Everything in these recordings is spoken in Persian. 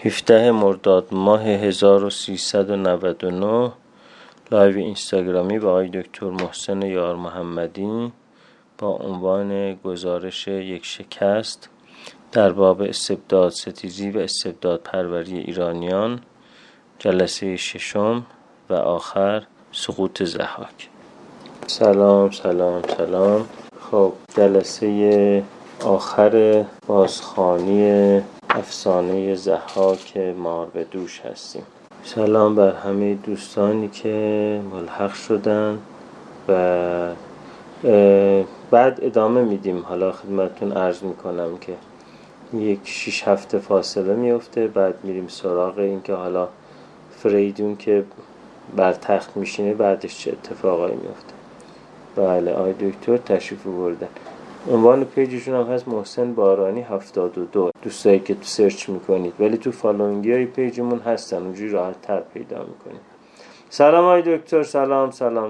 17 مرداد ماه 1399 لایو اینستاگرامی با آقای دکتر محسن یار محمدی با عنوان گزارش یک شکست در باب استبداد ستیزی و استبداد پروری ایرانیان، جلسه ششم و آخر سقوط ضحاک. سلام. خب جلسه آخر بازخوانی افسانه ضحاک ماربدوش هستیم. سلام بر همه دوستانی که ملحق شدن و بعد ادامه میدیم. حالا خدمتتون عرض میکنم که 6 هفته فاصله میفته، بعد میریم سراغ این که حالا فریدون که بر تخت میشینه بعدش چه اتفاقایی میفته. بله، آقای دکتر تشریف آوردن. عنوان پیجشون هم هست محسن بارانی 72. دوستایی که تو سرچ میکنید، ولی تو فالوینگی های پیجمون هستن، اونجوری راحت تر پیدا میکنید. سلام آقای دکتر. سلام علیکم،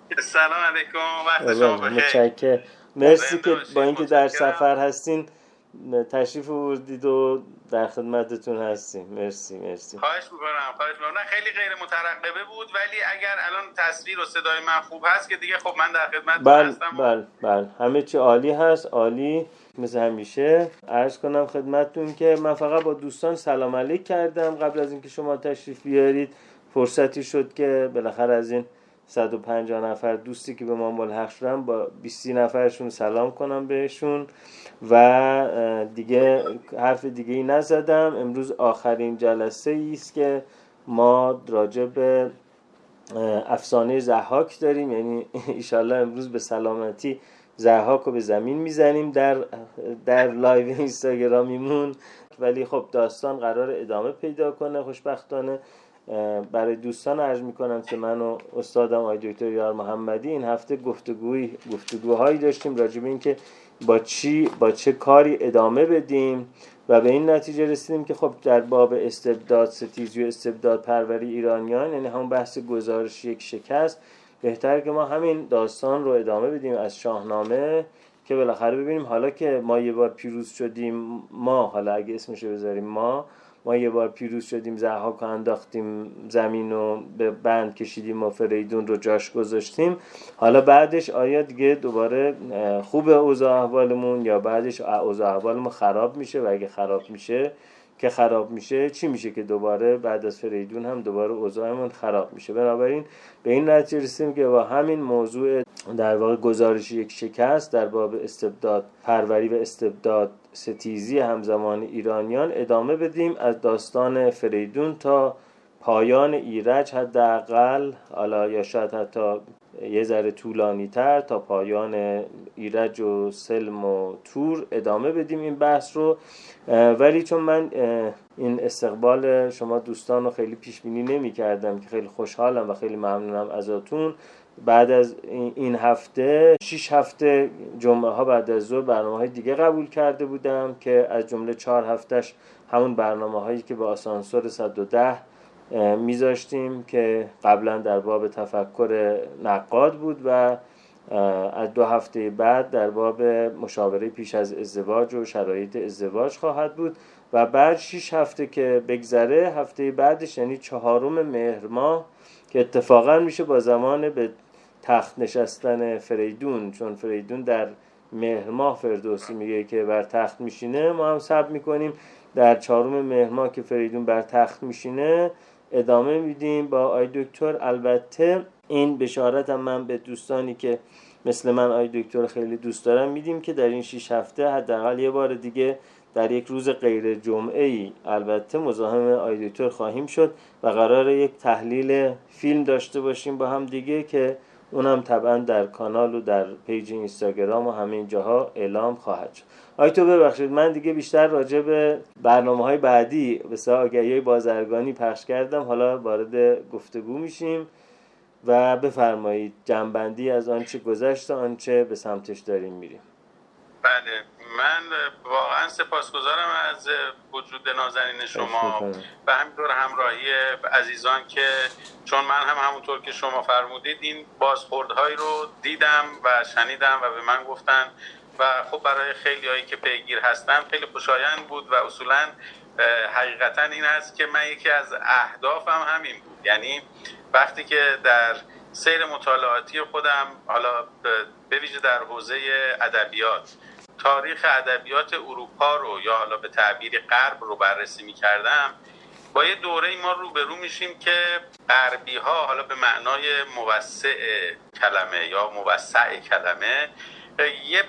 وقت شما بخیر. متشکرم. مرسی که با اینکه در سفر هستین تشریف آوردید و در خدمتتون هستیم. مرسی. خواهش میکنم. نه خیلی غیر مترقبه بود، ولی اگر الان تصویر و صدای من خوب هست که دیگه خب من در خدمتتون هستم. بله همه چی عالی هست. عالی مثل همیشه. عرض کنم خدمتتون که من فقط با دوستان سلام علیک کردم قبل از اینکه شما تشریف بیارید. فرصتی شد که بالاخره از این 150 نفر دوستی که به ما ملحق شدن با 20 نفرشون سلام کنم بهشون و دیگه حرف دیگه ای نزدم. امروز آخرین جلسه ایست که ما راجع به افسانه ضحاک داریم، یعنی انشالله امروز به سلامتی ضحاک رو به زمین میزنیم در لایو اینستاگرامیمون. ولی خب داستان قرار ادامه پیدا کنه خوشبختانه. برای دوستان عرض میکنم که من و استادم آقای دکتر یار محمدی این هفته گفتگوهایی داشتیم راجع به این که با چه کاری ادامه بدیم و به این نتیجه رسیدیم که خب در باب استبداد ستیزی و استبداد پروری ایرانیان، یعنی همون بحث گزارش یک شکست، بهتره که ما همین داستان رو ادامه بدیم از شاهنامه که بالاخره ببینیم حالا که ما یه بار پیروز شدیم، حالا اگه اسمشو بذاریم ما یه بار پیروز شدیم، ضحاک رو انداختیم زمین و به بند کشیدیم و فریدون رو جاش گذاشتیم، حالا بعدش آیا دیگه دوباره خوب اوضاع احوالمون یا بعدش اوضاع احوالمون خراب میشه؟ و اگه خراب میشه چی میشه که دوباره بعد از فریدون هم دوباره اوضاعمون خراب میشه؟ بنابراین به این نتیجه رسیدیم که با همین موضوع در واقع گزارش یک شکست در باب استبداد پروری و استبداد ستیزی همزمان ایرانیان ادامه بدیم از داستان فریدون تا پایان ایرج، حداقل حالا یا شاید حتی یه ذره طولانی تر تا پایان ایرج و سلم و تور ادامه بدیم این بحث رو. ولی چون من این استقبال شما دوستان رو خیلی پیش بینی نمی کردم که خیلی خوشحالم و خیلی ممنونم ازتون، بعد از این هفته 6 هفته جمعه ها بعد از ظهر برنامه های دیگه قبول کرده بودم که از جمله 4 هفتهش همون برنامه هایی که با آسانسور 110 میذاشتیم که قبلا در باب تفکر نقاد بود و از 2 هفته بعد در باب مشاوره پیش از ازدواج و شرایط ازدواج خواهد بود و بعد 6 هفته که بگذره هفته بعدش یعنی 4 مهر ماه که اتفاقا میشه با زمان به تخت نشستن فریدون، چون فریدون در مهر ماه فردوسی میگه که بر تخت میشینه، ما هم صبر میکنیم در 4 مهر ماه که فریدون بر تخت میشینه ادامه میدیم با آی دکتر. البته این بشارت هم من به دوستانی که مثل من آی دکتر خیلی دوست دارم میدیم که در این 6 هفته حداقل یه بار دیگه در یک روز غیر جمعه‌ای البته مزاحم آی دکتر خواهیم شد و قراره یک تحلیل فیلم داشته باشیم با هم دیگه که اونم طبعا در کانال و در پیج اینستاگرام و همه جاها اعلام خواهد شد. تو ببخشید من دیگه بیشتر راجع به برنامه‌های بعدی به آگهی‌های بازرگانی پخش کردم، حالا وارد گفتگو میشیم و بفرمایید جنبندی از آنچه گذشت و آنچه به سمتش داریم میریم. بله، من واقعا سپاسگزارم از وجود نازنین شما و همینطور همراهی عزیزان که چون من هم همونطور که شما فرمودید این بازخوردهایی رو دیدم و شنیدم و به من گفتن و خب برای خیلی هایی که پیگیر هستم خیلی خوشایند بود و اصولا حقیقتا این هست که من یکی از اهدافم همین بود. یعنی وقتی که در سیر مطالعاتی خودم، حالا به ویژه در حوزه ادبیات، تاریخ ادبیات اروپا رو یا حالا به تعبیر غرب رو بررسی می‌کردم، با یه دوره ما روبرو میشیم که غربی ها، حالا به معنای موسع کلمه یا موسع کلمه، یه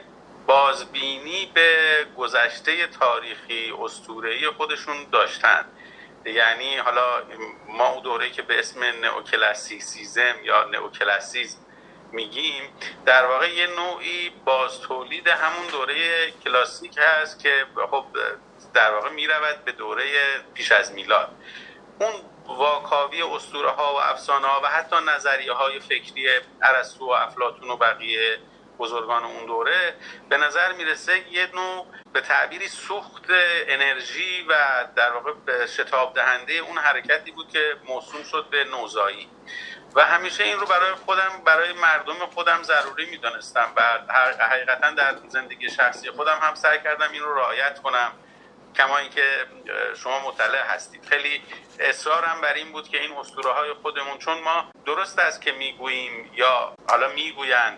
بازبینی به گذشته تاریخی اسطوره‌ای خودشون داشتن. یعنی حالا ما اون دوره‌ای که به اسم نئوکلاسیسیسم یا نئوکلاسیسم میگیم، در واقع یه نوعی بازتولید همون دوره کلاسیک هست که خب در واقع میرود به دوره پیش از میلاد. اون واکاوی اسطوره ها و افسانه ها و حتی نظریه های فکری ارسطو و افلاطون و بقیه بزرگان اون دوره به نظر میرسه یه نوع به تعبیری سوخت انرژی و در واقع شتاب دهنده اون حرکتی بود که موسوم شد به نوزایی. و همیشه این رو برای مردم خودم ضروری میدونستم و حقیقتا در زندگی شخصی خودم هم سعی کردم این رو رعایت کنم. کما اینکه شما مطلع هستید، خیلی اصرارم بر این بود که این اسطوره‌های خودمون، چون ما درست است که میگوییم یا حالا میگویند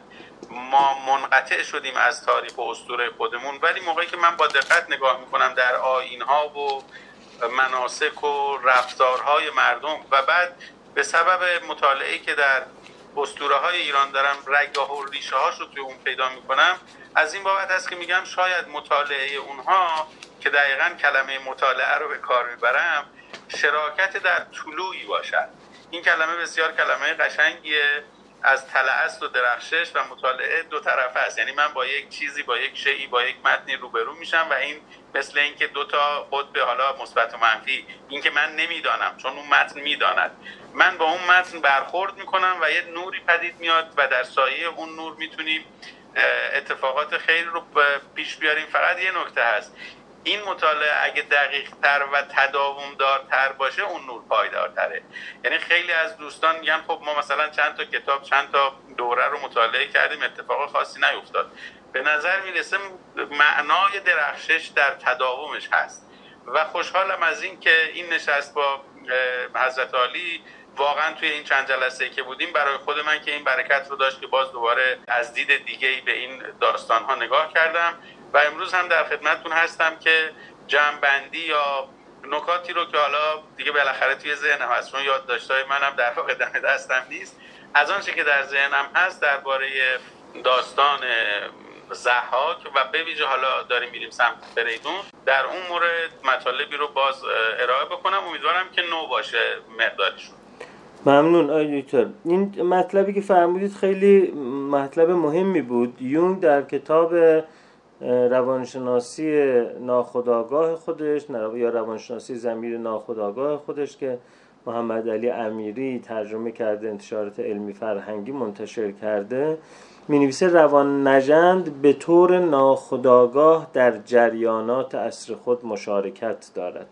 ما منقطع شدیم از تاریخ و اسطوره خودمون، ولی موقعی که من با دقت نگاه میکنم در آیین‌ها و مناسک و رفتارهای مردم و بعد به سبب مطالعه‌ای که در اسطوره‌های ایران دارم رگ‌ها و ریشه‌هاش رو توی اون پیدا میکنم، از این بابت هست که میگم شاید مطالعه اونها که دقیقاً کلمه مطالعه رو به کار میبرم، شراکت در طلوعی باشد. این کلمه بسیار کلمه قشنگیه، از طلعست و درخشش و مطالعه دو طرفه است. یعنی من با یک چیزی، با یک شیئی، با یک متنی روبرو میشم و این مثل این که دو تا قطب حالا مثبت و منفی، این که من نمیدانم چون اون متن میداند، من با اون متن برخورد میکنم و یه نوری پدید میاد و در سایه اون نور میتونیم اتفاقات خیر رو پیش بیاریم. فقط یه نکته هست، این مطالعه اگه دقیق تر و تداوم دارتر باشه اون نور پایدارتره. یعنی خیلی از دوستان میگن خب ما مثلا چند تا کتاب، چند تا دوره رو مطالعه کردیم، اتفاق خاصی نیفتاد. به نظر میرسه معنای درخشش در تداومش هست و خوشحالم از این که این نشست با حضرت عالی واقعا توی این چند جلسه‌ای که بودیم برای خود من که این برکت رو داشت که باز دوباره از دید دیگه‌ای به این داستان‌ها نگاه کردم و امروز هم در خدمتتون هستم که جمع‌بندی یا نکاتی رو که حالا دیگه بالاخره توی ذهنم هست، چون یادداشت‌های منم در واقع دم دستم نیست، از آنچه که در ذهنم هست درباره داستان ضحاک و به ویژه حالا داریم میریم سمت فریدون، در اون مورد مطالبی رو باز ارائه بکنم. امیدوارم که نو باشه مقداریشون. ممنون آقای دکتر. این مطلبی که فرمودید خیلی مطلب مهمی بود. یونگ در کتاب روانشناسی ناخودآگاه خودش یا روانشناسی ضمیر ناخودآگاه خودش که محمد علی امیری ترجمه کرده، انتشارات علمی فرهنگی منتشر کرده، می‌نویسه روان نژند به طور ناخودآگاه در جریانات عصر خود مشارکت دارد.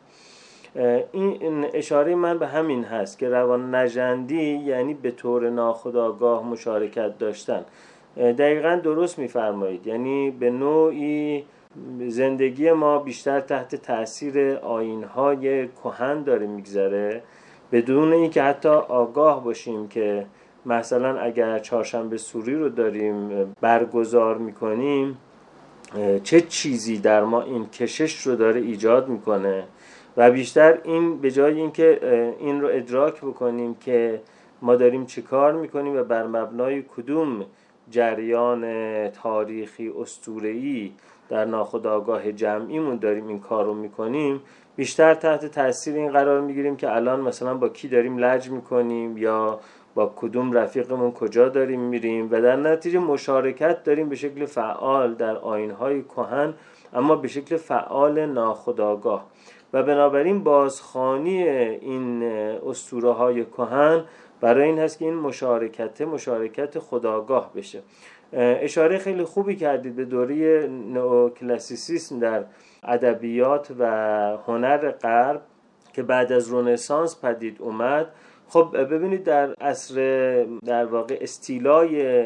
این اشاره من به همین هست که روان نژندی یعنی به طور ناخودآگاه مشارکت داشتن. دقیقاً درست می‌فرمایید. یعنی به نوعی زندگی ما بیشتر تحت تأثیر آیین‌های کهن داره میگذره، بدون اینکه حتی آگاه باشیم که مثلا اگر چهارشنبه سوری رو داریم برگزار میکنیم چه چیزی در ما این کشش رو داره ایجاد میکنه و بیشتر این به جای اینکه این رو ادراک بکنیم که ما داریم چه کار میکنیم و بر مبنای کدوم جریان تاریخی اسطوره‌ای در ناخودآگاه جمعیمون داریم این کار رو میکنیم، بیشتر تحت تاثیر این قرار میگیریم که الان مثلا با کی داریم لج میکنیم یا با کدوم رفیقمون کجا داریم میریم و در نتیجه مشارکت داریم به شکل فعال در آیین‌های کهن، اما به شکل فعال ناخودآگاه. و بنابراین بازخوانی این اسطوره‌های کهن برای این هست که این مشارکت خودآگاه بشه. اشاره خیلی خوبی کردید به دوره نئوکلاسیسیسم در ادبیات و هنر غرب که بعد از رنسانس پدید اومد. خب ببینید در عصر در واقع استیلای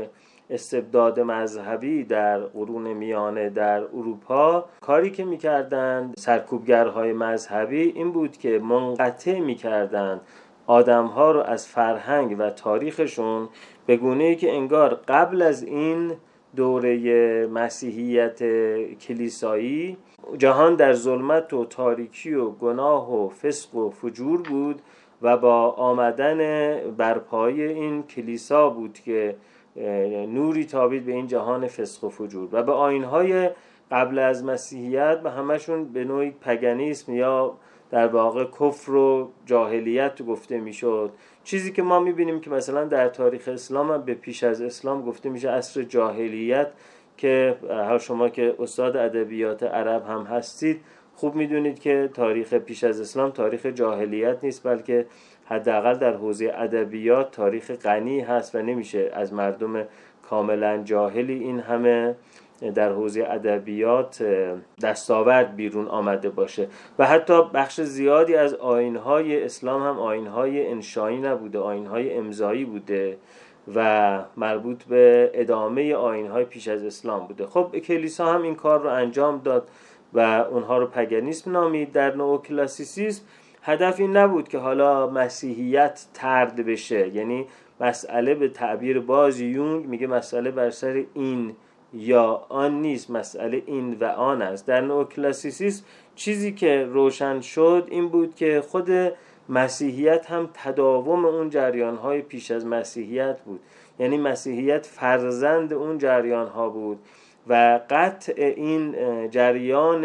استبداد مذهبی در قرون میانه در اروپا، کاری که میکردند سرکوبگرهای مذهبی این بود که منقطع میکردند آدمها رو از فرهنگ و تاریخشون به گونه‌ای که انگار قبل از این دوره مسیحیت کلیسایی جهان در ظلمت و تاریکی و گناه و فسق و فجور بود و با آمدن برپایی این کلیسا بود که نوری تابید به این جهان فسق و فجور و به آیین‌های قبل از مسیحیت و همشون به نوعی پگانیسم یا در واقع کفر و جاهلیت گفته میشد. چیزی که ما میبینیم که مثلا در تاریخ اسلام هم به پیش از اسلام گفته میشه عصر جاهلیت، که هر شما که استاد ادبیات عرب هم هستید خوب میدونید که تاریخ پیش از اسلام تاریخ جاهلیت نیست، بلکه حداقل در حوزه ادبیات تاریخ غنی هست و نمیشه از مردم کاملا جاهلی این همه در حوزه ادبیات دستاورد بیرون آمده باشه. و حتی بخش زیادی از آیین‌های اسلام هم آیین‌های انشایی نبوده، آیین‌های امضایی بوده و مربوط به ادامه آیین‌های پیش از اسلام بوده. خب کلیسا هم این کار رو انجام داد و اونها رو پگانیسم نامید. در نوکلاسیسیسم هدف این نبود که حالا مسیحیت طرد بشه، یعنی مسئله به تعبیر باز یونگ میگه مسئله بر سر این یا آن نیست، مسئله این و آن است. در نوکلاسیسیسم چیزی که روشن شد این بود که خود مسیحیت هم تداوم اون جریان‌های پیش از مسیحیت بود، یعنی مسیحیت فرزند اون جریان‌ها بود و قطع این جریان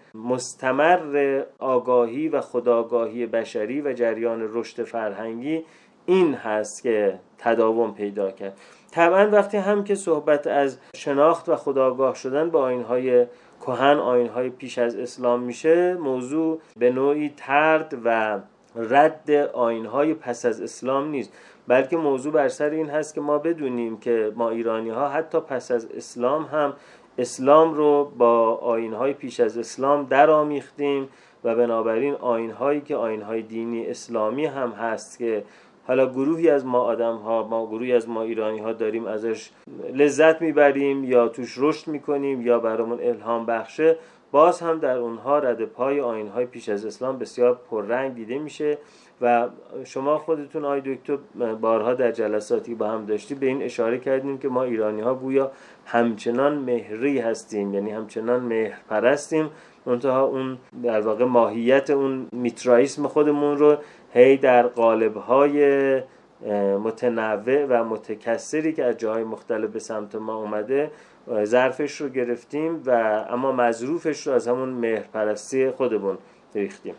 مستمر آگاهی و خودآگاهی بشری و جریان رشد فرهنگی این هست که تداوم پیدا کرد. طبعا وقتی هم که صحبت از شناخت و خودآگاه شدن با آیین‌های کهن، آیین‌های پیش از اسلام میشه، موضوع به نوعی طرد و رد آیین‌های پس از اسلام نیست، بلکه موضوع بر سر این هست که ما بدونیم که ما ایرانی‌ها حتی پس از اسلام هم اسلام رو با آیین‌های پیش از اسلام درآمیختیم و بنابراین آیین‌هایی که آیین‌های دینی اسلامی هم هست که حالا گروهی از ما آدم‌ها، گروهی از ما ایرانی‌ها داریم ازش لذت میبریم یا توش رشد میکنیم یا برامون الهام بخشه، باز هم در اونها رد پای آیین‌های پیش از اسلام بسیار پررنگ دیده میشه. و شما خودتون آقای دکتر بارها در جلساتی با هم داشتی به این اشاره کردیم که ما ایرانی‌ها گویا همچنان مهری هستیم، یعنی همچنان مهرپرستیم، منتها اون در واقع ماهیت اون میترائیسم خودمون رو هی در قالب‌های متنوع و متکثری که از جاهای مختلف به سمت ما اومده ظرفش رو گرفتیم و اما مظروفش رو از همون مهرپرستی خودمون ریختیم.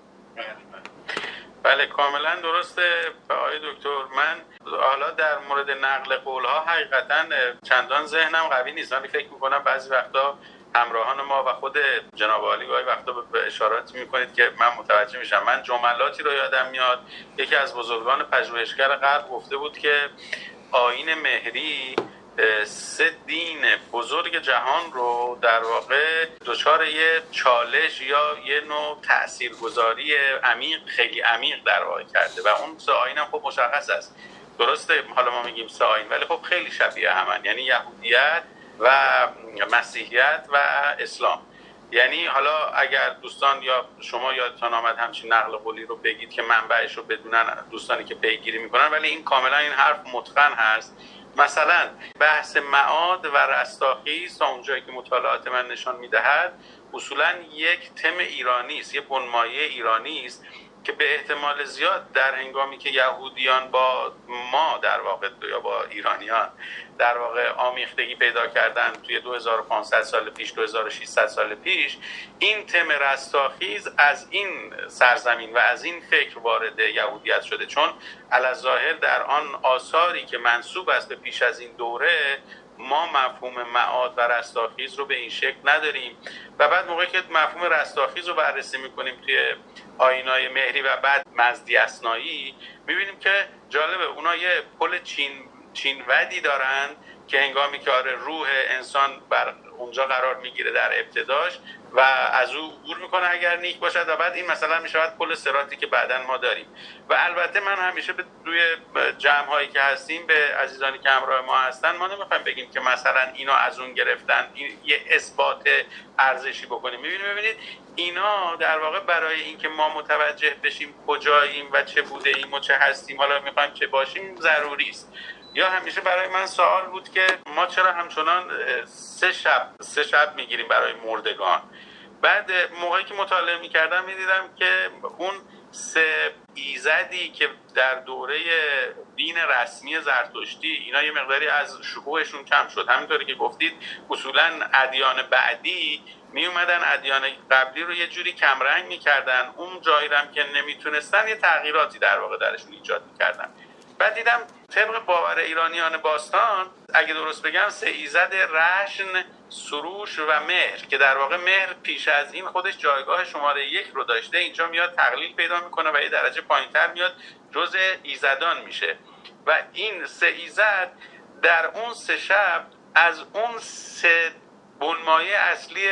بله کاملا درسته آقای دکتر. من حالا در مورد نقل قول‌ها حقیقتاً چندان ذهنم قوی نیست، ولی فکر می‌کنم بعضی وقتا همراهان ما و خود جناب عالی گاهی وقتا به اشارات می‌کنید که من متوجه میشم. من جملاتی رو یادم میاد یکی از بزرگان پژوهشگر غرب گفته بود که آیین مهری سه دین بزرگ جهان رو در واقع دچار یه چالش یا یه نوع تاثیرگذاری عمیق، خیلی عمیق در واقع کرده و اون سه آیین هم خب مشخص است. درسته حالا ما میگیم سه آیین ولی خب خیلی شبیه همن، یعنی یهودیت و مسیحیت و اسلام. یعنی حالا اگر دوستان یا شما یادتان آمد همچین نقل قولی رو بگید که منبعش رو بدونن دوستانی که پیگیری میکنن، ولی این کاملا این حرف متقن هست. مثلا بحث معاد و رستاخیز تا اونجایی که مطالعات من نشان میدهد اصولا یک تم ایرانی است، یک بنمایه ایرانی است که به احتمال زیاد در هنگامی که یهودیان با ما در واقع یا با ایرانیان در واقع آمیختگی پیدا کردن توی 2500 سال پیش 2600 سال پیش، این تم رستاخیز از این سرزمین و از این فکر وارد یهودیت شده، چون علی‌الظاهر در آن آثاری که منسوب است به پیش از این دوره ما مفهوم معاد و رستاخیز رو به این شکل نداریم. و بعد موقعی که مفهوم رستاخیز رو بررسی میکنیم توی آیین‌های مهری و بعد مزدی اثنایی، میبینیم که جالبه اونا یه پل چین ودی دارن که هنگامی که روح انسان بر اونجا قرار میگیره در ابتداش و از او عبور میکنه اگر نیک باشد و بعد این مثلا میشود پل صراطی که بعداً ما داریم. و البته من همیشه به روی جمع هایی که هستیم به عزیزانی که همراه ما هستن ما نمیخوایم بگیم که مثلا اینا از اون گرفتن، این یه اثبات ارزشی بکنیم. ببینید اینا در واقع برای اینکه ما متوجه بشیم کجاییم و چه بوده ایم و چه هستیم، حالا میخوایم چه باشیم، ضروری است. یا همیشه برای من سوال بود که ما چرا همچنان 3 شب میگیریم برای مردگان. بعد موقعی که مطالعه میکردم میدیدم که اون 3 ایزدی که در دوره دین رسمی زرتشتی اینا یه مقداری از شکوهشون کم شد، همینطوری که گفتید اصولا ادیان بعدی می اومدن ادیان قبلی رو یه جوری کمرنگ میکردن، اون جایی هم که نمیتونستن یه تغییراتی در واقع درشون ایجاد میکردن. بعد دیدم طبق باور ایرانیان باستان اگه درست بگم 3 ایزد رشن، سروش و مهر که در واقع مهر پیش از این خودش جایگاه شماره 1 رو داشته، اینجا میاد تقلیل پیدا میکنه و یه درجه پایینتر میاد جزء ایزدان میشه. و این 3 ایزد در اون 3 شب از اون 3 بنمایه اصلی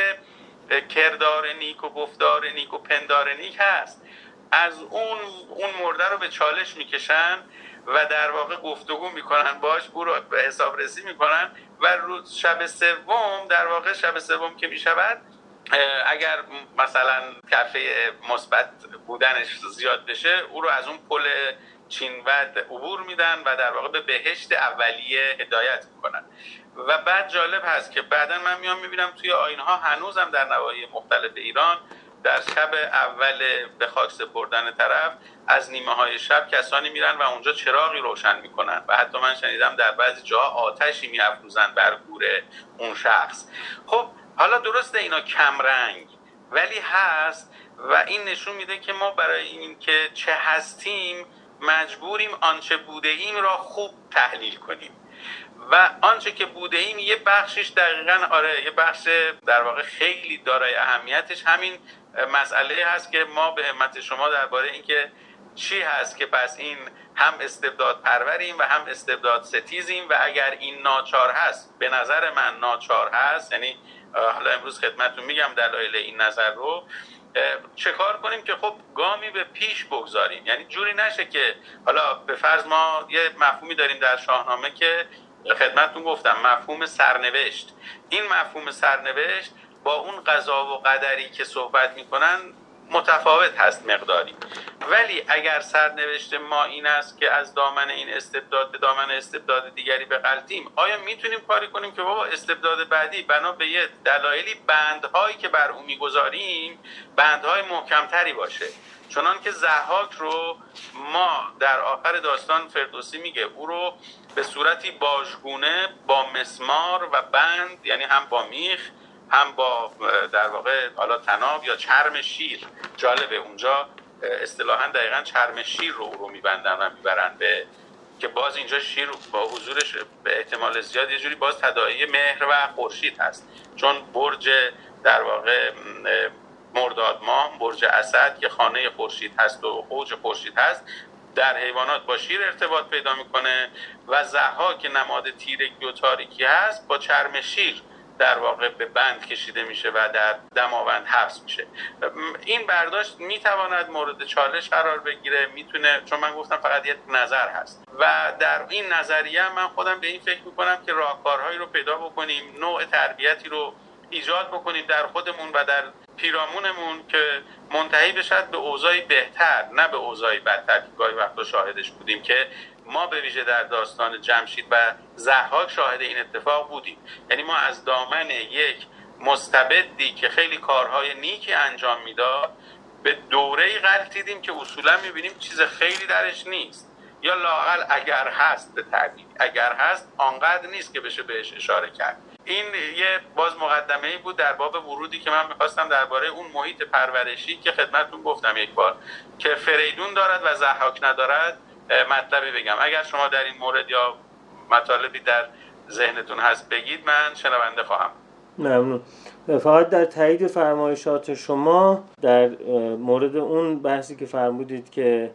کردار نیک و گفتار نیک و پندار نیک هست. از اون مرده رو به چالش میکشن و در واقع گفتگو میکنن باش، او رو به حساب رسی میکنن و روز شب سوم در واقع شب سوم که میشود اگر مثلا کفه مثبت بودنش زیاد بشه او رو از اون پل چینود عبور میدن و در واقع به بهشت اولیه هدایت میکنن. و بعد جالب هست که بعدا من میام میبینم توی آیین‌ها هنوزم در نواحی مختلف ایران در شب اول به خاک سپردن طرف از نیمه های شب کسانی میرن و اونجا چراغی روشن میکنن و حتی من شنیدم در بعضی جاها آتشی میافروزن بر گور اون شخص. خب حالا درسته اینا کم رنگ ولی هست و این نشون میده که ما برای این که چه هستیم مجبوریم آنچه بوده ایم را خوب تحلیل کنیم و آنچه که بوده ایم یه بخشش دقیقاً یه بخش در واقع خیلی دارای اهمیتش همین مسئله هست که ما به همت شما درباره اینکه چی هست که پس این هم استبداد پروریم و هم استبداد ستیزیم و اگر این ناچار هست، به نظر من ناچار هست، یعنی حالا امروز خدمتتون میگم دلایل این نظر رو، چه کار کنیم که خب گامی به پیش بگذاریم. یعنی جوری نشه که حالا به فرض ما یه مفهومی داریم در شاهنامه که خدمتتون گفتم مفهوم سرنوشت. این مفهوم سرنوشت با اون قضا و قدری که صحبت میکنن متفاوت هست مقداری، ولی اگر سرنوشت ما این است که از دامن این استبداد به دامن استبداد دیگری بغلتیم، آیا میتونیم کاری کنیم که بابا استبداد بعدی بنا به یه دلایلی بندهایی که بر اون میگذاریم بندهای محکمتری باشه؟ چنان که ضحاک رو ما در آخر داستان فردوسی میگه او رو به صورتی باژگونه با مسمار و بند، یعنی هم با میخ هم با در واقع حالا طناب یا چرم شیر، جالبه اونجا اصطلاحاً دقیقاً چرم شیر رو میبندن و میبرن به که باز اینجا شیر با حضورش به احتمال زیاد یه جوری باز تداعی مهر و خورشید هست، چون برج در واقع مرداد ماه، برج اسد که خانه خورشید هست و اوج خورشید هست، در حیوانات با شیر ارتباط پیدا میکنه و ضحاک که نماد تیرگی و تاریکی هست با چرم شیر در واقع به بند کشیده میشه و در دماوند حبس میشه. این برداشت میتواند مورد چالش قرار بگیره، میتونه، چون من گفتم فقط یک نظر هست و در این نظریه من خودم به این فکر میکنم که راهکارهایی رو پیدا بکنیم، نوع تربیتی رو ایجاد بکنیم در خودمون و در پیرامونمون که منتهی بشد به اوضاعی بهتر نه به اوضاعی بدتر که گاهی وقتا شاهدش بودیم، که ما به ویژه در داستان جمشید و ضحاک شاهد این اتفاق بودیم. یعنی ما از دامن یک مستبدی که خیلی کارهای نیکی انجام میداد به دوره‌ای غلطیدیم که اصولا میبینیم چیز خیلی درش نیست، یا لااقل اگر هست به تعبیر اگر هست آنقدر نیست که بشه بهش اشاره کرد. این یه باز مقدمه‌ای بود در باب ورودی که من می‌خواستم درباره اون محیط پرورشی که خدمتتون گفتم یک بار که فریدون دارد و ضحاک ندارد مطلبی بگم. اگر شما در این مورد یا مطالبی در ذهنتون هست بگید، من شنونده خواهم. ممنون. فقط در تایید فرمایشات شما در مورد اون بحثی که فرمودید که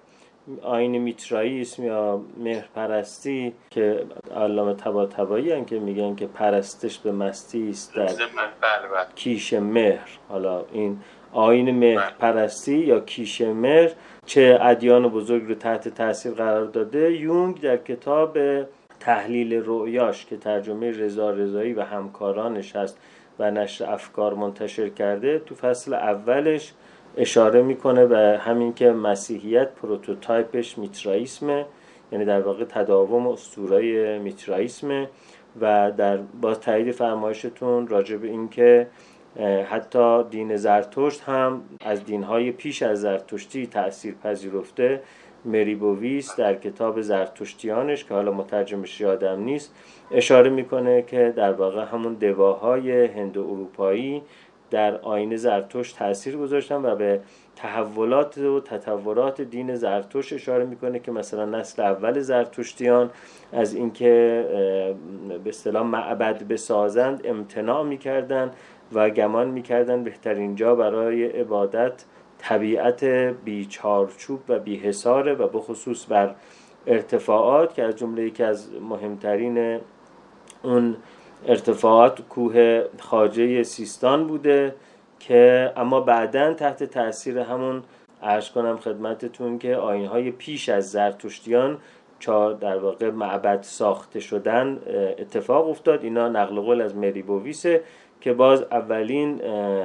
آیین میترائیسم یا مهرپرستی که علامه طباطبایی هم که میگن که پرستش به مستی است در کیش مهر. حالا این آیین مهرپرستی یا کیش مهر چه ادیان بزرگ رو تحت تاثیر قرار داده. یونگ در کتاب تحلیل رؤیاش که ترجمه رضا رضایی و همکارانش هست و نشر افکار منتشر کرده، تو فصل اولش اشاره میکنه به همین که مسیحیت پروتوتایپش میترائیسمه، یعنی در واقع تداوم اسطوره‌ای میترائیسمه. و در باز تایید فرمایشتون راجع به این که حتی دین زرتشت هم از دینهای پیش از زرتشتی تأثیر پذیرفته. مریبوویس در کتاب زرتشتیانش که حالا مترجمش یادم نیست اشاره میکنه که در واقع همون دواهای هند اروپایی در آیین زرتشت تأثیر گذاشتن و به تحولات و تطورات دین زرتشت اشاره میکنه که مثلا نسل اول زرتشتیان از اینکه به اصطلاح معبد بسازند امتناع میکردن و گمان میکردن بهترین جا برای عبادت طبیعت بی چارچوب و بی حصاره و بخصوص بر ارتفاعات که از جمله یکی از مهمترین اون ارتفاعات کوه خواجه سیستان بوده که اما بعداً تحت تأثیر همون عرض کنم خدمتتون که آیین‌های پیش از زرتشتیان در واقع معبد ساخته شدن اتفاق افتاد. اینا نقل قول از مریبوویسه که باز اولین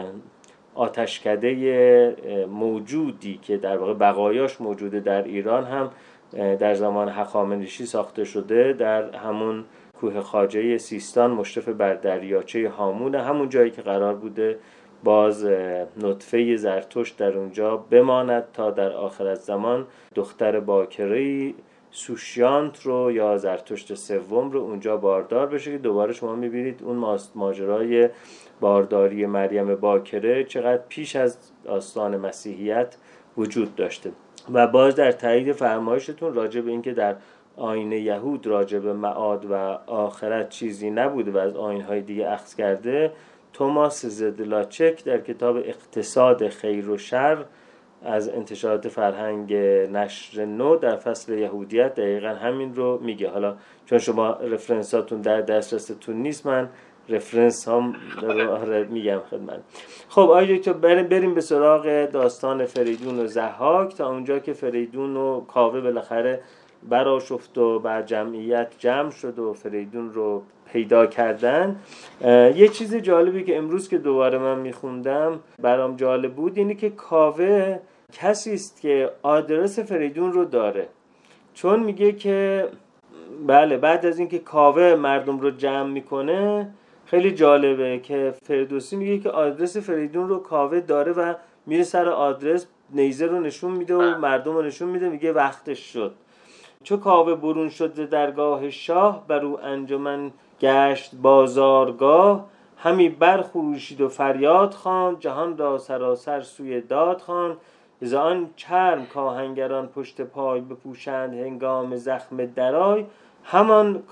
آتشکده موجودی که در واقع بقایاش موجوده در ایران هم در زمان هخامنشی ساخته شده در همون کوه خواجه سیستان مشرف بر دریاچه هامون، همون جایی که قرار بوده باز نطفه زرتشت در اونجا بماند تا در آخر زمان دختر باکره‌ای سوشیانت رو یا زرتشت سوم رو اونجا باردار بشه که دوباره شما میبینید اون ماجرای بارداری مریم باکره چقدر پیش از داستان مسیحیت وجود داشته. و باز در تایید فرمایشتون راجع به این که در آیین یهود راجع به معاد و آخرت چیزی نبوده و از آیین‌های دیگه اخذ کرده، توماس زدلاچک در کتاب اقتصاد خیر و شر از انتشارات فرهنگ نشر نو در فصل یهودیت دقیقا همین رو میگه. حالا چون شما رفرنساتون در دسترستون نیست من رفرنس هم رو میگم خدمت. خب آقای دکتر بریم به سراغ داستان فریدون و ضحاک تا اونجا که فریدون و کاوه بالاخره برآشفت و بر جمعیت جمع شد و فریدون رو پیدا کردن. یه چیز جالبی که امروز که دوباره من میخوندم برام جالب بود اینه که کاوه کسی است که آدرس فریدون رو داره، چون میگه که بله بعد از اینکه کاوه مردم رو جمع میکنه خیلی جالبه که فردوسی میگه که آدرس فریدون رو کاوه داره و میره سر آدرس نیزه رو نشون میده و مردم رو نشون میده، میگه وقتش شد. چو کاوه برون شد درگاه شاه، برو انجمن گشت بازارگاه. همی برخروشید و فریاد خواند، جهان را سراسر سوی داد خواند. ز آن چرم کاهنگران پشت پای، بپوشند هنگام زخم درای. همان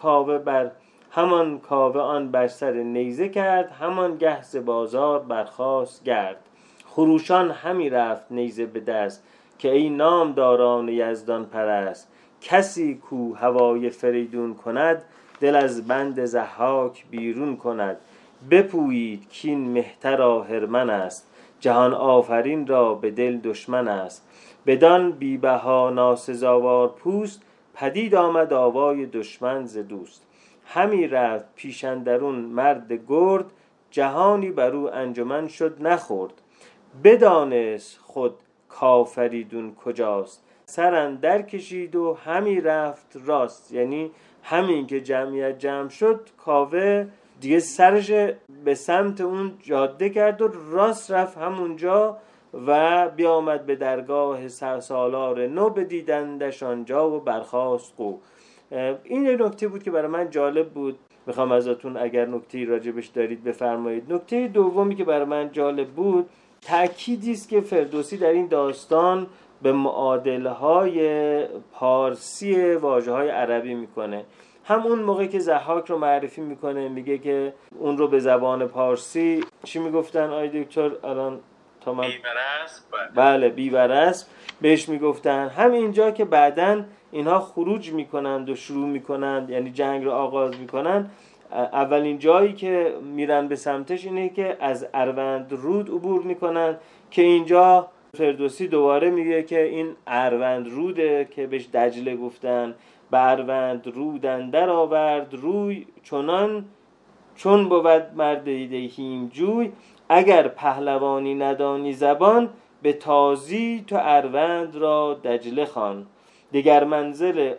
کاوه آن بر سر نیزه کرد، همان گه ز بازار برخاست گرد. خروشان همی رفت نیزه به دست، که ای نامداران یزدان پرست. کسی کو هوای فریدون کند، دل از بند ضحاک بیرون کند. بپویید کین مهتر آهرمن است، جهان آفرین را به دل دشمن است. بدان بی بها ناسزاوار پوست، پدید آمد آوای دشمن ز دوست. همی رفت پیش اندرون مرد گرد، جهانی برو انجمن شد نخورد. بدانست خود کافریدون کجاست، سر اندر کشید و همی رفت راست. یعنی همین که جمعیت جمع شد کاوه دیگه سرش به سمت اون جاده کرد و راست رفت همونجا و بیامد به درگاه سالار نو، بدیدندش آنجا و برخاست قو. این نکته بود که برای من جالب بود، میخوام ازتون اگر نکته‌ای راجبش دارید بفرمایید. نکته دومی که برای من جالب بود تأکیدی است که فردوسی در این داستان به معادلهای پارسی واژه‌های عربی میکنه. هم اون موقع که ضحاک رو معرفی میکنه میگه که اون رو به زبان پارسی چی میگفتن آقای دکتر الان تا من بیورسب. بله بیورسب بهش میگفتن. همینجا که بعدن اینها خروج میکنند و شروع میکنند، یعنی جنگ رو آغاز میکنند، اولین جایی که میرن به سمتش اینه که از اروند رود عبور میکنن که اینجا فردوسی دوباره میگه که این اروند روده که بهش دجله گفتن. به اروند رود اندر آورد روی، چون بود مرد هیم جوی. اگر پهلوانی ندانی زبان، به تازی تو اروند را دجله خوان. دگر منزل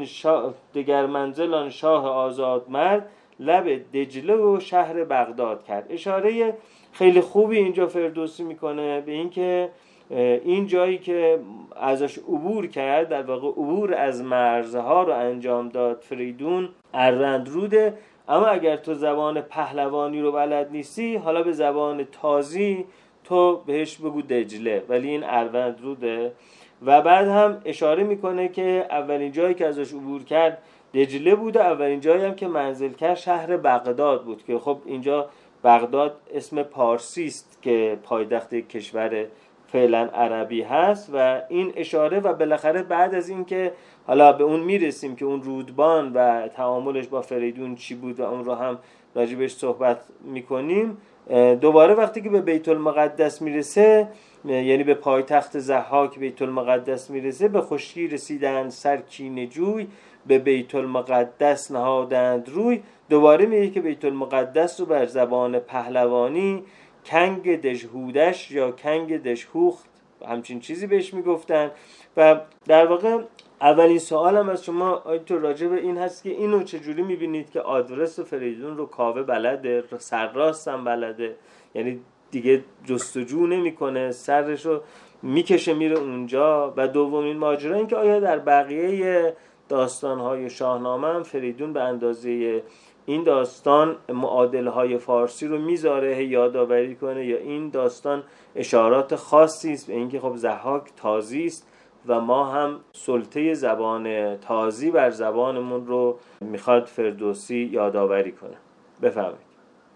آن شاه آزاد مرد، لب دجله و شهر بغداد کرد. اشاره خیلی خوبی اینجا فردوسی میکنه به این که این جایی که ازش عبور کرد، در واقع عبور از مرزها رو انجام داد فریدون، اروند روده. اما اگر تو زبان پهلوانی رو بلد نیستی، حالا به زبان تازی تو بهش بگو دجله، ولی این اروند روده. و بعد هم اشاره میکنه که اولین جایی که ازش عبور کرد دجله بوده، اولین جایی هم که منزل کرد شهر بغداد بود که خب اینجا بغداد اسم پارسی است که پایتخت کشور فعلا عربی هست. و این اشاره و بالاخره بعد از این که حالا به اون میرسیم که اون رودبان و تعاملش با فریدون چی بود و اون رو هم راجبش صحبت میکنیم، دوباره وقتی که به بیت المقدس میرسه، یعنی به پایتخت ضحاک بیت المقدس میرسه، به خشکی رسیدند سر کینه جوی، به بیت المقدس نهادند روی. دوباره میگه که بیت المقدس رو بر زبان پهلوانی کنگ دژهودش یا کنگ دژهوخت همچین چیزی بهش میگفتن. و در واقع اولین سوالم از شما آیتور راجع به این هست که اینو چجوری میبینید که آدرس فریدون رو کاوه بلده، سرراست هم بلده، یعنی دیگه جستجو نمیکنه، سرش رو میکشه میره اونجا. و دومین ماجرا این که آیا در بقیه داستان‌های شاهنامه هم فریدون به اندازه این داستان معادل‌های فارسی رو میذاره یادآوری کنه، یا این داستان اشارات خاصی است به اینکه خب ضحاک تازی است و ما هم سلطه زبان تازی بر زبانمون رو میخواد فردوسی یادآوری کنه. بفرمایید.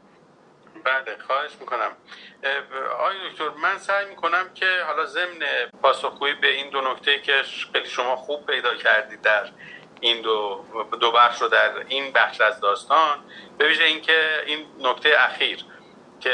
بله خواهش میکنم. آقای دکتر، من سعی میکنم که حالا ضمن پاسخگویی به این دو نکته که خیلی شما خوب پیدا کردید در این دو بخش رو در این بخش از داستان، به ویژه این که این نکته اخیر که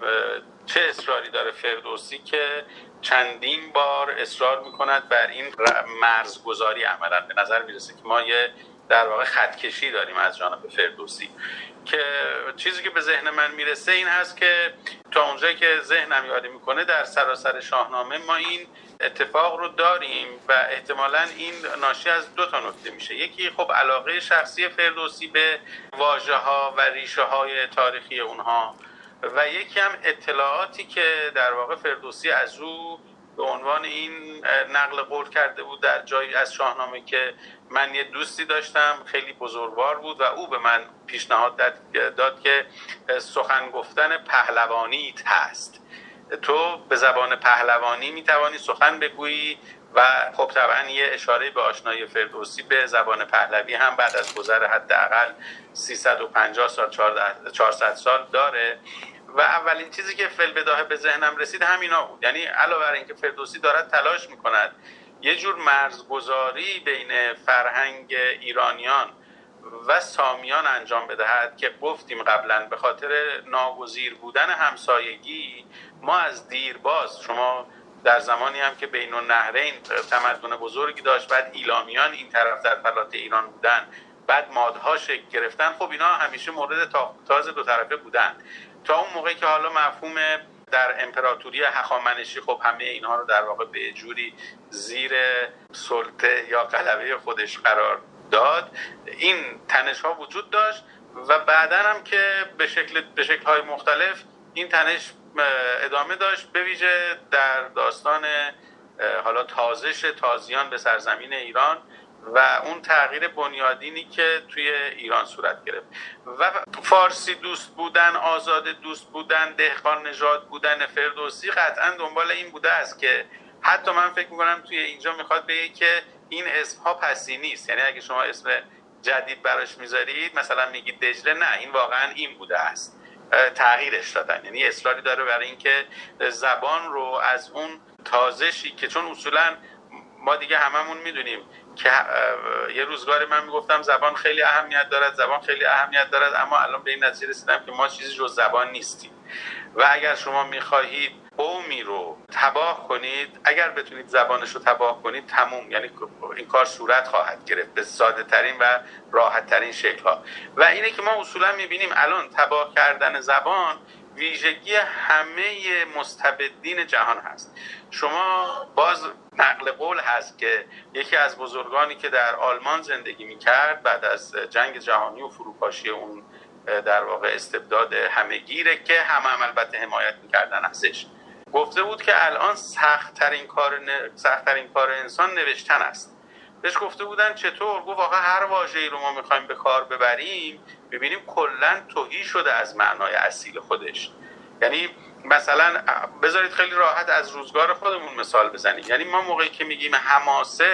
چه اصراری داره فردوسی که چندین بار اصرار میکند بر این مرزگذاری. عملا به نظر میرسه که ما یه در واقع خطکشی داریم از جانب فردوسی، که چیزی که به ذهن من میرسه این هست که تا اونجایی که ذهنم یاد میکنه در سراسر شاهنامه ما این اتفاق رو داریم و احتمالاً این ناشی از دو تا نکته میشه. یکی خب علاقه شخصی فردوسی به واژه‌ها و ریشه‌های تاریخی اونها، و یکی هم اطلاعاتی که در واقع فردوسی از او به عنوان این نقل قول کرده بود در جایی از شاهنامه که من یه دوستی داشتم خیلی بزرگوار بود و او به من پیشنهاد داد که سخن گفتن پهلوانیت هست، تو به زبان پهلوانی میتوانی سخن بگویی. و خب طبعا یه اشاره به آشنایی فردوسی به زبان پهلوی هم بعد از گذر حداقل 350 سال 400 سال داره. و اولین چیزی که فی‌البداهه به ذهنم رسید همینا بود، یعنی علاوه بر اینکه فردوسی دارد تلاش میکند یه جور مرزگذاری بین فرهنگ ایرانیان و سامیان انجام بدهد که گفتیم قبلا به خاطر ناگزیر بودن همسایگی ما از دیرباز، شما در زمانی هم که بین النهرین تمدن بزرگی داشت، بعد ایلامیان این طرف در فلات ایران بودن، بعد مادها شکل گرفتن، خب اینا همیشه مورد تاز دو طرفه بودن تا اون موقعی که حالا مفهوم در امپراتوری هخامنشی خب همه اینها رو در واقع به جوری زیر سلطه یا غلبه خودش قرار داد. این تنش ها وجود داشت و بعداً هم که به شکل های مختلف این تنش ادامه داشت، به ویژه در داستان حالا تازیان به سرزمین ایران و اون تغییر بنیادینی که توی ایران صورت گرفت. و فارسی دوست بودن، آزاد دوست بودن، دهقان نژاد بودن فردوسی قطعا دنبال این بوده است که حتی من فکر میکنم توی اینجا میخواد بگه که این اسمها پسی نیست، یعنی اگه شما اسم جدید براش میذارید مثلا میگید دجله، نه، این واقعا این بوده است تغییرش دادن. یعنی اصراری داره برای اینکه زبان رو از اون تازشی که چون اصولا ما دیگه هممون میدونیم که یه روزگاری من میگفتم زبان خیلی اهمیت دارد، زبان خیلی اهمیت دارد، اما الان به این نتیجه رسیدم که ما چیزی جز زبان نیستیم و اگر شما میخواهید قومی رو تباه کنید، اگر بتونید زبانش رو تباه کنید تموم، یعنی این کار صورت خواهد گرفت به ساده ترین و راحت ترین شکل ها. و اینه که ما اصولا میبینیم الان تباه کردن زبان ویژگی همه مستبدین جهان هست. شما باز نقل قول هست که یکی از بزرگانی که در آلمان زندگی میکرد بعد از جنگ جهانی و فروپاشی اون در واقع استبداد همه‌گیره که همه البته حمایت میکردن ازش، گفته بود که الان سخت‌ترین کار انسان نوشتن است. بهش گفته بودن چطور؟ گفت واقعا هر واژه‌ای رو ما می‌خوایم به کار ببریم ببینیم کلاً تهی شده از معنای اصیل خودش. یعنی مثلا بذارید خیلی راحت از روزگار خودمون مثال بزنیم. یعنی ما موقعی که میگیم حماسه،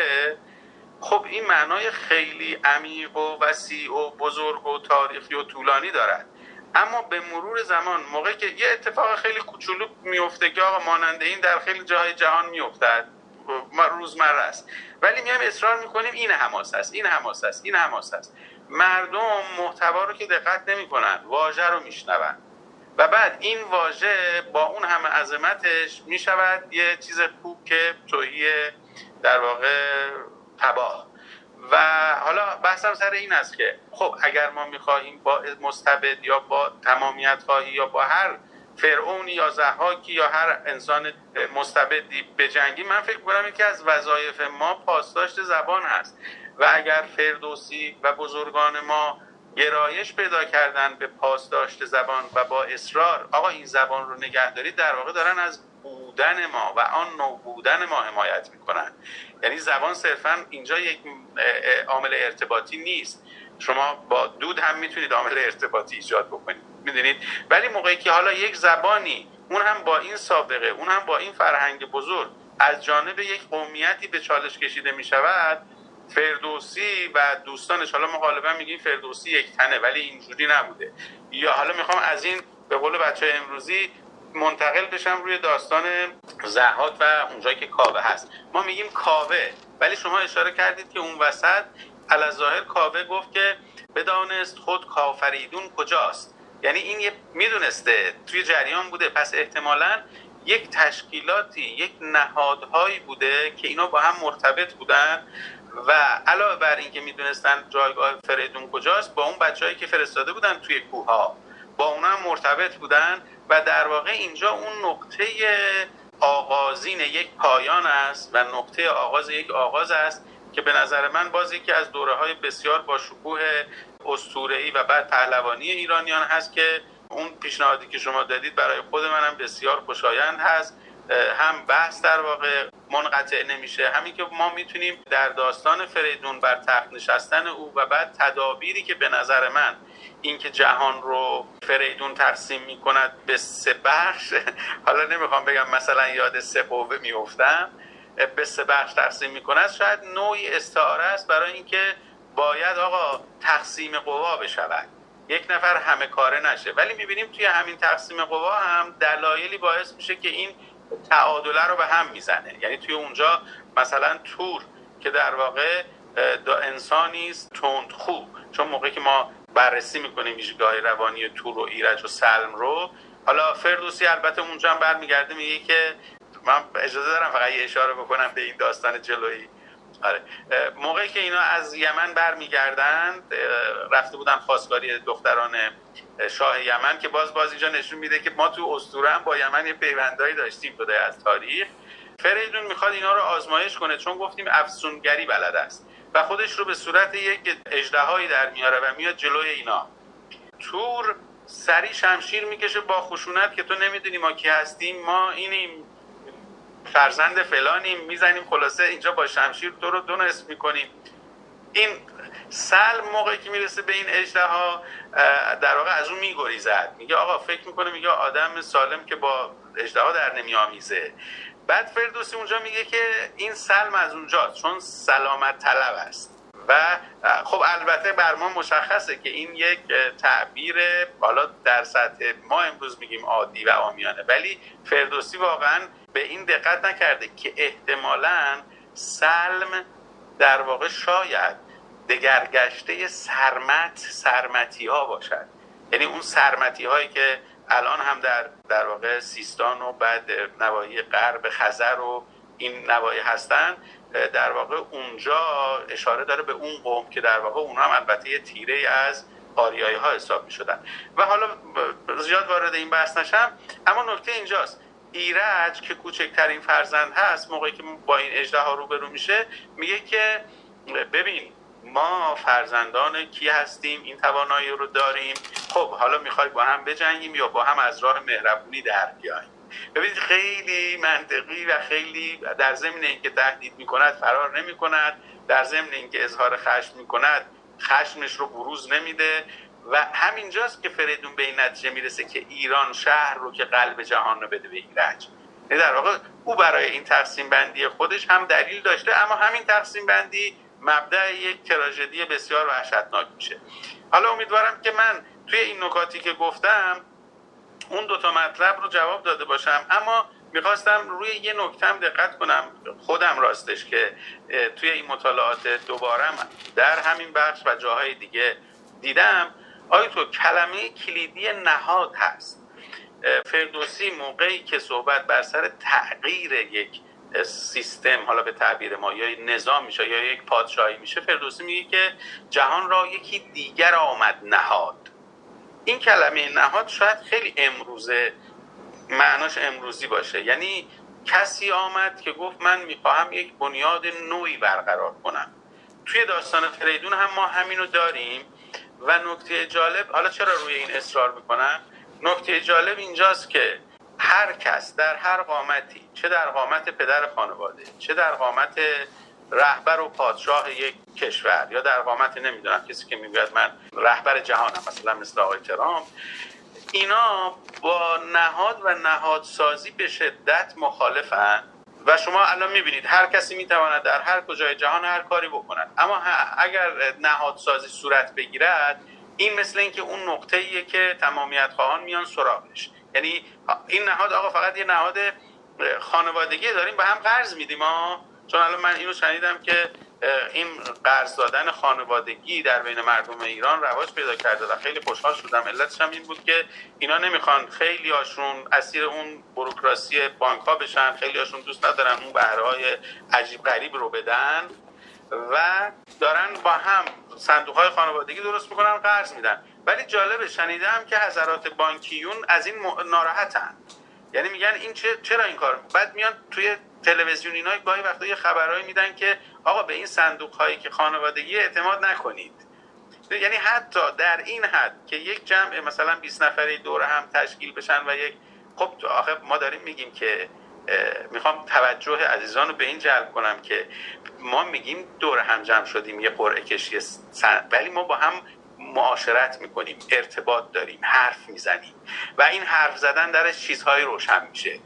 خب این معنای خیلی عمیق و وسیع و بزرگ و تاریخی و طولانی دارد، اما به مرور زمان موقعی که یه اتفاق خیلی کوچولو میفته که آقا ماننده این در خیلی جاهای جهان میافتد، روزمره است، ولی میایم اصرار میکنیم این حماسه است، این حماسه است، این حماسه است. مردم محتوا رو که دقت نمیکنن، واژه رو میشنون و بعد این واژه با اون همه عظمتش میشود یه چیز خوب که توهی در واقع تباه. و حالا بحثم سر این است که خب اگر ما میخواهیم با مستبد یا با تمامیت خواهی یا با هر فرعونی یا ضحاکی یا هر انسان مستبدی بجنگیم، من فکر می‌کنم یکی از وظایف ما پاسداشت زبان هست. و اگر فردوسی و بزرگان ما گرایش پیدا کردن به پاسداشت زبان و با اصرار آقا این زبان رو نگه دارید، در واقع دارن از بودن ما و آن نوع بودن ما حمایت میکنن. یعنی زبان صرفا اینجا یک عامل ارتباطی نیست، شما با دود هم میتونید عامل ارتباطی ایجاد بکنید، میدونید. ولی موقعی که حالا یک زبانی، اون هم با این سابقه، اون هم با این فرهنگ بزرگ، از جانب یک قومیتی به چالش کشیده میشود، فردوسی و دوستانش، حالا ما غالبا میگیم فردوسی یک تنه ولی اینجوری نبوده، یا حالا میخوام از این به قول بچهای امروزی منتقل بشم روی داستان ضحاک و اونجایی که کاوه هست. ما میگیم کاوه، ولی شما اشاره کردید که اون وسط علی‌الظاهر کاوه گفت که بدانست خود کافریدون کجاست. یعنی این میدونسته، توی جریان بوده، پس احتمالاً یک تشکیلاتی، یک نهادهایی بوده که اینا با هم مرتبط بودن و علاوه بر این که میدونستن جایگاه فریدون کجاست، با اون بچه‌هایی که فرستاده بودن توی کوه‌ها با اونا هم مرتبط بودن و در واقع اینجا اون نقطه آغازین یک پایان است و نقطه آغاز یک آغاز است که به نظر من باز یکی از دوره‌های بسیار با شکوه اسطوره‌ای و بعد پهلوانی ایرانیان هست که اون پیشنهادی که شما دادید برای خود منم بسیار خوشایند هست. هم بحث در واقع منقطع نمیشه، همین که ما میتونیم در داستان فریدون بر تخت نشستن او و بعد تدابیری که به نظر من این که جهان رو فریدون تقسیم میکند به 3 بخش، حالا نمیخوام بگم مثلا یاد 3 قوه میافتم، به 3 بخش تقسیم میکند، شاید نوعی استعاره است برای اینکه باید آقا تقسیم قوا بشود، یک نفر همه کاره نشه. ولی میبینیم توی همین تقسیم قوا هم دلایلی باعث میشه که این تعادله رو به هم میزنه. یعنی توی اونجا مثلا تور که در واقع انسانی است تندخو، چون موقعی که ما بررسی میکنیم ویژگی‌های روانی تور و ایرج و سلم رو، حالا فردوسی البته اونجا هم برمیگرده میگه که من اجازه دارم فقط یه اشاره بکنم به این داستان جلویی. آره، موقعی که اینا از یمن برمیگردند، رفته بودن خواستگاری دختران شاه یمن که باز اینجا نشون میده که ما تو اسطوره هم با یمن یه پیوندایی داشتیم بوده از تاریخ. فریدون میخواد اینا رو آزمایش کنه، چون گفتیم افسونگری بلد است و خودش رو به صورت یک اژدهایی در میاره و میاد جلوی اینا. تور سری شمشیر میکشه با خشونت که تو نمیدونی ما کی هستیم، ما اینیم، فرزند فلانیم، میزنیم، خلاصه اینجا با شمشیر تو رو دو نصف میکنیم. این سلم موقعی که میرسه به این اژدها در واقع از اون میگریزد، میگه آقا فکر میکنه، میگه آدم سالم که با اژدها در نمیامیزه. بعد فردوسی اونجا میگه که این سلم از اونجاست چون سلامت طلب است و خب البته بر ما مشخصه که این یک تعبیر حالا در سطح ما امروز میگیم عادی و عامیانه، ولی فردوسی واقعا به این دقت نکرده که احتمالاً سلم در واقع شاید دگرگشته سرمتی ها باشد، یعنی اون سرمتی هایی که الان هم در واقع سیستان و بعد نواحی غرب خزر و این نواحی هستن، در واقع اونجا اشاره داره به اون قوم که در واقع اونها هم البته یه تیره از آریایی ها حساب می شدن. و حالا زیاد وارد این بحث نشم، اما نکته اینجاست، ایرج که کوچکترین فرزند هست موقعی که با این اژدها روبرو میشه میگه که ببین ما فرزندان کی هستیم، این توانایی رو داریم، خب حالا میخوای با هم بجنگیم یا با هم از راه مهربونی در بیاییم. ببینید خیلی منطقی و خیلی در ضمن اینکه تهدید میکند فرار نمیکند، در ضمن اینکه اظهار خشم میکند خشمش رو بروز نمیده و همینجاست که فریدون به این نتیجه میرسه که ایران شهر رو که قلب جهان رو بده به ایرج. در واقع او برای این تقسیم بندی خودش هم دلیل داشته، اما همین تقسیم بندی مبدأ یک تراژدی بسیار وحشتناک میشه. حالا امیدوارم که من توی این نکاتی که گفتم اون دوتا مطلب رو جواب داده باشم، اما میخواستم روی یه نکته هم دقت کنم خودم راستش که توی این مطالعات دوبارم در همین بخش و جاهای دیگه دیدم. تو کلمه کلیدی نهاد هست. فردوسی موقعی که صحبت بر سر تغییر یک سیستم، حالا به تعبیر ما یا نظام میشه یا یک پادشاهی میشه، فردوسی میگه که جهان را یکی دیگر آمد نهاد. این کلمه نهاد شاید خیلی امروزه معناش امروزی باشه، یعنی کسی آمد که گفت من میخواهم یک بنیاد نوعی برقرار کنم. توی داستان فریدون هم ما همینو داریم و نکته جالب، حالا چرا روی این اصرار میکنم، نکته جالب اینجاست که هر کس در هر قامتی، چه در قامت پدر خانواده، چه در قامت رهبر و پادشاه یک کشور، یا در قامت نمیدونم کسی که میگوید من رهبر جهانم مثلا مثل آقای ترامپ، اینا با نهاد و نهادسازی به شدت مخالفن و شما الان میبینید هر کسی میتواند در هر کجای جهان هر کاری بکند، اما اگر نهادسازی صورت بگیرد این مثل این که اون نقطه‌ایه که تمامیت خواهان میان سراغش. یعنی این نهاد آقا فقط یه نهاد خانوادگی داریم، با هم قرض میدیم چون الان من اینو شنیدم که این قرض دادن خانوادگی در بین مردم ایران رواج پیدا کرده و خیلی خوشحال شدم. علتش هم این بود که اینا نمیخوان خیلی هاشون اسیر اون بوروکراسی بانک ها بشن، خیلی هاشون دوست ندارن اون بهره‌های عجیب غریب رو بدن و دارن با هم صندوق های خانوادگی درست میکنن، قرض میدن. ولی جالبه شنیدم که حضرات بانکیون از این ناراحتن، یعنی میگن این چرا این کار، بعد میان توی تلویزیون اینا گاهی وقتا یه خبرایی میدن که آقا به این صندوق هایی که خانوادگی اعتماد نکنید. یعنی حتی در این حد که یک جمع مثلا 20 نفری دور هم تشکیل بشن و یک، خب آخه ما داریم میگیم که میخوام توجه عزیزان رو به این جلب کنم که ما میگیم دور هم جمع شدیم یه قرعه کشی ولی ما با هم معاشرت میکنیم، ارتباط داریم، حرف میزنیم و این حرف زدن درش چیزهای روشن میشه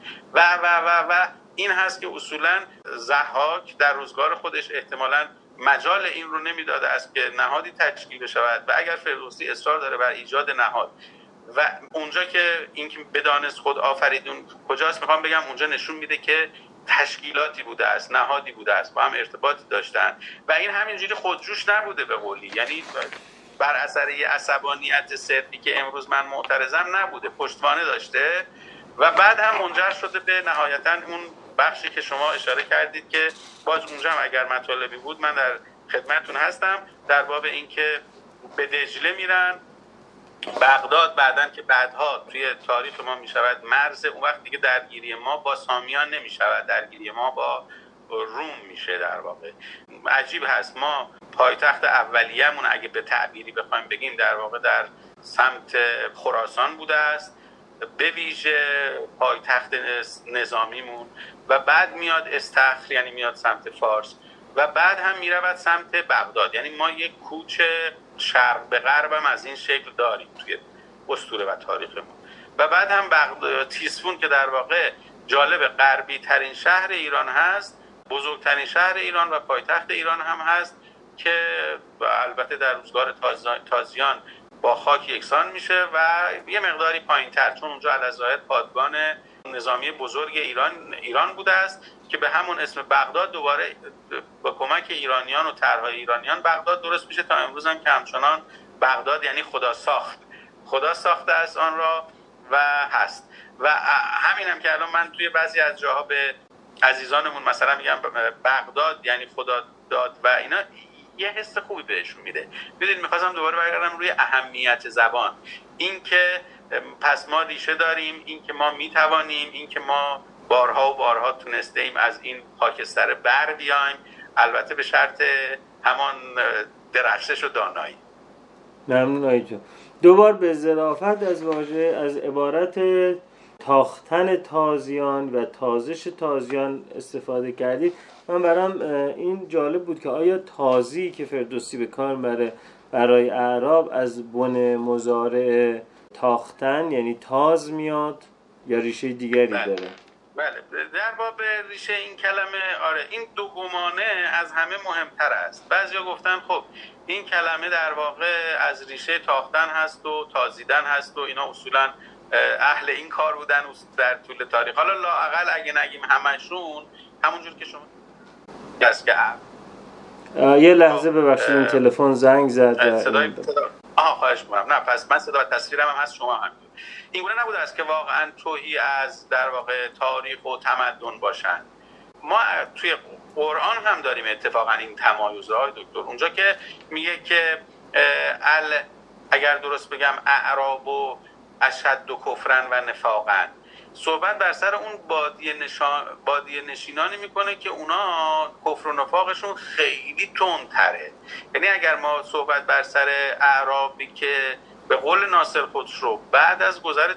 و این هست که اصولا ضحاک در روزگار خودش احتمالاً مجال این رو نمیداده است که نهادی تشکیل بشود و اگر فردوسی اصرار داره بر ایجاد نهاد و اونجا که این که بدانست خود آفریدون کجاست، میخوام بگم اونجا نشون میده که تشکیلاتی بوده است، نهادی بوده است، با هم ارتباطی داشتن و این همینجوری خودجوش نبوده به قولی، یعنی بر اثر یه عصبانیت صرفی که امروز من معترضم نبوده، پشتوانه داشته و بعد هم منجر شده به نهایتاً اون بخشی که شما اشاره کردید که باز اونجا اگر مطالبی بود من در خدمتتون هستم در باب این که به دجله میرن، بغداد بعدن که بعدها توی تاریخ ما میشود مرز، اون وقت دیگه درگیری ما با سامیان نمیشود، درگیری ما با روم میشه. در واقع عجیب هست، ما پایتخت اولیه‌مون اگه به تعبیری بخوایم بگیم در واقع در سمت خراسان بوده است، به ویژه پایتخت نظامیمون، و بعد میاد استخر یعنی میاد سمت فارس و بعد هم میرود سمت بغداد. یعنی ما یک کوچ شرق به غرب هم از این شکل داریم توی اسطوره و تاریخمون. و بعد هم تیسفون که در واقع جالب غربی ترین شهر ایران هست، بزرگترین شهر ایران و پایتخت ایران هم هست، که البته در روزگار تازیان با خاک یکسان میشه و یه مقداری پایین‌تر، چون اونجا الظاهر پادگان نظامی بزرگ ایران بوده است که به همون اسم بغداد دوباره با کمک ایرانیان و طرحهای ایرانیان بغداد درست میشه تا امروز هم که همچنان بغداد یعنی خدا ساخته است آن را و هست. و همینم که الان من توی بعضی از جاها به عزیزانمون مثلا میگم بغداد یعنی خدا داد و اینا، یه حس خوبی بهشون میده. میدونید میخواستم دوباره برگردم روی اهمیت زبان، این که پس ما ریشه داریم، این که ما میتوانیم، این که ما بارها و بارها تونسته ایم از این خاکستر بر بیایم، البته به شرط همان درخشش و دانایی. ممنون آقای جان. دوبار به ظرافت از عبارت تاختن تازیان و تازش تازیان استفاده کردید. من برام این جالب بود که آیا تازی که فردوسی به کار میبره برای اعراب از بن مضارع تاختن یعنی تاز میاد یا ریشه دیگری داره؟ بله، در باب ریشه این کلمه این دوگمانه از همه مهمتر است. بعضیا گفتن خب این کلمه در واقع از ریشه تاختن هست و تازیدن هست و اینا اصولا اهل این کار بودن در طول تاریخ. حالا لااقل اگه نگیم همشون، همونجور که شما گست که یه لحظه ببخشید این تلفن زنگ زد. صدای خواهش می‌کنم. نه پس من صدا و تصویرم هم هست، شما هم این گونه نبوده است که واقعا توهی از در واقع تاریخ و تمدن باشن. ما توی قرآن هم داریم اتفاقا این تمایزهای دکتر، اونجا که میگه که اگر درست بگم اعراب و اشد و کفرن و نفاقن، صحبت بر سر اون بادیه نشینانی میکنه که اونا کفر و نفاقشون خیلی تندتره. یعنی اگر ما صحبت بر سر اعرابی که به قول ناصر خسرو بعد از گذر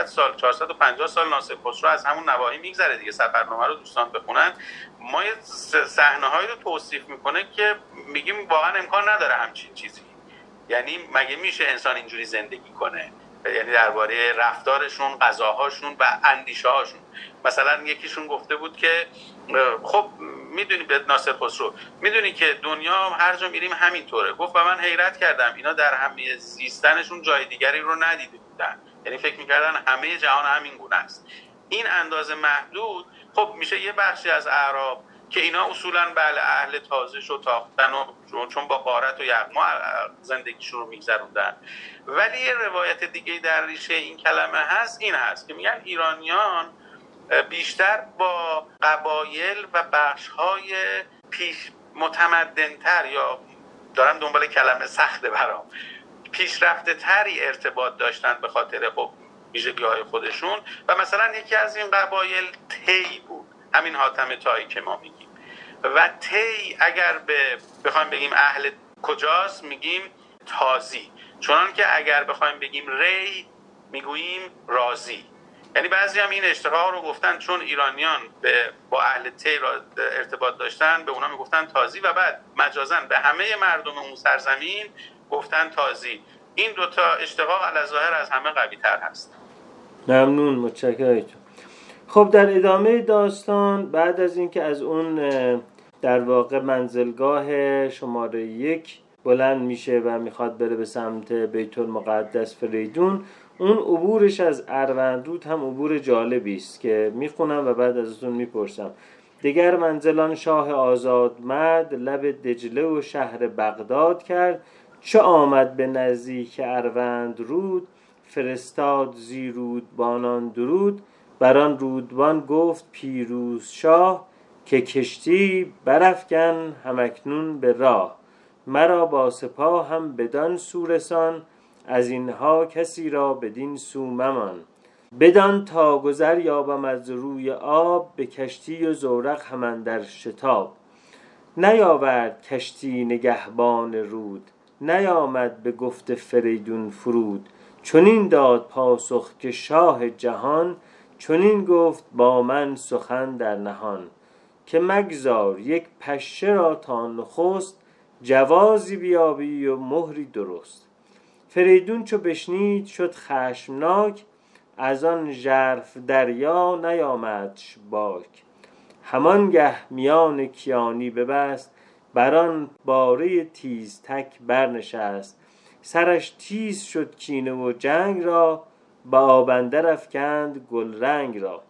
450 سال ناصر خسرو از همون نواحی میگذره دیگه، سفرنامه رو دوستان بخونن، ما یه صحنه‌هایی رو توصیف میکنه که میگیم واقعا امکان نداره همچین چیزی. یعنی مگه میشه انسان اینجوری زندگی کنه؟ یعنی درباره رفتارشون، غذاهاشون و اندیشه‌هاشون. مثلا یکیشون گفته بود که خب میدونی به ناصر خسرو، میدونی که دنیا هر جا میریم همینطوره. گفت و من حیرت کردم اینا در همه زیستنشون جای دیگری رو ندیده بودن، یعنی فکر میکردن همه جهان همین گونه است. این اندازه محدود خب میشه یه بخشی از اعراب که اینا اصولاً بله اهل تازش و تاختن و چون با غارت و یغما زندگیشون رو میگذروندن. ولی یه روایت دیگه در ریشه این کلمه هست، این هست که میگن ایرانیان بیشتر با قبایل و بخش‌های پیش متمدن‌تر، یا دارم دنبال کلمه سخته برام، پیشرفته تری ارتباط داشتن به خاطر خب ویژگی‌های خودشون. و مثلا یکی از این قبایل تی بود، همین حاتم تایی که ما میگیم. و تی اگر بخوایم بگیم اهل کجاست میگیم تازی، چنان که اگر بخوایم بگیم ری میگوییم رازی. یعنی بعضی هم این اشتقاق رو گفتن چون ایرانیان با اهل تی را ارتباط داشتن به اونا میگفتن تازی و بعد مجازاً به همه مردم اون سرزمین گفتن تازی. این دوتا اشتقاق علی‌ظاهر از همه قوی تر هست. ممنون، متشکرم. خب در ادامه داستان بعد از اینکه از اون در واقع منزلگاه شماره 1 بلند میشه و میخواد بره به سمت بیت المقدس فریدون، اون عبورش از اروندرود هم عبور جالبی است که میخونم و بعد از اون میپرسم. دیگر منزلان شاه آزاد مرد، لب دجله و شهر بغداد کرد. چه آمد به نزدیک اروندرود، فرستاد زی رودبانان درود. بران رودبان گفت پیروز شاه، که کشتی برافکن همکنون به راه. مرا با سپاه هم بدان سو رسان، از اینها کسی را بدین سو ممان. بدان تا گذر یابم از روی آب، به کشتی و زورق هم اندر شتاب. نیاورد کشتی نگهبان رود، نیامد به گفت فریدون فرود. چنین داد پاسخ که شاه جهان، چنین گفت با من سخن در نهان. که مگذار یک پشه را تا نخست، جوازی بیابی و مهری درست. فریدون چو بشنید شد خشمناک، از آن ژرف دریا نیامدش باک. همانگه میان کیانی ببست، بران باره تیز تک برنشست. سرش تیز شد کینه و جنگ را، به آب اندر افکند گل رنگ را.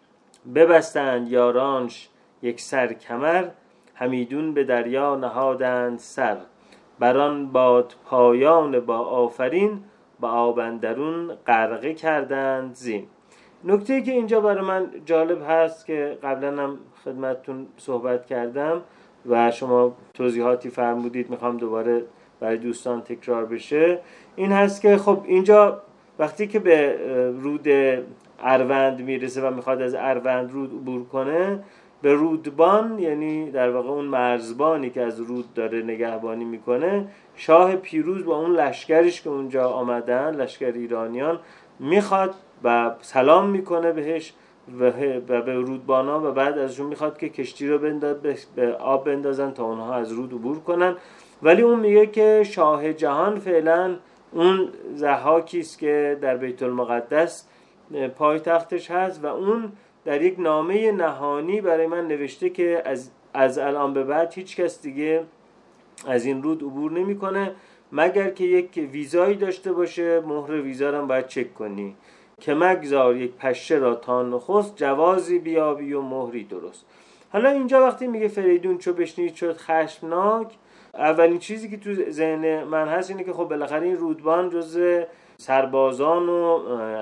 ببستند یارانش یک سر کمر، همیدون به دریا نهادند سر. بران باد پایان با آفرین، به آب اندرون غرقه کردند زین. نکته‌ای که اینجا برای من جالب هست که قبلا هم خدمتتون صحبت کردم و شما توضیحاتی فرمودید، میخوام دوباره برای دوستان تکرار بشه، این هست که خب اینجا وقتی که به رود اروند میرسه و میخواد از اروند رود عبور کنه، به رودبان، یعنی در واقع اون مرزبانی که از رود داره نگهبانی میکنه، شاه پیروز با اون لشکرش که اونجا آمدن، لشکر ایرانیان، میخواد و سلام میکنه بهش و به رودبانا و بعد ازشون میخواد که کشتی رو به آب بندازن تا اونها از رود عبور کنن. ولی اون میگه که شاه جهان فعلا اون ضحاکی است که در بیت المقدس پایتختش هست و اون در یک نامه نهانی برای من نوشته که از الان به بعد هیچ کس دیگه از این رود عبور نمیکنه مگر که یک ویزایی داشته باشه، مهر ویزا رو هم باید چک کنی که مگذار یک پشه را تا نخست، جوازی بیابی و مهری درست. حالا اینجا وقتی میگه فریدون چو بشنید شد خشمناک، اولین چیزی که تو ذهن من هست اینه که خب بالاخره این رودبان جز سربازان و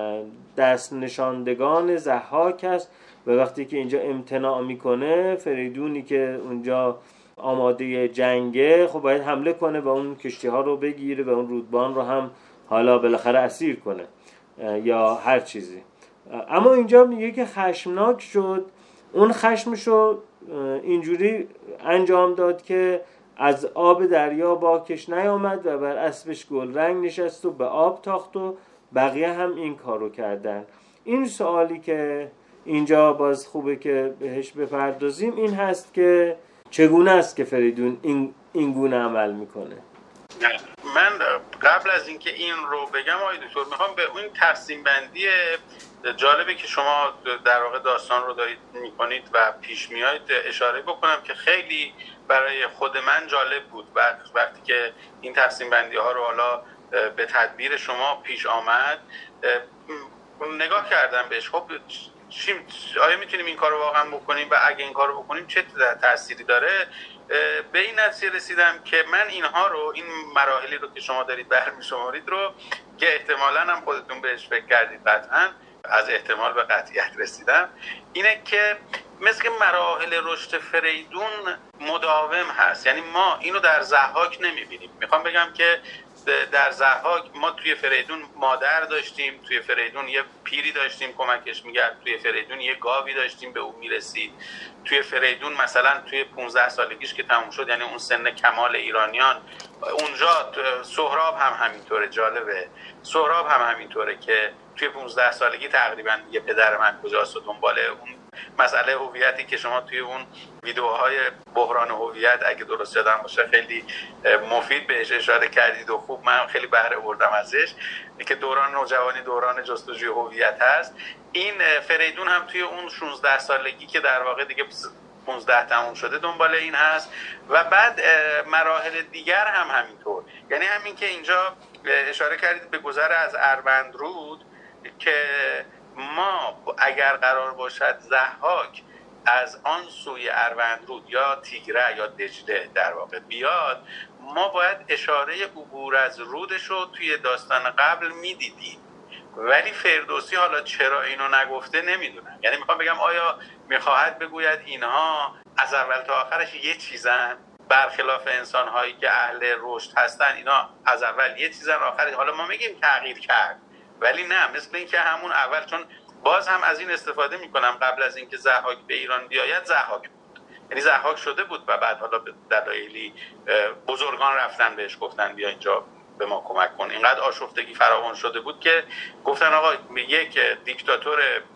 دست نشاندگان ضحاک است و وقتی که اینجا امتناع میکنه، فریدونی که اونجا آماده جنگه، خب باید حمله کنه و اون کشتی ها رو بگیره و اون رودبان رو هم حالا بالاخره اسیر کنه یا هر چیزی. اما اینجا میگه که خشمناک شد، اون خشمشو اینجوری انجام داد که از آب دریا باکش نیامد و بر اسبش گل رنگ نشست و به آب تاخت و بقیه هم این کارو کردن. این سوالی که اینجا باز خوبه که بهش بپردازیم این هست که چگونه است که فریدون این گونه عمل میکنه؟ من قبل از اینکه این رو بگم آقای دکتر میخوام به اون تقسیم بندی جالبه که شما در واقع داستان رو دارید میکنید و پیش میایید اشاره بکنم که خیلی برای خود من جالب بود وقتی که این تقسیم بندی ها رو حالا به تدبیر شما پیش آمد نگاه کردم بهش. خب آیا میتونیم این کار رو واقعا بکنیم و اگه این کار رو بکنیم چه تأثیری داره؟ به این نتیجه رسیدم که من اینها رو، این مراحلی رو که شما دارید برمی شمارید رو که احتمالاً هم خودتون بهش فکر کردید، قطعاً از احتمال به قطعیت رسیدم، اینه که مثل مراحل رشد فریدون مداوم هست. یعنی ما اینو در ضحاک نمیبینیم. میخوام بگم که در ضحاک ما توی فریدون مادر داشتیم، توی فریدون یه پیری داشتیم کمکش میگرد، توی فریدون یه گاوی داشتیم به اون میرسید، توی فریدون مثلا توی 15 سالگیش که تموم شد، یعنی اون سن کمال ایرانیان، اونجا سهراب هم همینطوره. جالبه سهراب هم همینطوره که توی 15 سالگی تقریبا دیگه پدر من کجاست و دنباله اون مسئله هویتی که شما توی اون ویدیوهای بحران هویت اگه درست یادم باشه خیلی مفید بهش اشاره کردید و خوب من خیلی بهره بردم ازش، که دوران نوجوانی دوران جستجوی هویت هست. این فریدون هم توی اون 16 سالگی که در واقع دیگه 15 تموم شده دنبال این هست و بعد مراحل دیگر هم همینطور. یعنی همین که اینجا اشاره کردید به گذر از اروند رود که ما اگر قرار باشد ضحاک از آن سوی اروند رود یا تیگره یا دجله در واقع بیاد، ما باید اشاره عبور از رودش رو توی داستان قبل میدیدیم. ولی فردوسی حالا چرا اینو نگفته نمیدونم. یعنی میخوام بگم آیا میخواهد بگوید اینها از اول تا آخرش یه چیزن، برخلاف انسان هایی که اهل رشد هستن اینا از اول یه چیزن آخرش حالا ما میگیم تغییر کرد، ولی نه، مثل این که همون اول، چون باز هم از این استفاده میکنم قبل از اینکه ضحاک به ایران بیاید ضحاک بود، یعنی ضحاک شده بود و بعد حالا به دلایلی بزرگان رفتن بهش گفتن بیا اینجا به ما کمک کن. اینقدر آشفتگی فراوان شده بود که گفتن آقا یک دیکتاتور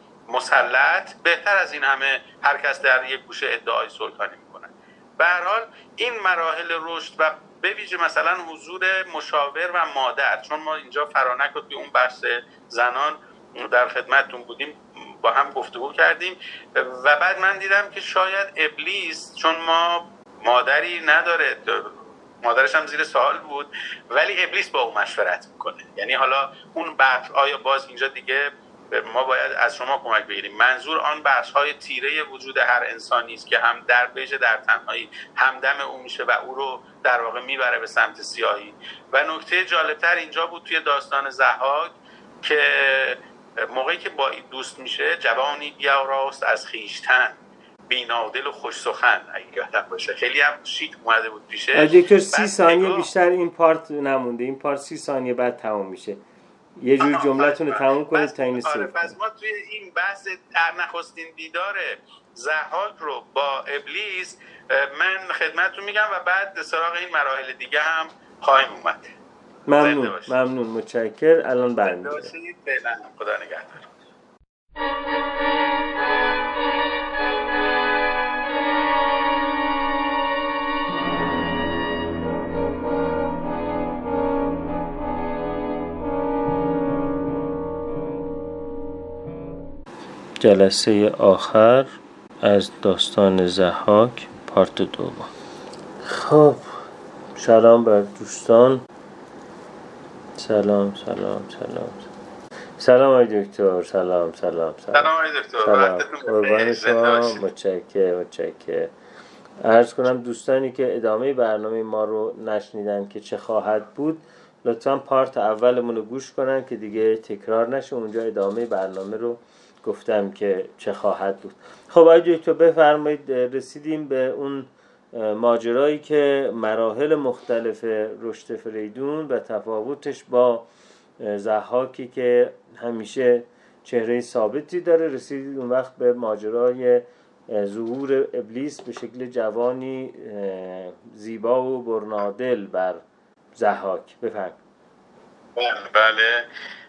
مسلط بهتر از این همه هر کس در یک گوشه ادعای سلطانی میکنه. به هر حال این مراحل رشد و به ویژه مثلا حضور مشاور و مادر، چون ما اینجا فرانک رو توی اون بحث زنان در خدمتتون بودیم با هم گفتگو کردیم و بعد من دیدم که شاید ابلیس، چون ما مادری نداره، مادرش هم زیر سوال بود، ولی ابلیس با اون مشورت میکنه. یعنی حالا اون بخش، آیا باز اینجا دیگه ما باید از شما کمک بگیریم، منظور آن بخش‌های تیره وجود هر انسانی است که هم در بهش در تنهایی همدم او میشه و او رو در واقع میبره به سمت سیاهی. و نکته جالبتر اینجا بود توی داستان ضحاک که موقعی که با دوست میشه، جوانی بیاراست از خویشتن، بینادل و خوش سخن، اگه یادم باشه خیلی هم شیک اومده بود پیشه. دکتر 30 ثانیه بیشتر این پارت نمونده، این پارت 30 ثانیه بعد تموم میشه. یه جور جمله‌تون رو تموم کنید تا این آره، پس ما توی این بحث نخستین دیدار ضحاک رو با ابلیس من خدمتتون میگم و بعد سراغ این مراحل دیگه هم خواهیم اومد. ممنون متشکر. الان برمیگردم. فعلا خدا نگهدار. جلسه آخر از داستان ضحاک پارت دوم. خب سلام بر دوستان. سلام آقای دکتر. سلام آقای دکتر. قربان شما. متشکرم. عرض کنم دوستانی که ادامه برنامه ما رو نشنیدن که چه خواهد بود، لطفاً پارت اولمون رو گوش کنن که دیگه تکرار نشه. اونجا ادامه برنامه رو گفتم که چه خواهد بود. خب آقای دکتر بفرمایید. رسیدیم به اون ماجرایی که مراحل مختلف رشد فریدون و تفاوتش با ضحاکی که همیشه چهره ثابتی داره. رسیدید اون وقت به ماجرای ظهور ابلیس به شکل جوانی زیبا و برنادل بر ضحاک. بفرمایید. بله،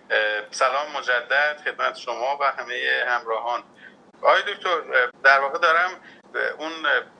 سلام مجدد خدمت شما و همه همراهان. آقای دکتر، در واقع دارم اون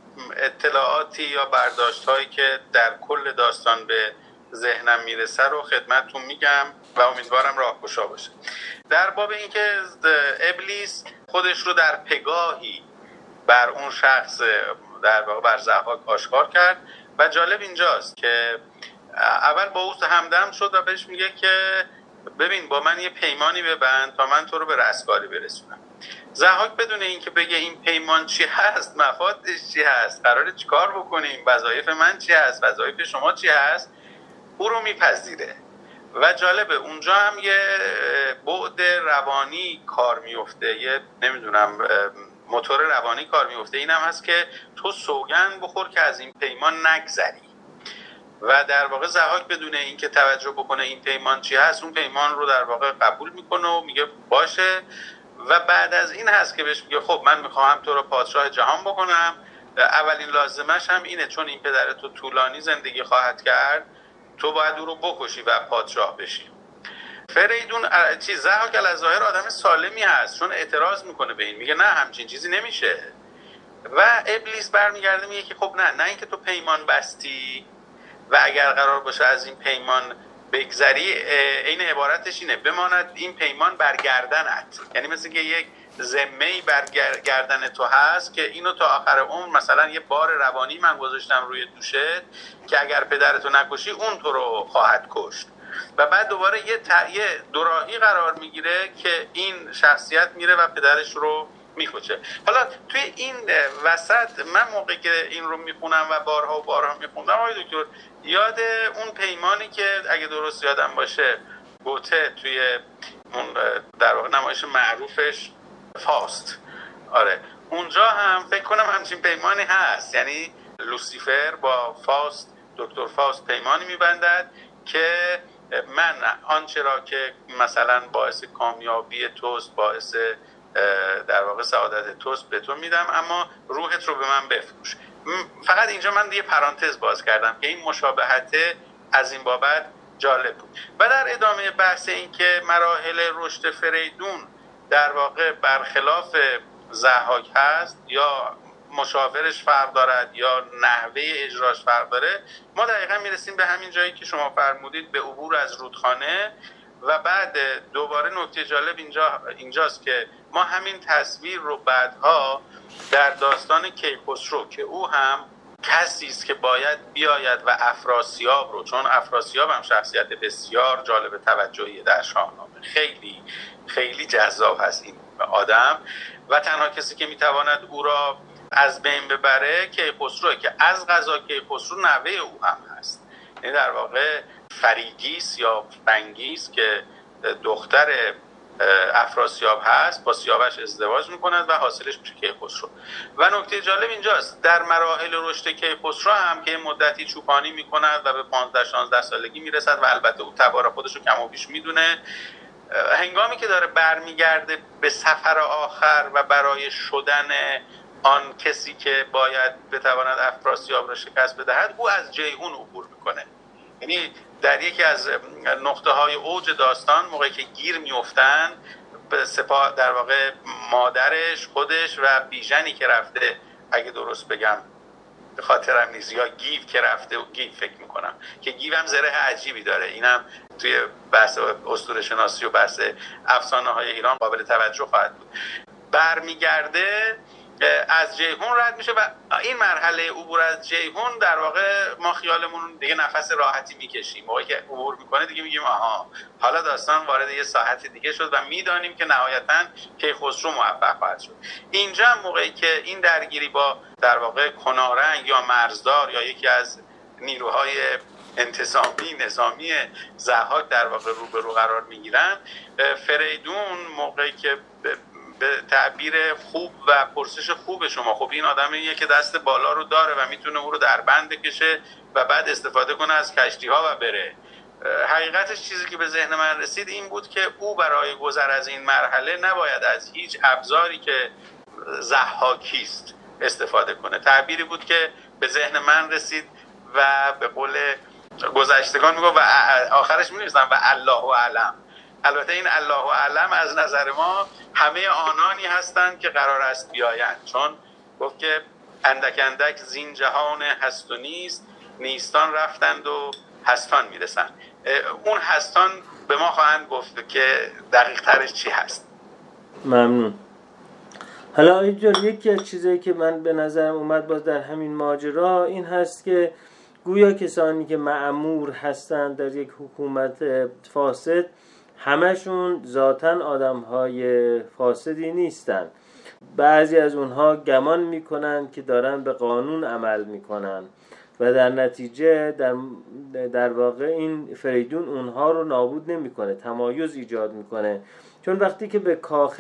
اطلاعاتی یا برداشت‌هایی که در کل داستان به ذهنم میرسه رو خدمتتون میگم و امیدوارم راهگشا باشه. در باب اینکه ابلیس خودش رو در پگاهی بر اون شخص در واقع بر ضحاک آشکار کرد و جالب اینجاست که اول با او همدم شد و بهش میگه که ببین با من یه پیمانی ببند تا من تو رو به رستگاری برسونم. ضحاک بدون اینکه بگه این پیمان چی هست، مفادش چی هست، قراره چیکار بکنیم، وظایف من چی هست، وظایف شما چی هست، او رو میپذیره. و جالبه اونجا هم یه بعد روانی کار میفته، یه نمیدونم موتور روانی کار میفته. این هم هست که تو سوگند بخور که از این پیمان نگذری. و در واقع ضحاک بدون اینکه توجه بکنه این پیمان چی هست، اون پیمان رو در واقع قبول میکنه و میگه باشه. و بعد از این هست که بهش میگه خب من میخوام تو رو پادشاه جهان بکنم. اولین لازمش هم اینه، چون این پدر تو طولانی زندگی خواهد کرد، تو باید او رو بکشی و پادشاه بشی. فریدون ضحاک الظاهر آدم سالمی هست، چون اعتراض میکنه به این، میگه نه همچین چیزی نمیشه. و ابلیس برمیگرده میگه که خب نه اینکه تو پیمان بستی و اگر قرار باشه از این پیمان بگذری، این عبارتش اینه بماند این پیمان بر گردنت. یعنی مثل که یک ذمه‌ای بر گردن تو هست که اینو تا آخر عمر، مثلا یه بار روانی من گذاشتم روی دوشت که اگر پدرتو نکشی اون تو رو خواهد کشت. و بعد دوباره یه دوراهی قرار میگیره که این شخصیت میره و پدرش رو میکشه. حالا توی این وسط من موقعی که این رو میخونم و بارها میخوندم آقای دکتر، یاد اون پیمانی که اگه درست یادم باشه گوته توی اون در واقع نمایش معروفش فاست، آره اونجا هم فکر کنم همچین پیمانی هست. یعنی لوسیفر با فاست، دکتر فاست پیمانی میبندد که من آنچه را که مثلا باعث کامیابی توست، باعث در واقع سعادت توست به تو میدم، اما روحت رو به من بفروش. فقط اینجا من یه پرانتز باز کردم که این مشابهت از این بابت جالب بود. و در ادامه بحث این که مراحل رشد فریدون در واقع برخلاف ضحاک هست یا مشاورش فرق دارد یا نحوه اجراش فرق داره، ما دقیقا میرسیم به همین جایی که شما فرمودید، به عبور از رودخانه. و بعد دوباره نکته جالب اینجاست که ما همین تصویر رو بعدها در داستان کیخسرو که او هم کسی است که باید بیاید و افراسیاب رو، چون افراسیاب هم شخصیت بسیار جالب توجهی در شاهنامه، خیلی خیلی جذاب هست این آدم و تنها کسی که میتواند او را از بین ببره کیخسروه که از قضا کیخسرو نوه او هم هست. یعنی در واقع فریگیس یا فرنگیس که دختر افراسیاب هست با سیاوش ازدواج میکند و حاصلش میشه کیخسرو. و نکته جالب اینجاست در مراحل رشد کیخسرو هم که مدتی چوپانی میکند و به 15-16 سالگی میرسد و البته او تبار خودش رو کم و بیش میدونه، هنگامی که داره برمیگرده به سفر آخر و برای شدن آن کسی که باید بتواند افراسیاب را شکست بدهد، او از جیهون عبور میکنه. یعنی در یکی از نقطه های اوج داستان موقعی که گیر میافتن به سپاه، در واقع مادرش، خودش و بیژنی که رفته، اگه درست بگم به خاطرم نیست، یا گیو که رفته، گیو فکر میکنم که گیو هم زره عجیبی داره، اینم توی بحث اسطوره شناسی و بحث افسانه های ایران قابل توجه خواهد بود. برمیگرده از جیهون رد میشه و این مرحله عبور از جیهون در واقع ما خیالمون دیگه نفس راحتی میکشیم. موقعی که عبور میکنه دیگه میگیم آها حالا داستان وارد یه ساحت دیگه شد و میدانیم که نهایتاً کیخسرو موفق خواهد شد. اینجا موقعی که این درگیری با در واقع کنارنگ یا مرزدار یا یکی از نیروهای انتظامی نظامی ضحاک در واقع روبرو قرار میگیرن، فریدون موقعی که به تعبیر خوب و پرسش خوب شما، خب این آدمیه که دست بالا رو داره و میتونه او رو در بند بکشه و بعد استفاده کنه از کشتی ها و بره. حقیقتش چیزی که به ذهن من رسید این بود که او برای گذر از این مرحله نباید از هیچ ابزاری که ضحاکی است استفاده کنه. تعبیری بود که به ذهن من رسید و به قول گذشتگان میگه و آخرش می‌نویسن و الله اعلم. البته این الله اعلم از نظر ما همه آنانی هستند که قرار است بیایند، چون گفت که اندک اندک زین جهان هست و نیست، نیستان رفتند و هستان میرسند. اون هستان به ما خواهند گفت که دقیق ترش چی هست. ممنون. حالا اینجور یکی از چیزایی که من به نظرم اومد باز در همین ماجرا این هست که گویا کسانی که مأمور هستند در یک حکومت فاسد همشون ذاتاً آدم‌های فاسدی نیستن. بعضی از اونها گمان میکنن که دارن به قانون عمل میکنن و در نتیجه در واقع این فریدون اونها رو نابود نمیکنه، تمایز ایجاد میکنه. چون وقتی که به کاخ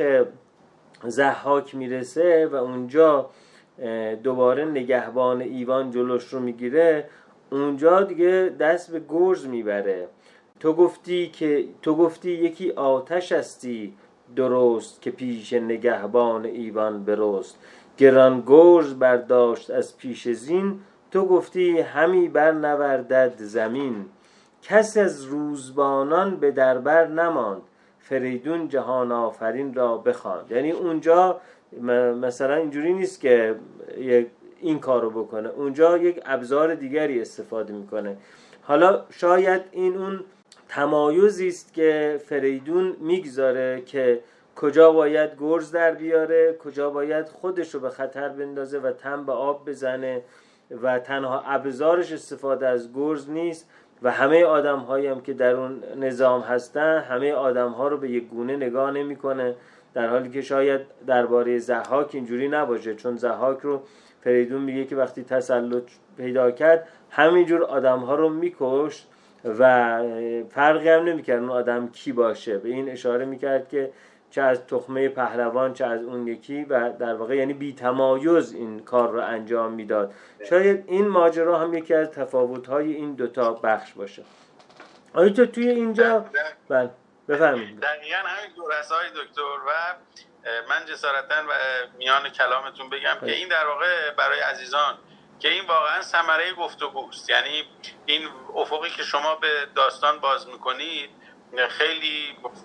ضحاک میرسه و اونجا دوباره نگهبان ایوان جلوش رو میگیره، اونجا دیگه دست به گرز میبره. تو گفتی یکی آتش استی درست، که پیش نگهبان ایوان برست. گران گرز برداشت از پیش زین، تو گفتی همی بر نوردد زمین. کس از روزبانان به دربر نماند، فریدون جهان آفرین را بخواند. یعنی اونجا مثلا اینجوری نیست که این کارو بکنه، اونجا یک ابزار دیگری استفاده میکنه. حالا شاید این اون تمایزی است که فریدون میگذاره که کجا باید گرز در بیاره، کجا باید خودش رو به خطر بندازه و تن به آب بزنه و تنها ابزارش استفاده از گرز نیست و همه آدم هایی هم که در اون نظام هستن همه آدم ها رو به یک گونه نگاه نمی کنه، در حالی که شاید درباره ضحاک اینجوری نباشه، چون ضحاک رو فریدون میگه که وقتی تسلط پیدا کرد همینجور آدم ها رو میکشت و فرقی هم نمیکرد اون آدم کی باشه. به این اشاره میکرد که چه از تخمه پهلوان چه از اون یکی، و در واقع یعنی بی تمایز این کار رو انجام میداد. شاید این ماجرا هم یکی از تفاوت‌های این دوتا بخش باشه. آیا تو توی اینجا بله بفرمایید. دقیقاً همین دورسای دکتر و من جسارتاً میان کلامتون بگم که این در واقع برای عزیزان که این واقعا ثمره گفتگوست، یعنی این افقی که شما به داستان باز میکنید خیلی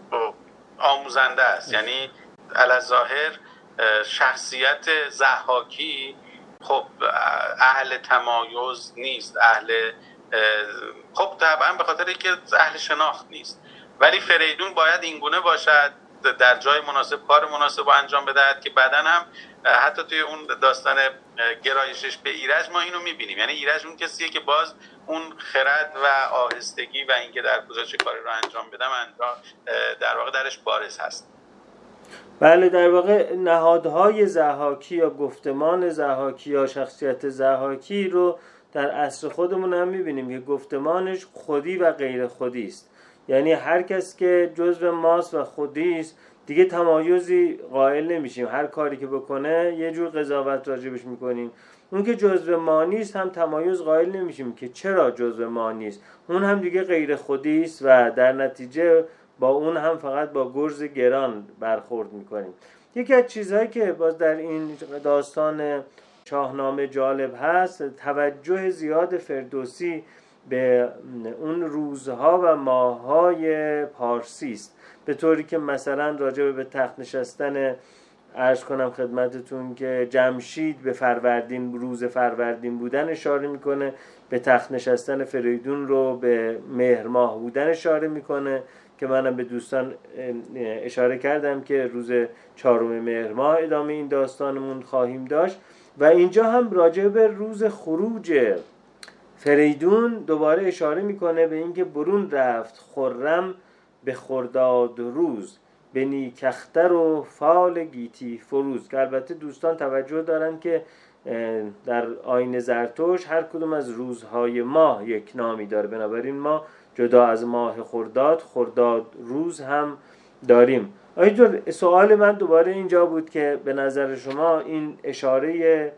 آموزنده است. یعنی علی‌الظاهر شخصیت ضحاکی خب اهل تمایز نیست، خب طبعا به خاطر اینکه اهل شناخت نیست، ولی فریدون باید اینگونه باشد، در جای مناسب کار مناسب رو انجام بدهد که بعداً هم حتی توی اون داستان گرایشش به ایرج ما اینو میبینیم، یعنی ایرج اون کسیه که باز اون خرد و آهستگی و اینکه در کجا چه کاری رو انجام بدم در واقع درش بارز هست. بله، در واقع نهادهای ضحاکی یا گفتمان ضحاکی یا شخصیت ضحاکی رو در عصر خودمون هم میبینیم که گفتمانش خودی و غیر خودی است. یعنی هر کس که جزو ماست و خودی است دیگه تمایزی قائل نمیشیم، هر کاری که بکنه یه جور قضاوت راجبش میکنیم. اون که جزو ما نیست هم تمایز قائل نمیشیم که چرا جزو ما نیست، اون هم دیگه غیر خودی است و در نتیجه با اون هم فقط با گرز گران برخورد میکنیم. یکی از چیزهایی که باز در این داستان شاهنامه جالب هست، توجه زیاد فردوسی به اون روزها و ماههای پارسی است، به طوری که مثلا راجع به تخت نشستن عرض کنم خدمتتون که جمشید به فروردین، روز فروردین بودن اشاره میکنه، به تخت نشستن فریدون رو به مهر ماه بودن اشاره میکنه که منم به دوستان اشاره کردم که روز 4 مهر ماه ادامه این داستانمون خواهیم داشت. و اینجا هم راجع به روز خروج فریدون دوباره اشاره میکنه به اینکه برون رفت خرم به خرداد روز، به نیکختر و فال گیتی فروز. که البته دوستان توجه دارن که در آیین زرتشت هر کدوم از روزهای ماه یک نامی داره، بنابراین ما جدا از ماه خرداد روز هم داریم. آیدور سوال من دوباره اینجا بود که به نظر شما این اشاره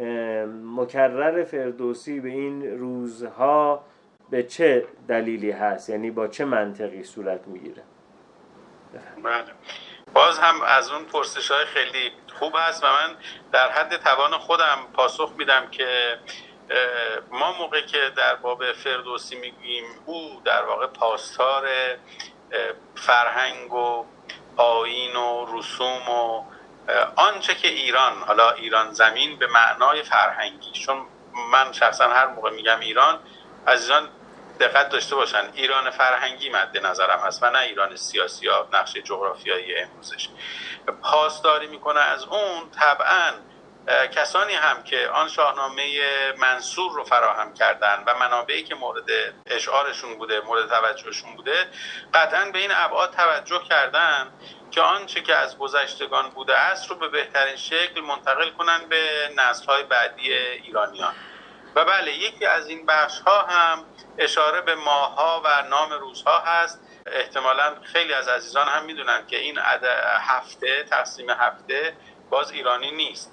مکرر فردوسی به این روزها به چه دلیلی هست، یعنی با چه منطقی صورت میگیره؟ بله، باز هم از اون پرسش‌های خیلی خوب هست و من در حد توان خودم پاسخ میدم که ما موقع که در باب فردوسی میگیم او در واقع پاسدار فرهنگ و آیین و رسوم و آنچه که ایران، حالا ایران زمین به معنای فرهنگی، چون من شخصا هر موقع میگم ایران، عزیزان دقت داشته باشن ایران فرهنگی مد نظرم هست و نه ایران سیاسی یا نقشه جغرافیایی امروزش. پاسداری میکنه از اون طبعا کسانی هم که آن شاهنامه منصور رو فراهم کردن و منابعی که مورد اشعارشون بوده، مورد توجهشون بوده، قطعا به این ابعاد توجه کردن که آنچه که از گذشتگان بوده است رو به بهترین شکل منتقل کنن به نسل‌های بعدی ایرانیان. و بله، یکی از این بخش‌ها هم اشاره به ماه‌ها و نام روزها هست. احتمالاً خیلی از عزیزان هم میدونن که این هفته، تقسیم هفته باز ایرانی نیست.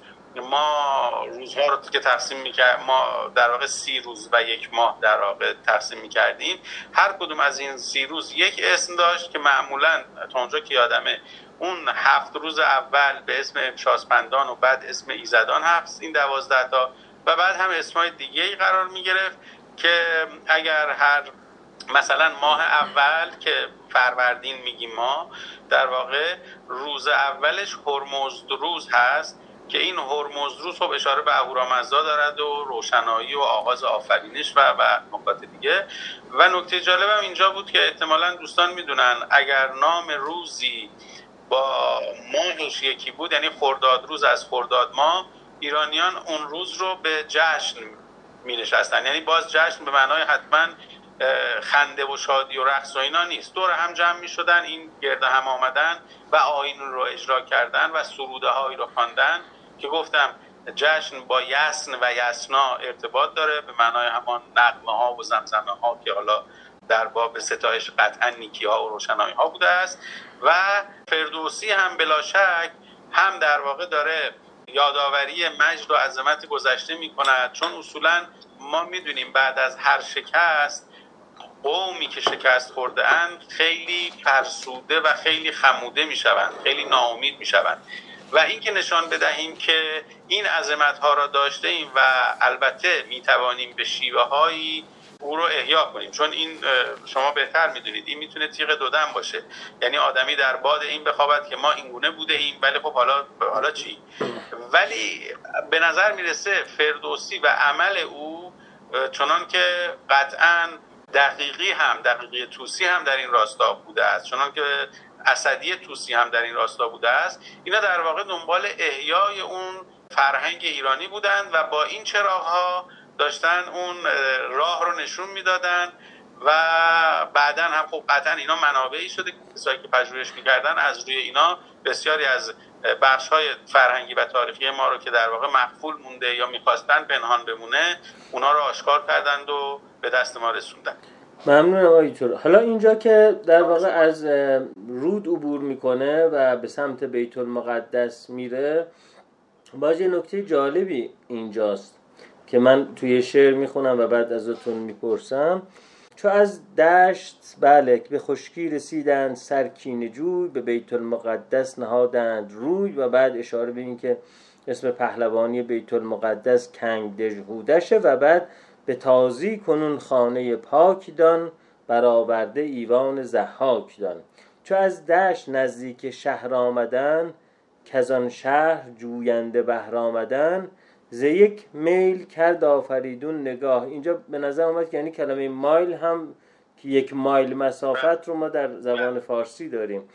ما روزها رو که تقسیم می‌کردیم، ما در واقع 30 روز و یک ماه در واقع تقسیم می‌کردیم. هر کدوم از این 30 روز یک اسم داشت که معمولاً تا اونجا که یادمه اون 7 روز اول به اسم شاسپندان و بعد اسم ایزدان هست، این 12 تا، و بعد هم اسمای دیگه‌ای قرار می‌گرفت که اگر هر مثلا ماه اول که فروردین میگیم ما، در واقع روز اولش هرمزدروز هست که این هرمزدروز خب اشاره به اهورامزدا دارد و روشنایی و آغاز آفرینش و نکات دیگه. و نکته جالبم اینجا بود که احتمالاً دوستان میدونن اگر نام روزی با ماهش یکی بود، یعنی خرداد روز از خرداد ماه، ایرانیان اون روز رو به جشن می نشستن. یعنی باز جشن به معنای حتما خنده و شادی و رقص و اینا نیست، دور هم جمع می شدن، این گرد هم آمدن و آیین رو اجرا کردن و سروده هایی رو خواندن که گفتم جشن با یسن و یسنا ارتباط داره، به معنای همان نغمه ها و زمزمه ها که حالا در باب ستایش قطعا نیکی ها و روشنایی ها بوده است. و فردوسی هم بلا شک هم در واقع داره یادآوری مجد و عظمت گذشته می کند، چون اصولا ما میدونیم بعد از هر شکست قومی که شکست خورده اند خیلی فرسوده و خیلی خموده می شوند، خیلی ناامید می شوند. و این که نشان بدهیم که این عظمت ها را داشته ایم و البته می توانیم به شیوه هایی او رو احیا کنیم، چون این شما بهتر میدونید این میتونه تیغ دودم باشه، یعنی آدمی در باد این بخوابد که ما اینگونه بوده ایم، ولی خب حالا چی؟ ولی به نظر میرسه فردوسی و عمل او چنان که قطعاً دقیقی طوسی هم در این راستا بوده است، چنان که اسدی طوسی هم در این راستا بوده است. اینا در واقع دنبال احیای اون فرهنگ ایرانی بودند و با این چراغ‌ها داشتن اون راه رو نشون میدادن و بعداً هم خب قطعاً اینا منابعی شده که کسایی که پژوهش می‌کردن از روی اینا بسیاری از بخش‌های فرهنگی و تاریخی ما رو که در واقع مخفول مونده یا می‌خواستن پنهان بمونه اونا رو آشکار کردند و به دست ما رسوندن. ممنونم آقای دکتر. حالا اینجا که در واقع از رود عبور میکنه و به سمت بیت المقدس میره، باز یه نکته جالبی اینجاست که من توی شعر میخونم و بعد ازتون میپرسم. چو از دشت بله به خشکی رسیدند سرکینه جوی، به بیت المقدس نهادند روی، و بعد اشاره به این که اسم پهلوانی بیت المقدس کنگ دژهودشه و بعد به تازی کنون خانه پاک دان، برآورده ایوان ضحاک دان. چو از دشت نزدیک شهر آمدن، کزان شهر جوینده بهر آمدن، ز یک میل کرد آفریدون نگاه. اینجا به نظر اومد که یعنی کلمه مایل هم که یک مایل مسافت رو ما در زبان فارسی داریم.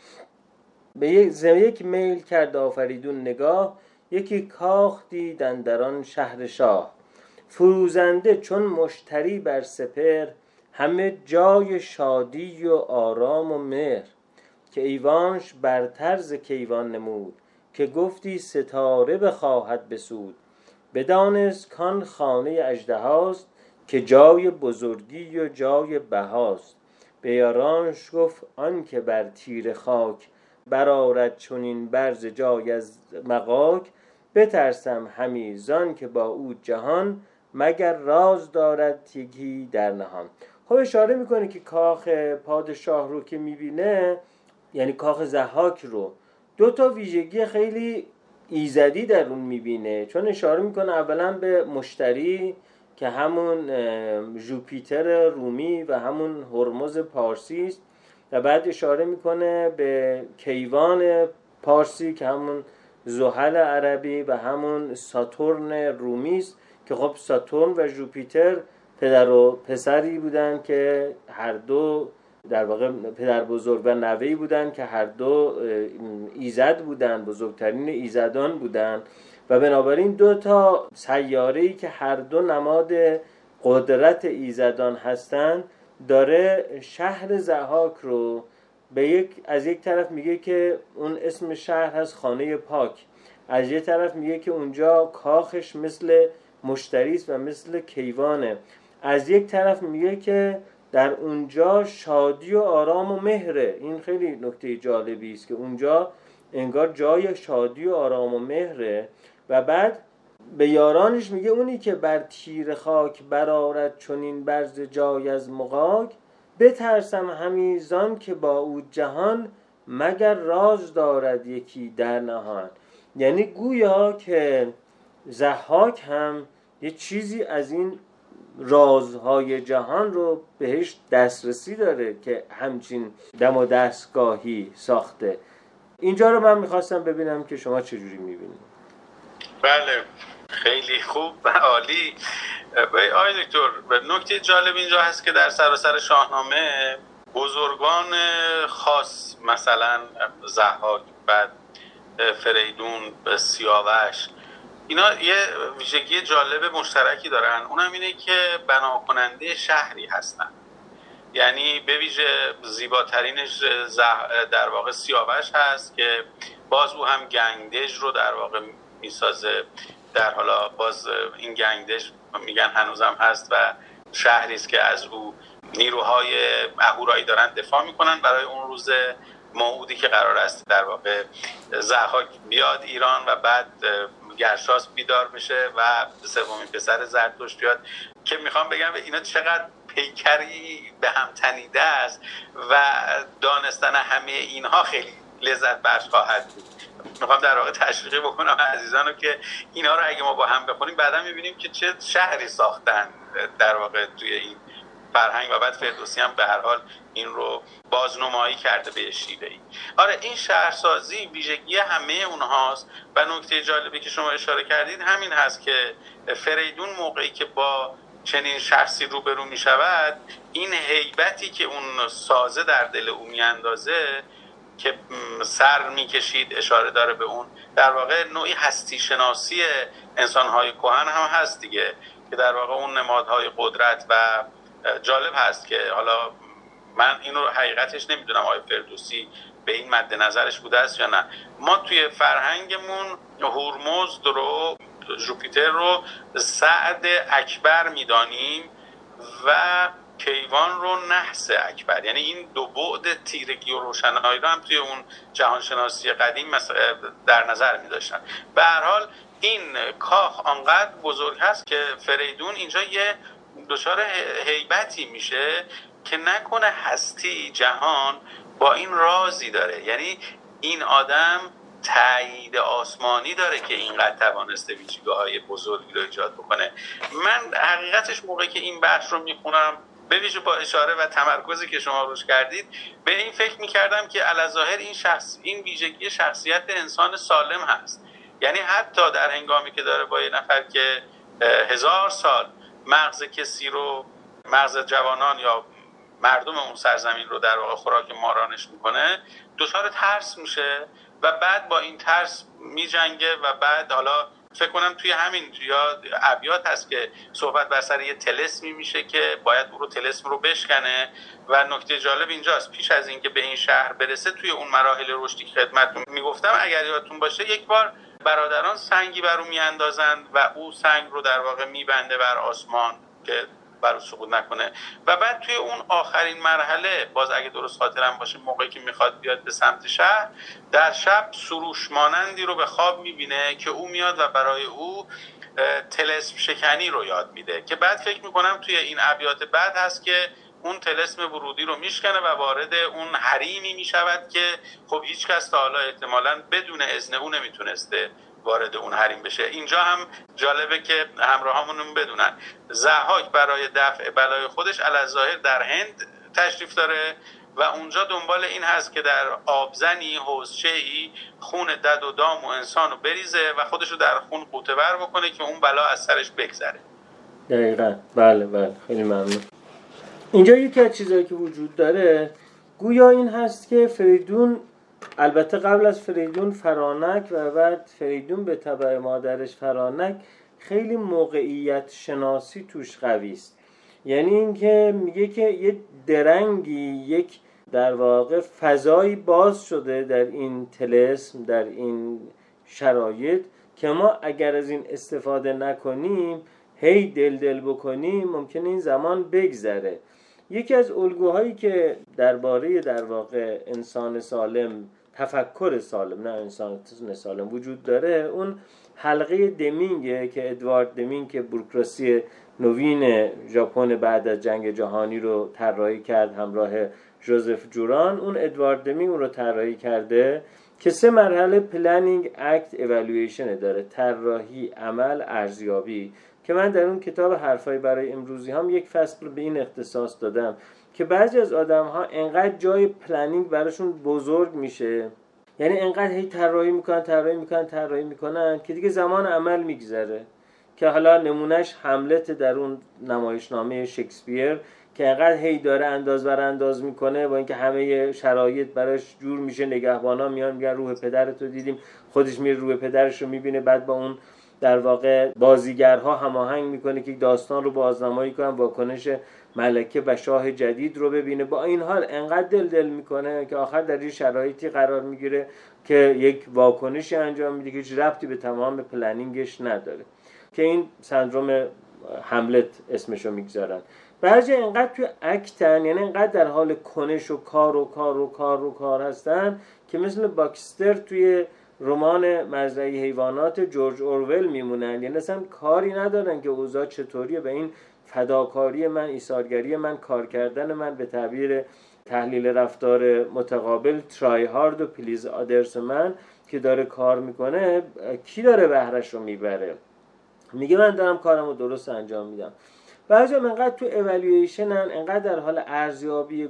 ز یک میل کرد آفریدون نگاه، یکی کاخ دید اندران شهر شاه. فروزنده چون مشتری بر سپهر، همه جای شادی و آرام و مهر. که ایوانش برتر ز کیوان نمود، که گفتی ستاره بخواهد بسود. بدانست کان خانه اژدهاست، که جای بزرگی و جای بهاست. به یارانش گفت آن که بر تیر خاک، برآرد چنین برز جای از مغاک. بترسم همی زان که با او جهان، مگر راز دارد یکی در نهان. خب اشاره میکنه که کاخ پادشاه رو که میبینه، یعنی کاخ ضحاک رو، دو تا ویژگی خیلی ایزدی در اون میبینه. چون اشاره میکنه اولا به مشتری که همون ژوپیتر رومی و همون هرمز پارسی است، و بعد اشاره میکنه به کیوان پارسی که همون زحل عربی و همون ساتورن رومی است، که خب ساتورن و ژوپیتر پدر و پسری بودن که هر دو در واقع پدر بزرگ و نوه‌ای بودن که هر دو ایزد بودن، بزرگترین ایزدان بودن، و بنابراین دو تا سیاره‌ای که هر دو نماد قدرت ایزدان هستن داره شهر ضحاک رو به از یک طرف میگه که اون اسم شهر هست خانه پاک، از یک طرف میگه که اونجا کاخش مثل مشتری است و مثل کیوانه، از یک طرف میگه که در اونجا شادی و آرام و مهره. این خیلی نکته جالبی است که اونجا انگار جای شادی و آرام و مهره. و بعد به یارانش میگه اونی که بر تیر خاک برآرد چنین برز جای از مغاک، بترسم همی زان که با او جهان، مگر راز دارد یکی در نهان. یعنی گویا که ضحاک هم یه چیزی از این رازهای جهان رو بهش دسترسی داره که همچین دم و دستگاهی ساخته. اینجا رو من میخواستم ببینم که شما چجوری میبینید. بله خیلی خوب و عالی. آقای دکتر نکته جالب اینجا هست که در سراسر شاهنامه بزرگان خاص مثلا ضحاک، بعد فریدون، سیاوش، اینا یه ویژگی جالب مشترکی دارن، اونم اینه که بنا کننده شهری هستن. یعنی به ویژه زیباترینش در واقع سیاوش هست که باز او هم گنگدژ رو در واقع میسازه. در حالا باز این گنگدژ میگن هنوزم هست و شهری است که از او نیروهای اهورایی دارن دفاع میکنن برای اون روز موعودی که قرار است در واقع ضحاک بیاد ایران و بعد گرشاسپ بیدار بشه و سومین پسر زرتشت بیاد. که میخوام بگم اینا چقدر پیکری به هم تنیده است و دانستن همه اینها خیلی لذت بخش خواهد بود. میخوام در واقع تشویق بکنم عزیزانو که اینا رو اگه ما با هم بخونیم بعدا میبینیم که چه شهری ساختن در واقع توی این فرهنگ، و بعد فردوسی هم به هر حال این رو بازنمایی کرده به شیوه‌ای. آره این شهرسازی ویژگی همه اونهاست و نکته جالبی که شما اشاره کردید همین هست که فریدون موقعی که با چنین شخصی روبرو می شود، این هیبتی که اون سازه در دل او می اندازه که سر میکشید اشاره داره به اون. در واقع نوعی هستی شناسی انسانهای کهن هم هست دیگه، که در واقع اون نمادهای قدرت و جالب هست که حالا من اینو حقیقتش نمیدونم آقای فردوسی به این مد نظرش بوده است یا نه. ما توی فرهنگمون هورمزد رو، جوپیتر رو سعد اکبر میدانیم و کیوان رو نحس اکبر، یعنی این دو بعد تیرگی و روشنایی رو هم توی اون جهانشناسی قدیم در نظر می داشتن. به هر حال این کاخ آنقدر بزرگ هست که فریدون اینجا یه دچار هیبتی میشه که نکنه هستی جهان با این رازی داره، یعنی این آدم تایید آسمانی داره که اینقدر توانسته ویژگی‌های بزرگی رو ایجاد بکنه. من حقیقتش موقعی که این بحث رو میخونم به ویژه با اشاره و تمرکزی که شما روش کردید به این فکر میکردم که علاظاهر این ویژگی شخصیت انسان سالم هست. یعنی حتی در هنگامی که داره با یه نفر که 1000 سال مغز کسی رو، مغز جوانان یا مردم اون سرزمین رو در واقع خوراک مارانش میکنه، دچار ترس میشه و بعد با این ترس میجنگه و بعد حالا فکر کنم توی همین یا ابیات هست که صحبت بر سر یه طلسمی میشه که باید اون رو طلسم رو بشکنه. و نکته جالب اینجاست، پیش از اینکه به این شهر برسه توی اون مراحل رشدی که خدمتتون میگفتم اگر یادتون باشه یک بار برادران سنگی بر اون میاندازند و او سنگ رو در واقع میبنده بر آسمان که برای سقوط نکنه و بعد توی اون آخرین مرحله باز اگه درست خاطرم باشه موقعی که میخواد بیاد به سمت شهر، در شب سروش مانندی رو به خواب میبینه که او میاد و برای او طلسم شکنی رو یاد میده که بعد فکر میکنم توی این ابیات بعد هست که اون طلسم ورودی رو میشکنه و وارد اون حریمی میشود که خب هیچ کس تا حالا احتمالاً بدون اذن او نمیتونسته وارد اون حریم بشه. اینجا هم جالبه که همراهامون بدونن ضحاک برای دفع بلای خودش علی‌الظاهر در هند تشریف داره و اونجا دنبال این هست که در آبزنی حوضچه‌ای خون دد و دام و انسان رو بریزه و خودش رو در خون غوطه‌ور بکنه که اون بلا از سرش بگذره. دقیقاً. بله خیلی ممنون. اینجا یکی از چیزایی که وجود داره گویا این هست که فریدون، البته قبل از فریدون فرانک و بعد فریدون به تبع مادرش فرانک، خیلی موقعیت شناسی توش قوی است. یعنی اینکه میگه که یه درنگی، یک در واقع فضایی باز شده در این طلسم، در این شرایط که ما اگر از این استفاده نکنیم، هی دل بکنیم، ممکنه این زمان بگذره. یکی از الگوهایی که درباره در واقع انسان سالم، تفکر سالم، نه انسان سالم وجود داره، اون حلقه دمینگه که ادوارد دمینگ که بوروکراسی نوین ژاپن بعد از جنگ جهانی رو طراحی کرد همراه ژوزف جوران، اون ادوارد دمینگ اون رو طراحی کرده که 3 مرحله پلنینگ، اکت، ایوالویشن داره، طراحی، عمل، ارزیابی، که من در اون کتاب حرفای برای امروزی هم یک فصل به این اختصاص دادم که بعضی از آدم ها انقدر جای پلنینگ براشون بزرگ میشه، یعنی انقدر هی طراحی میکنن که دیگه زمان عمل میگذره. که حالا نمونهش هملت در اون نمایشنامه شکسپیر که انقدر هی داره انداز بر انداز میکنه با اینکه همه شرایط براش جور میشه، نگهبانا میان میگن روح پدرتو دیدیم، خودش میره روح پدرش رو میبینه، بعد با اون در واقع بازیگرها هماهنگ میکنه که داستان رو بازنمایی کنن، واکنش ملکه و شاه جدید رو ببینه. با این حال انقدر دل میکنه که آخر در این شرایطی قرار میگیره که یک واکنشی انجام میده که هیچ ربطی به تمام پلنینگش نداره، که این سندروم هملت اسمشو میگذارن. بعضی اینقدر توی اکتن، یعنی اینقدر در حال کنش و کار هستن که مثل باکستر توی رمان مزرعه حیوانات جورج اورول میمونن، یعنی اصلا کاری ندارن که اوضاع چطوریه، به این فداکاری من، ایثارگری من، کار کردن من، به تعبیر تحلیل رفتار متقابل ترای هارد و پلیز آدرس من که داره کار میکنه، کی داره بهرش رو میبره؟ میگه من دارم کارمو درست انجام میدم. بعضی هم انقدر تو اوالیویشنن، انقدر در حال ارزیابی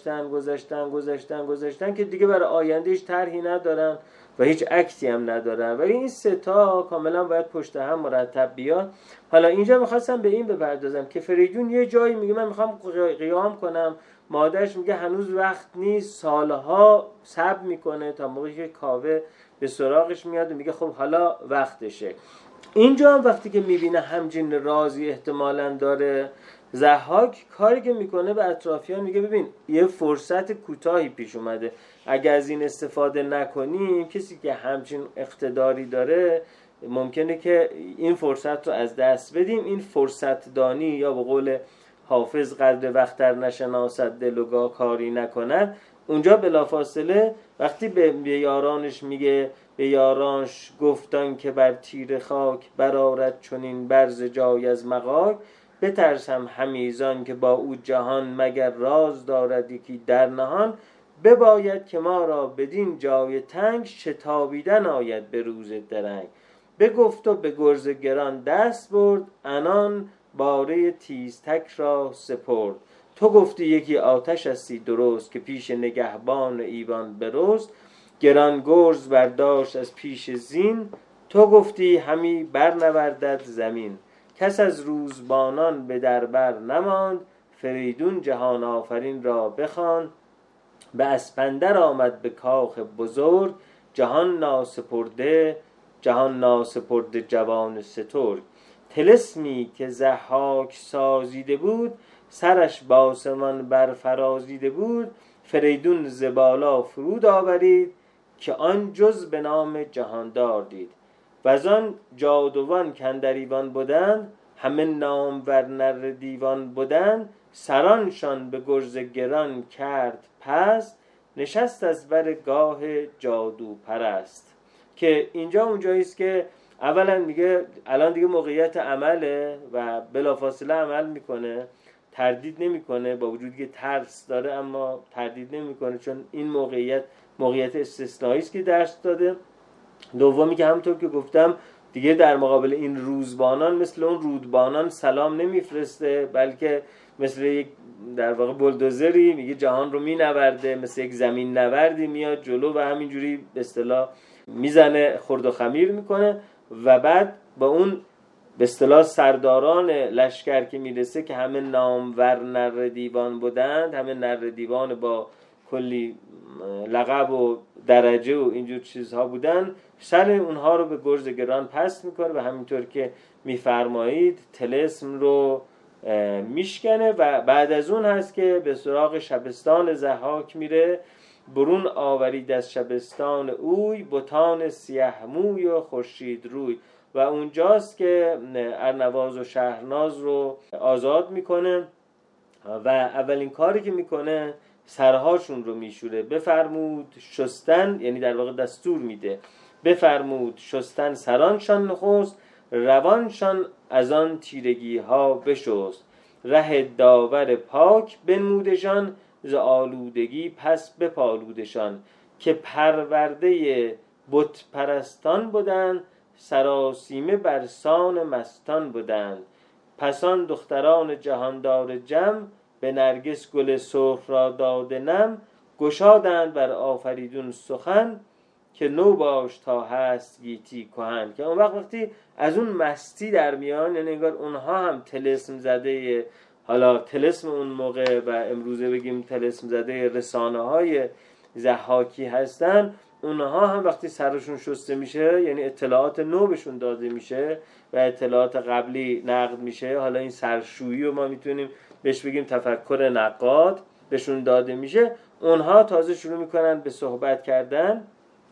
گذشتن که دیگه برای آینده هیچ طرحی ندارن و هیچ اکتی هم ندارن. ولی این سه تا کاملا باید پشت هم مرتب بیاد. حالا اینجا میخواستم به این بپردازم که فریدون یه جایی میگه من میخوام قیام کنم، مادرش میگه هنوز وقت نیست، سالها صبر میکنه تا موقعی که کاوه به سراغش میاد و میگه خب حالا وقتشه. اینجا هم وقتی که میبینه همچین رازی احتمالاً داره، ضحاک کاری که میکنه به اطرافیان میگه ببین یه فرصت کوتاهی پیش اومده، اگه از این استفاده نکنیم کسی که همچین اقتداری داره ممکنه که این فرصت رو از دست بدیم. این فرصت دانی یا به قول حافظ قدر وقت در نشناسد دل و گاه کاری نکند. اونجا بلافاصله وقتی به یارانش میگه به یارانش گفتن که بر تیر خاک برآرد چنین برز جای از مغاک، بترسم همیزان که با او جهان مگر راز دارد یکی در نهان، بباید که ما را بدین جای تنگ شتابیدن آید به روز درنگ. بگفت و به گرز گران دست برد انان باره تیزتک را سپرد. تو گفتی یکی آتش هستی درست که پیش نگهبان ایوان برست، گران گرز برداشت از پیش زین تو گفتی همی برنوردد زمین. کس از روزبانان به دربر نماند فریدون جهان آفرین را بخواند. به اسپندر آمد به کاخ بزرگ جهان ناسپرده جوان سترگ. طلسمی که ضحاک سازیده بود سرش با آسمان برفرازیده بود، فریدون ز بالا فرود آورید که آن جز به نام جهاندار دید. وزان جادوان کاندر ایوان بودند همه نامور نره دیوان بودند، سرانشان به گرز گران کرد پست نشست از بر گاه جادو پرست. که اینجا اونجایی است که اولا میگه الان دیگه موقعیت عمله و بلافاصله عمل میکنه، تردید نمیکنه، با وجودی که ترس داره اما تردید نمیکنه چون این موقعیت استثنایی است که درس داده. دومی که همونطور که گفتم دیگه در مقابل این روزبانان مثل اون رودبانان سلام نمیفرسته، بلکه مثل یک در واقع بلدوزری میگه جهان رو مینورده، مثل یک زمین نوردی میاد جلو و همینجوری به اصطلاح میزنه، خرد و خمیر میکنه و بعد با اون به اصطلاح سرداران لشکر که میرسه که همه نامور نره دیوان بودند، همه نره دیوان با کلی لقب و درجه و اینجور چیزها بودن، سر اونها رو به گرز گران پست میکنه و همینطور که میفرمایید طلسم رو میشکنه و بعد از اون هست که به سراغ شبستان ضحاک میره. برون آورید از شبستان اوی بتان سیه موی و خورشید روی، و اونجاست که ارنواز و شهرناز رو آزاد میکنه و اولین کاری که میکنه سرهاشون رو میشوره. بفرمود شستن، یعنی در واقع دستور میده بفرمود شستن سرانشان نخست، روانشان از آن تیرگی ها بشست. ره داور پاک بنمودشان ز آلودگی پس بپالودشان، که پرورده بت پرستان بودند سراسیمه برسان مستان بودند. پسان دختران جهاندار جم به نرگس گل سرخ را داده نم، گشادند بر آفریدون سخن که نو باش تا هست گیتی کهن. که اون وقتی از اون مستی در میان، یعنی انگار اونها هم طلسم زده، حالا طلسم اون موقع و امروزه بگیم طلسم زده رسانه های ضحاکی هستن، اونها هم وقتی سرشون شسته میشه یعنی اطلاعات نو بهشون داده میشه و اطلاعات قبلی نقد میشه، حالا این سرشویی رو ما میتونیم بهش بگیم تفکر نقاد بهشون داده میشه، اونها تازه شروع میکنن به صحبت کردن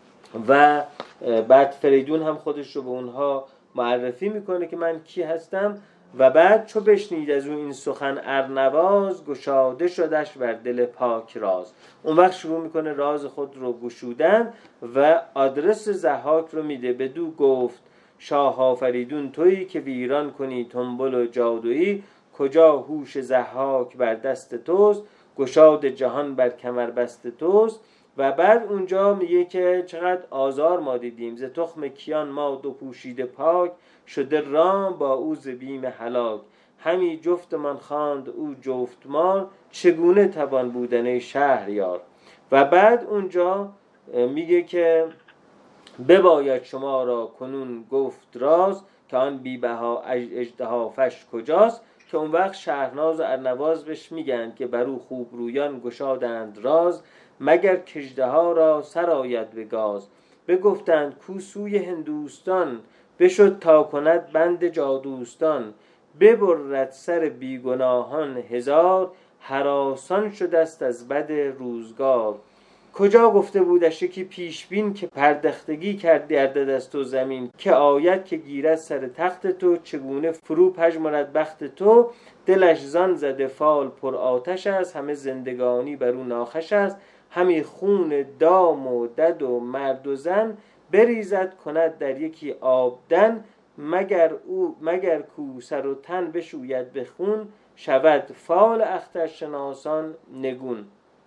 و بعد فریدون هم خودش رو به اونها معرفی میکنه که من کی هستم. و بعد چو بشنید از اون این سخن ارنواز، گشاده شدش بر دل پاک راز. اون وقت شروع میکنه راز خود رو گشودن و آدرس ضحاک رو میده. بدو گفت شاه آفریدون تویی که ویران کنی تنبل و جادویی، کجا هوش ضحاک بر دست توست گشاد جهان بر کمر بست توست. و بعد اونجا میگه که چقدر آزار ما دیدیم ز تخم کیان ما دو پوشیده پاک، شده رام با او ز بیم هلاک. همی جفتمان خواند او جفتمار، چگونه توان بودن شهریار. و بعد اونجا میگه که بباید شما را کنون گفت راز، که آن بی بها اژدهافش کجاست. که اون وقت شهرناز و ارنواز بهش میگن که برو خوب رویان گشادند راز، مگر کژدها را سرآید به گاز. بگفتند کو سوی هندوستان، بشد تا کند بند جادوستان. ببرد سر بیگناهان هزار، هراسان شدست از بد روزگار. کجا گفته بودش که پیش بین، که پردختگی کرد گردد از تو زمین. که آید که گیرد سر تخت تو، چگونه فرو پژمرد بخت تو. دلش زان زده فال پر آتش است، همه زندگانی بر او ناخوش است. همی خون دام و دد و مرد و زن، بریزد کند در یکی آبدن. مگر کو سر و تن بشوید به خون، شود فال اخترشناسان نگون.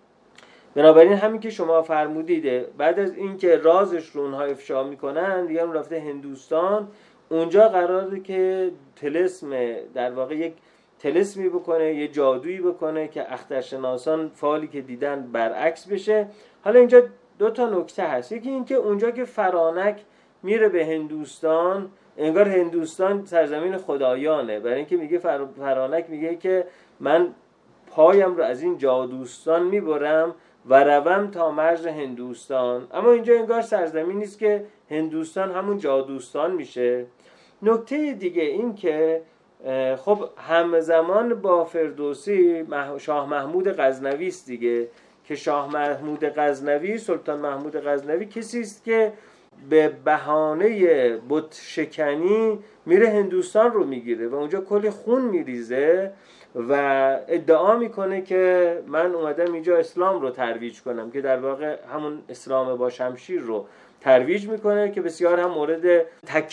بنابراین همین که شما فرمودیده، بعد از اینکه رازش رو اونها افشا میکنن، دیگه اون رفته هندوستان. اونجا قراره که طلسم، در واقع یک طلسمی بکنه، یه جادویی بکنه که اخترشناسان فالی که دیدن برعکس بشه. حالا اینجا دو تا نکته هست. یکی این که اونجا که فرانک میره به هندوستان، انگار هندوستان سرزمین خدایانه، برای اینکه میگه فرانک میگه که من پایم رو از این جادوستان میبرم و روم تا مرز هندوستان. اما اینجا انگار سرزمینی است که هندوستان همون جادوستان میشه. نکته دیگه این که خب همزمان با فردوسی شاه محمود غزنوی است دیگه، که شاه محمود غزنوی، سلطان محمود غزنوی کسی است که به بهانه بت شکنی میره هندوستان رو میگیره و اونجا کلی خون میریزه و ادعا میکنه که من اومدم اینجا اسلام رو ترویج کنم، که در واقع همون اسلام با شمشیر رو ترویج میکنه، که بسیار هم مورد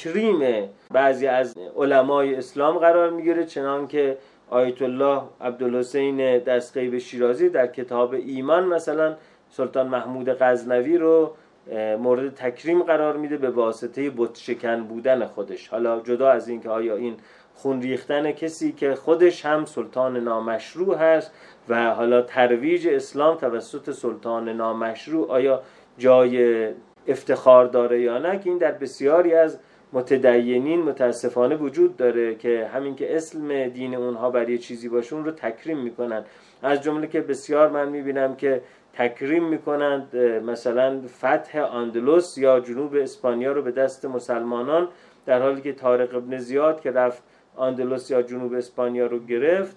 تکریم بعضی از علمای اسلام قرار میگیره، چنان که آیت الله عبدالحسین دستغیب شیرازی در کتاب ایمان مثلا سلطان محمود غزنوی رو مورد تکریم قرار میده به واسطه بت شکن بودن خودش. حالا جدا از این که آیا این خون ریختن کسی که خودش هم سلطان نامشروع هست و حالا ترویج اسلام توسط سلطان نامشروع آیا جای افتخار داره یا نه، که این در بسیاری از متدینین متاسفانه وجود داره که همین که اسم دین اونها برای چیزی باشه اون رو تکریم میکنن. از جمله که بسیار من میبینم که تکریم میکنند مثلا فتح اندلس یا جنوب اسپانیا رو به دست مسلمانان، در حالی که طارق ابن زیاد که رفت اندلس یا جنوب اسپانیا رو گرفت،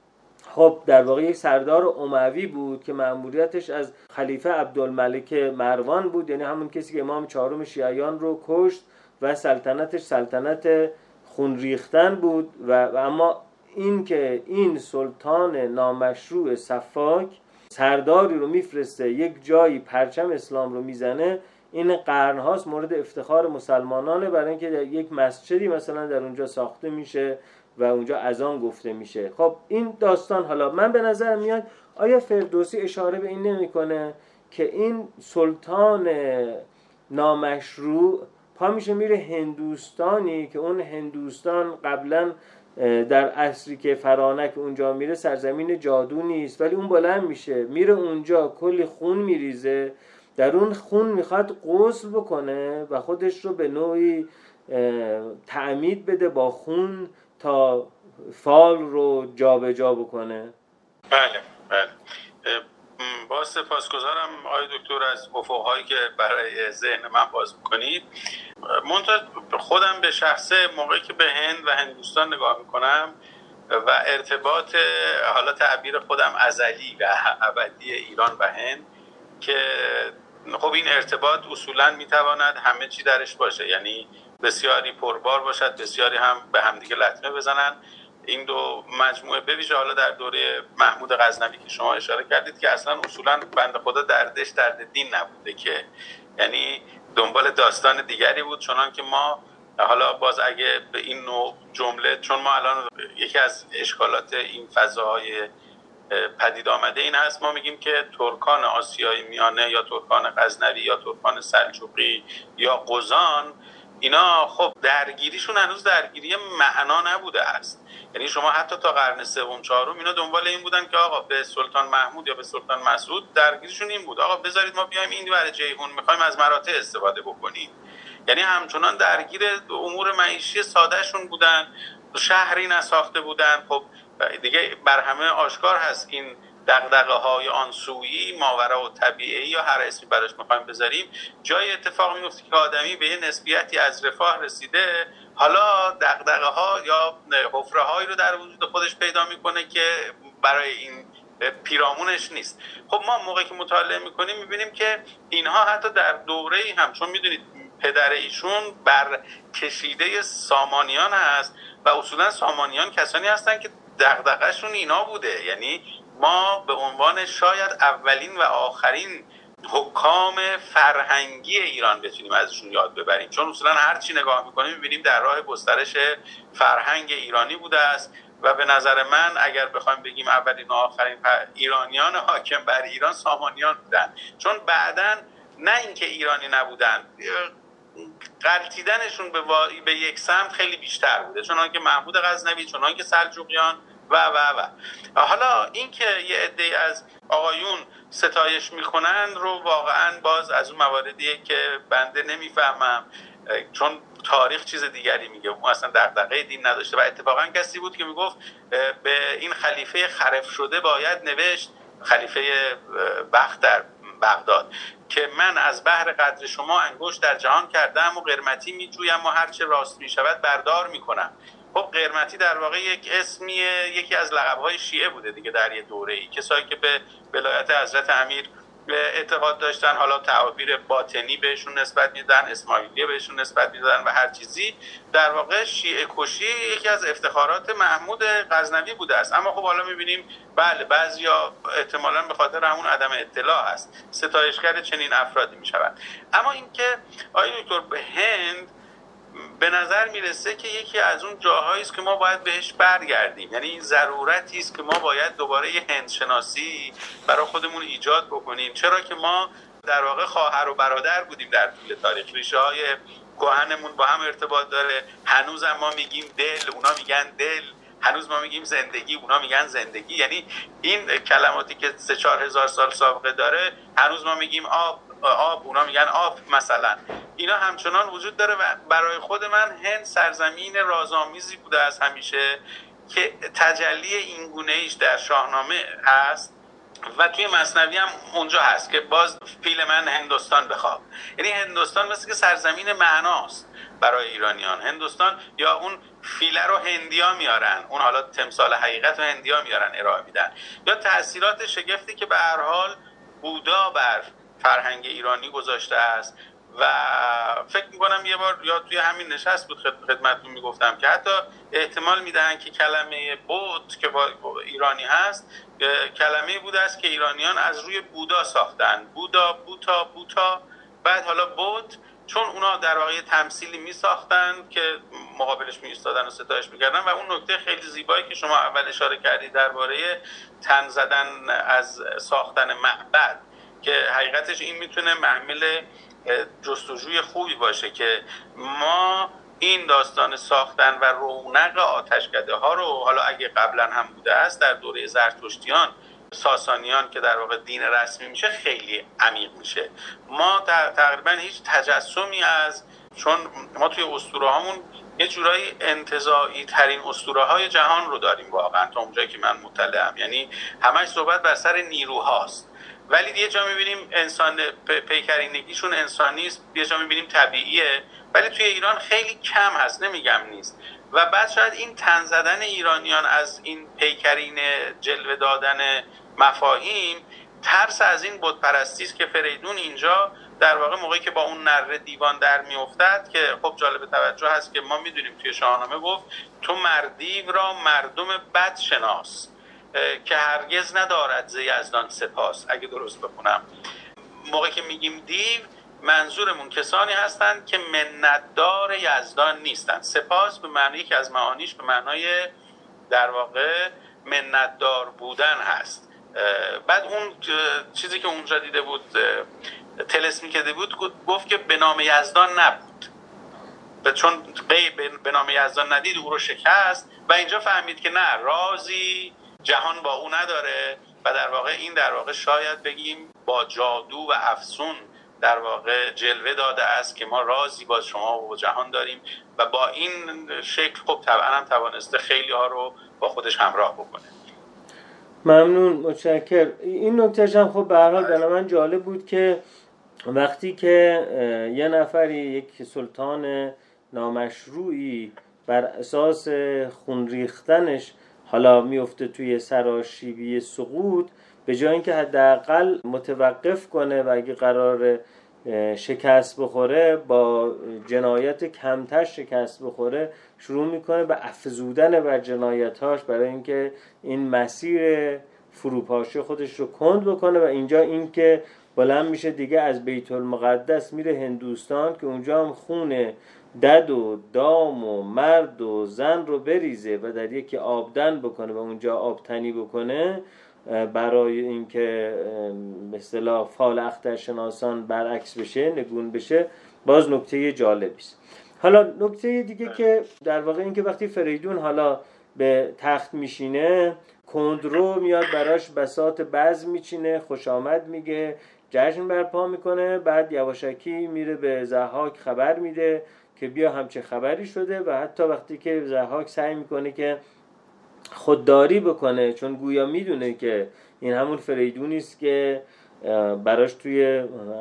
خب در واقع یک سردار اموی بود که مأموریتش از خلیفه عبدالملک مروان بود، یعنی همون کسی که امام چهارم شیعیان رو کشت و سلطنتش سلطنت خون ریختن بود. و اما این که این سلطان نامشروع سفاک سرداری رو میفرسته یک جایی پرچم اسلام رو میزنه، این قرنهاست مورد افتخار مسلمانانه، برای اینکه یک مسجدی مثلا در اونجا ساخته میشه و اونجا اذان گفته میشه. خب این داستان، حالا من به نظر میاد آیا فردوسی اشاره به این نمیکنه که این سلطان نامشروع پا میشه میره هندوستانی که اون هندوستان قبلا در عصری که فرانک اونجا میره سرزمین جادو نیست، ولی اون بلند میشه میره اونجا کلی خون میریزه، در اون خون میخواد غسل بکنه و خودش رو به نوعی تعمید بده با خون تا فال رو جابجا بکنه. بله بله، با سپاسگزارم آقای دکتر از افق‌هایی که برای ذهن من باز میکنید. خودم به شخصه موقعی که به هند و هندوستان نگاه میکنم و ارتباط، حالا تعبیر خودم ازلی و ابدی ایران و هند، که خب این ارتباط اصولا میتواند همه چی درش باشه، یعنی بسیاری پربار باشد، بسیاری هم به همدیگه لطمه بزنن. این دو مجموعه بویژه حالا در دوره محمود غزنوی که شما اشاره کردید که اصلا اصولا بنده خدا دردش درد دین نبوده، که یعنی دنبال داستان دیگری بود. چنان که ما حالا باز اگه به این نوع جمله، چون ما الان یکی از اشکالات این فضاهای پدید آمده این هست، ما میگیم که ترکان آسیای میانه یا ترکان غزنوی یا ترکان سلجوقی یا قزان اینا خب درگیریشون هنوز درگیری معنا نبوده است. یعنی شما حتی تا قرن سوم چهارم اینا دنبال این بودن که آقا به سلطان محمود یا به سلطان مسعود درگیریشون این بود آقا بذارید ما بیایم این ور جیهون میخوایم از مراتع استفاده بکنیم. یعنی همچنان درگیر امور معیشی سادهشون بودن، شهری نساخته بودن. خب دیگه بر همه آشکار هست این دغدغه‌های آنسویی، ماورا و طبیعی یا هر اسمی براش می‌خوایم بذاریم، جای اتفاق میفته که آدمی به یه نسبیتی از رفاه رسیده، حالا دغدغه‌ها یا حفره‌هایی رو در وجود خودش پیدا میکنه که برای این پیرامونش نیست. خب ما موقعی که مطالعه میکنیم میبینیم که اینها حتی در دوره‌ای هم، چون میدونید پدر ایشون بر کشیده سامانیان هست و اصولا سامانیان کسانی هستن که دغدغه‌شون اینا بوده. یعنی ما به عنوان شاید اولین و آخرین حکام فرهنگی ایران بتونیم ازشون یاد ببریم، چون اصولا هر چی نگاه میکنیم میبینیم در راه گسترش فرهنگ ایرانی بوده است و به نظر من اگر بخوایم بگیم اولین و آخرین ایرانیان حاکم بر ایران سامانیان بودن، چون بعداً نه اینکه ایرانی نبودن، غلطیدنشون به یک سمت خیلی بیشتر بوده، چون که محمود غزنوی، چون که سلجوقیان و حالا اینکه یه عده‌ای از آقایون ستایش میکنن رو واقعا باز از اون مواردیه که بنده نمیفهمم، چون تاریخ چیز دیگری میگه. اون اصلا دغدغه دین نداشته و اتفاقا کسی بود که میگفت به این خلیفه خرف شده باید نوشت، خلیفه بخت در بغداد، که من از بحر قدر شما انگشت در جهان کردم و قرمتی میجویم و هرچه راست میشود بردار میکنم. خب قرمتی در واقع یک اسمیه، یکی از لقب‌های شیعه بوده دیگه در یه دوره‌ای، کسایی که به ولایت حضرت امیر اعتقاد داشتن، حالا تعابیر باطنی بهشون نسبت میدادن، اسماعیلیه بهشون نسبت میدادن و هر چیزی. در واقع شیعه کشی یکی از افتخارات محمود غزنوی بوده است. اما خب حالا می‌بینیم بله بعضیا احتمالاً به خاطر همون عدم اطلاع هست ستایشگر چنین افرادی میشوند. اما اینکه آقای دکتر به هند به نظر میرسه که یکی از اون جاهایی است که ما باید بهش برگردیم، یعنی این ضرورتی است که ما باید دوباره یه هندشناسی برای خودمون ایجاد بکنیم، چرا که ما در واقع خواهر و برادر بودیم در طول تاریخ، ریشه های کهنمون با هم ارتباط داره. هنوز هم ما میگیم دل، اونا میگن دل، هنوز ما میگیم زندگی، اونا میگن زندگی. یعنی این کلماتی که 3-4 هزار سال سابقه داره، هنوز ما میگیم آب، اونا میگن آب مثلا، اینا همچنان وجود داره. و برای خود من هند سرزمین رازآمیزی بوده از همیشه که تجلی این گونه ایش در شاهنامه هست و توی مثنوی هم اونجا هست که باز پیل من هندوستان بخواب. یعنی هندوستان مثل که سرزمین معناست برای ایرانیان. هندوستان یا اون فیله رو هندیا میارن، اون حالا تمثال حقیقت رو هندیا میارن ارائه میدن، یا تأثیرات شگفتی که به هر حال بودا بر فرهنگ ایرانی گذاشته است. و فکر میکنم یه بار یا توی همین نشست بود خدمتتون میگفتم که حتی احتمال میدهن که کلمه بود که با ایرانی هست کلمه بوده است که ایرانیان از روی بودا ساختن، بودا، بوتا، بعد حالا بود، چون اونا در واقع تمثیلی میساختن که مقابلش میایستادن و ستایش میکردن. و اون نکته خیلی زیبایی که شما اول اشاره کردید درباره تن زدن از ساختن معبد، که حقیقتش این میتونه محمل جستجوی خوبی باشه که ما این داستان ساختن و رونق آتشکده ها رو، حالا اگه قبلا هم بوده است در دوره زرتشتیان، ساسانیان که در واقع دین رسمی میشه، خیلی عمیق میشه. ما تقریبا هیچ تجسمی از، چون ما توی اسطوره هامون یه جورایی انتزاعی ترین اسطوره های جهان رو داریم واقعا تا اونجایی که من مطلعم، یعنی همش صحبت بر سر نیروهاست، ولی یه جا میبینیم انسان پیکرینگیشون انسانی است، یه جا میبینیم طبیعیه، ولی توی ایران خیلی کم هست، نمیگم نیست. و بعد شاید این تن زدن ایرانیان از این پیکرین جلوه دادن مفاهیم، ترس از این بت پرستی است که فریدون اینجا در واقع موقعی که با اون نره دیوان در میافتد، که خب جالب توجه هست که ما میدونیم توی شاهنامه گفت تو مردیو را مردم بد شناس که هرگز ندارد ز یزدان سپاس. اگه درست بخونم، موقعی که میگیم دیو منظورمون کسانی هستند که منتدار یزدان نیستند. سپاس به معنی که از معانیش به معنای در واقع منتدار بودن هست. بعد اون چیزی که اونجا دیده بود، طلسمی که دیده بود، گفت که به نام یزدان نبود. چون به نام یزدان ندید او رو شکست و اینجا فهمید که نه، رازی جهان با او نداره و در واقع این در واقع شاید بگیم با جادو و افسون در واقع جلوه داده است که ما رازی با شما و جهان داریم و با این شکل خب طبعا هم توانسته خیلی ها رو با خودش همراه بکنه. ممنون، متشکر. این نکتهش هم خب به هر حال برای من جالب بود که وقتی که یه نفری، یک سلطان نامشروعی بر اساس خون ریختنش حالا میفته توی سراشیبی سقوط، به جای اینکه حداقل متوقف کنه و اگه قرار شکست بخوره با جنایت کمتر شکست بخوره، شروع میکنه به افزودن بر جنایتاش برای اینکه این مسیر فروپاشی خودش رو کند بکنه. و اینجا این که بلند میشه دیگه از بیت المقدس میره هندوستان که اونجا هم خون دد و دام و مرد و زن رو بریزه و در یکی آبدن بکنه و اونجا آبتنی بکنه برای اینکه به اصطلاح فال اخترشناسان برعکس بشه، نگون بشه. باز نکته جالبی است. حالا نکته دیگه که در واقع این که وقتی فریدون حالا به تخت میشینه، کندرو میاد براش بساط بزم میچینه، خوش آمد میگه، جشن برپا میکنه. بعد یواشکی میره به ضحاک خبر میده که بیا همچه خبری شده و حتی وقتی که ضحاک سعی میکنه که خودداری بکنه، چون گویا میدونه که این همون فریدونی است که براش توی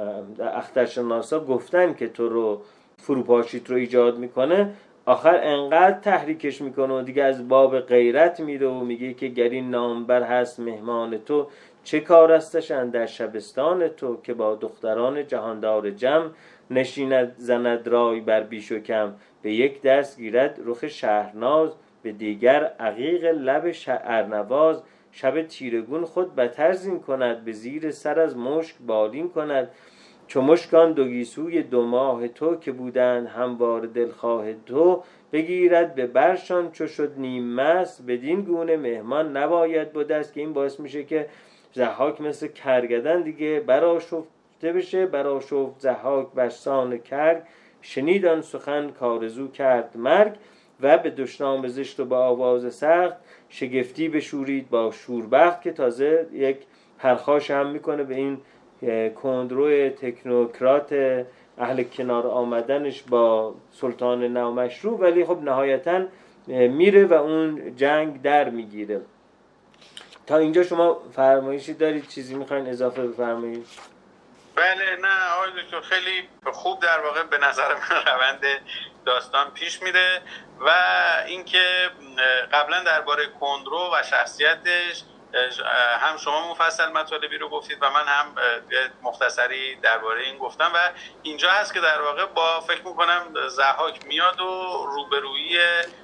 اخترشناسا گفتن که تو رو فروپاشیت رو ایجاد میکنه، آخر انقدر تحریکش میکنه و دیگه از باب غیرت میره و میگه که گر این نامبر هست مهمان تو، چه کار استش اندر شبستان تو، که با دختران جهاندار جم نشیند زند رای بر بیش و کم، به یک دست گیرد رخ شهرناز، به دیگر عقیق لب ارنواز، شب تیرگون خود بتر زین کند، به زیر سر از مشک بالین کند، چو مشکان دو گیسوی دو ماه تو، که بودند هموار دلخواه تو، بگیرد به برشان چو شد نیم مست، بدین گونه مهمان نباید بودست. که این باعث میشه که ضحاک مثل کرگدن دیگه برآشفته بشه. برآشفت ضحاک برسان کرگ، شنید آن سخن کارزو کرد مرگ، و به دشنام زشت و با آواز سخت، شگفتی بشورید با شوربخت. که تازه یک پرخاش هم میکنه به این کندرو تکنوکرات اهل کنار آمدنش با سلطان نامشروع، ولی خب نهایتا میره و اون جنگ در میگیره. تا اینجا شما فرمایشی دارید؟ چیزی میخواین اضافه بفرمایید؟ بله، نه آقای دکتر، خیلی خوب در واقع به نظر من روند داستان پیش میره و اینکه قبلا درباره کندرو و شخصیتش هم شما مفصل مطالبی رو گفتید و من هم مختصری درباره این گفتم و اینجا هست که در واقع با فکر میکنم ضحاک میاد و روبرویی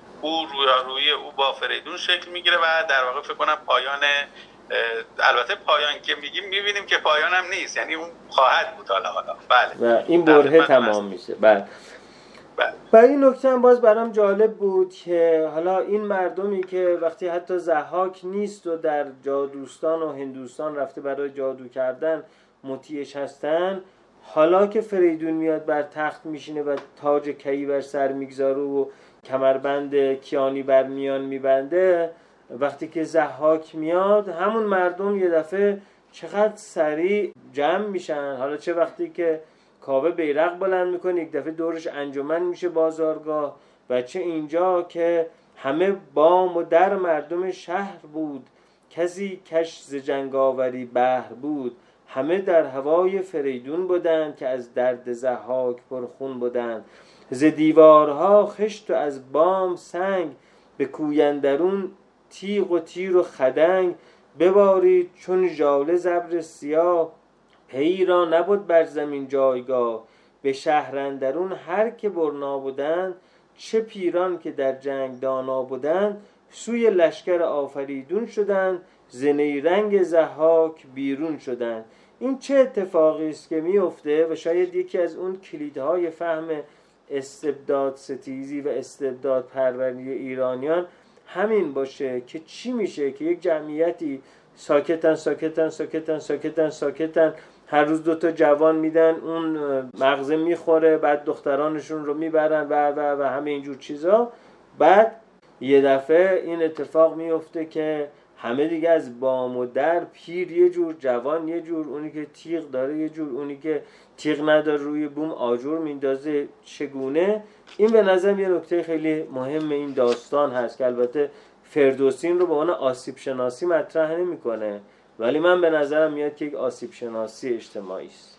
او با فریدون شکل میگیره و در واقع فکر کنم پایان، البته پایان که میگیم میبینیم که پایان هم نیست، یعنی اون خواهد بود حالا. بله، و این برهه تمام میشه. بله. و این نکته هم باز برام جالب بود که حالا این مردمی که وقتی حتی ضحاک نیست و در جادوستان و هندوستان رفته برای جادو کردن مطیعش هستن، حالا که فریدون میاد بر تخت میشینه و تاج کیی بر سر میگذاره و کمربند کیانی بر میان میبنده، وقتی که ضحاک میاد همون مردم یه دفعه چقدر سریع جمع میشن. حالا چه وقتی که کاوه بیرق بلند میکنه یک دفعه دورش انجمن میشه بازارگاه، و چه اینجا که همه بام و در مردم شهر بود، کسی کش ز جنگاوری بهر بود، همه در هوای فریدون بودند که از درد ضحاک پرخون بودند، ز دیوارها خشت و از بام سنگ، به کویندرون تیغ و تیر و خدنگ، ببارید چون ژاله ز ابر سیاه، پی را نبود بر زمین جایگاه، به شهر اندرون هر که برنا بودند، چه پیران که در جنگ دانا بودند، سوی لشکر آفریدون شدند، ز نیرنگ ضحاک بیرون شدند. این چه اتفاقی است که میفته و شاید یکی از اون کلیدهای فهم استبداد ستیزی و استبداد پروری ایرانیان همین باشه که چی میشه که یک جمعیتی ساکتن. هر روز 2 جوان میدن، اون مغزه میخوره، بعد دخترانشون رو میبرن و همه اینجور چیزا. بعد یه دفعه این اتفاق میفته که همه دیگه از بام و در، پیر یه جور، جوان یه جور، اونی که تیغ داره یه جور، اونی که تیغ نداره روی بوم آجر میندازه. چگونه؟ این به نظرم یه نکته خیلی مهم این داستان هست که البته فردوسی این رو به عنوان آسیب شناسی مطرح نمیکنه، ولی من به نظرم میاد که یک آسیب شناسی اجتماعی است.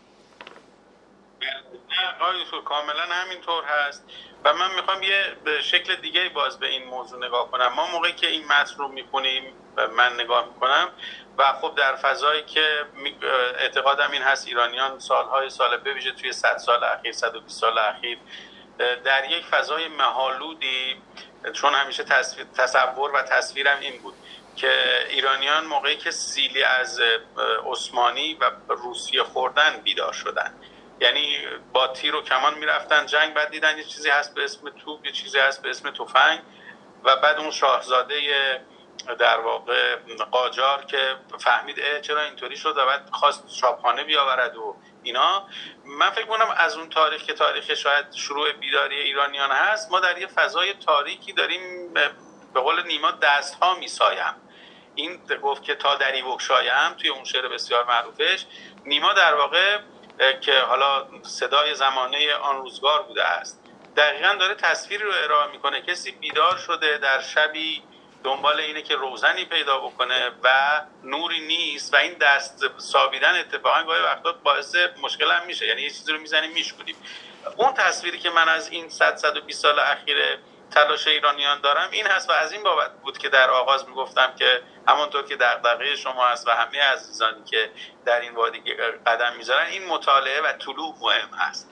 آقای کاملا همینطور هست و من میخوام یه به شکل دیگه باز به این موضوع نگاه کنم. ما موقعی که این متن رو میخونیم، من نگاه میکنم و خب در فضایی که اعتقادم این هست ایرانیان سال به ویژه توی 100 سال اخیر، 120 سال اخیر در یک فضای مه‌آلودی، چون همیشه تصور و تصویرم این بود که ایرانیان موقعی که سیلی از عثمانی و روسیه خوردن بیدار شدن، یعنی با تیر و کمان میرفتن جنگ، بعد دیدن یه چیزی هست به اسم توپ، یه چیزی هست به اسم تفنگ، و بعد اون شاهزاده در واقع قاجار که فهمید چرا اینطوری شد و بعد خواست چاپخانه بیاورد و اینا. من فکر کنم از اون تاریخ که تاریخ شاید شروع بیداری ایرانیان هست، ما در یه فضای تاریکی داریم، به قول نیما دست ها میسایم. این گفت که تا دری بگشایم توی اون شعر بسیار معروفش، نیما در واقع که حالا صدای زمانه آن روزگار بوده است، دقیقاً داره تصویری رو ارائه میکنه. کسی بیدار شده در شبی، دنبال اینه که روزنی پیدا بکنه و نوری نیست و این دست سابیدن اتفاقا گاهی وقتا باعث مشکل هم میشه، یعنی یه چیزی رو میزنیم میشکنیم. اون تصویری که من از این 100-120 سال اخیر تلاش ایرانیان دارم این هست و از این بابت بود که در آغاز میگفتم که همونطور که دغدغه شما هست و همه عزیزانی که در این وادی قدم میذارن، این مطالعه و طلوع مهم هست.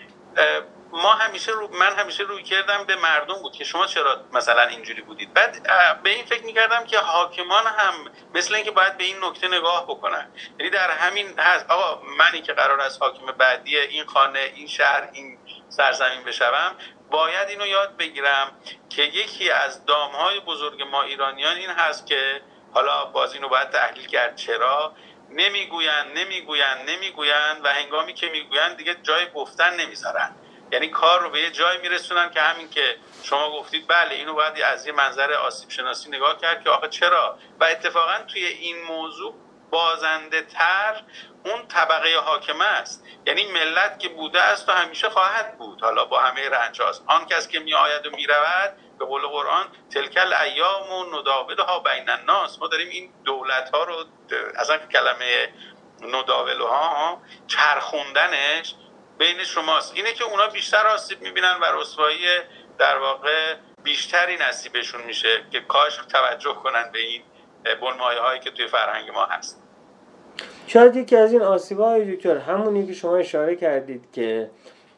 من همیشه روی کردم به مردم بود که شما چرا مثلا اینجوری بودید. بعد به این فکر میکردم که حاکمان هم مثل این که باید به این نکته نگاه بکنن، یعنی در همین هست آقا منی که قرار است حاکم بعدی این خانه، این شهر، این سرزمین بشوم، باید اینو یاد بگیرم که یکی از دامهای بزرگ ما ایرانیان این هست که حالا باز اینو باید تحلیل کرد چرا نمیگوین و هنگامی که میگوین دیگه جای گفتن نمیذارن، یعنی کار رو به یه جای میرسونن که همین که شما گفتید بله اینو باید از یه منظر آسیب شناسی نگاه کرد که آخه چرا. و اتفاقا توی این موضوع بازنده تر اون طبقه حاکمه است، یعنی ملت که بوده است و همیشه خواهد بود، حالا با همه رنج‌هاست. آن کس که میآید و میرود، به قول قرآن تلکل ایام و نداولها بین الناس، ما داریم این دولت‌ها رو اصلا کلمه نداولها چرخوندنش بین شماست، اینه که اونا بیشتر آسیب میبینن و رسوایی در واقع بیشتری نصیبشون میشه که کاش توجه کنن به این بنمایه هایی که توی فرهنگ ما هست. شاید یکی از این آسیب‌های دکتر همونی که شما اشاره کردید که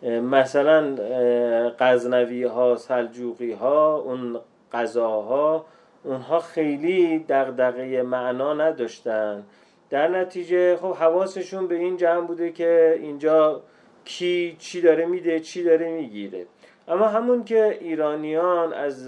مثلا غزنوی ها، سلجوقی ها، اون قضاها، اونها خیلی دغدغه معنا نداشتن، در نتیجه خب حواسشون به این جمع بوده که اینجا کی چی داره میده، چی داره میگیره. اما همون که ایرانیان از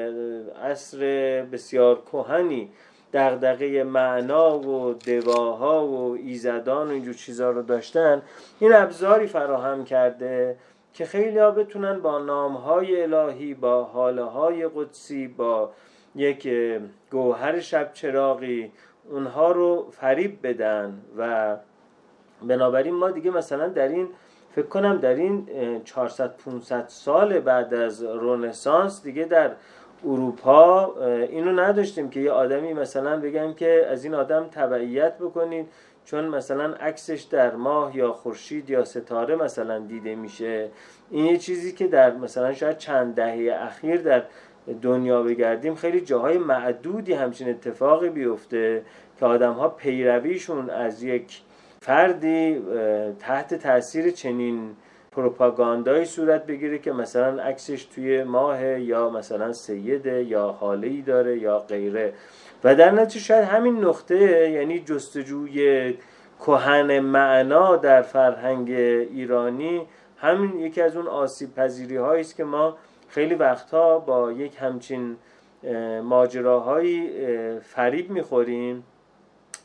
عصر بسیار کهنی دغدغه معنا و دواها و ایزدان و اینجور چیزا رو داشتن، این ابزاری فراهم کرده که خیلی ها بتونن با نامهای الهی، با حالهای قدسی، با یک گوهر شب چراغی اونها رو فریب بدن. و بنابراین ما دیگه مثلا در این فکر کنم در این 400-500 سال بعد از رنسانس دیگه در اروپا اینو نداشتیم که یه آدمی مثلا بگم که از این آدم تبعیت بکنید چون مثلا عکسش در ماه یا خورشید یا ستاره مثلا دیده میشه. این یه چیزی که در مثلا شاید چند دهه اخیر در دنیا بگردیم خیلی جاهای معدودی همچین اتفاقی بیفته که آدم‌ها پیرویشون از یک فردی تحت تاثیر چنین پروپاگاندایی صورت بگیره که مثلا عکسش توی ماه یا مثلا سیده یا حاله‌ای داره یا غیره. و در نتیجه شاید همین نقطه، یعنی جستجوی کهن معنا در فرهنگ ایرانی، همین یکی از اون آسیب پذیری هایی است که ما خیلی وقتها با یک همچین ماجراهایی فریب میخوریم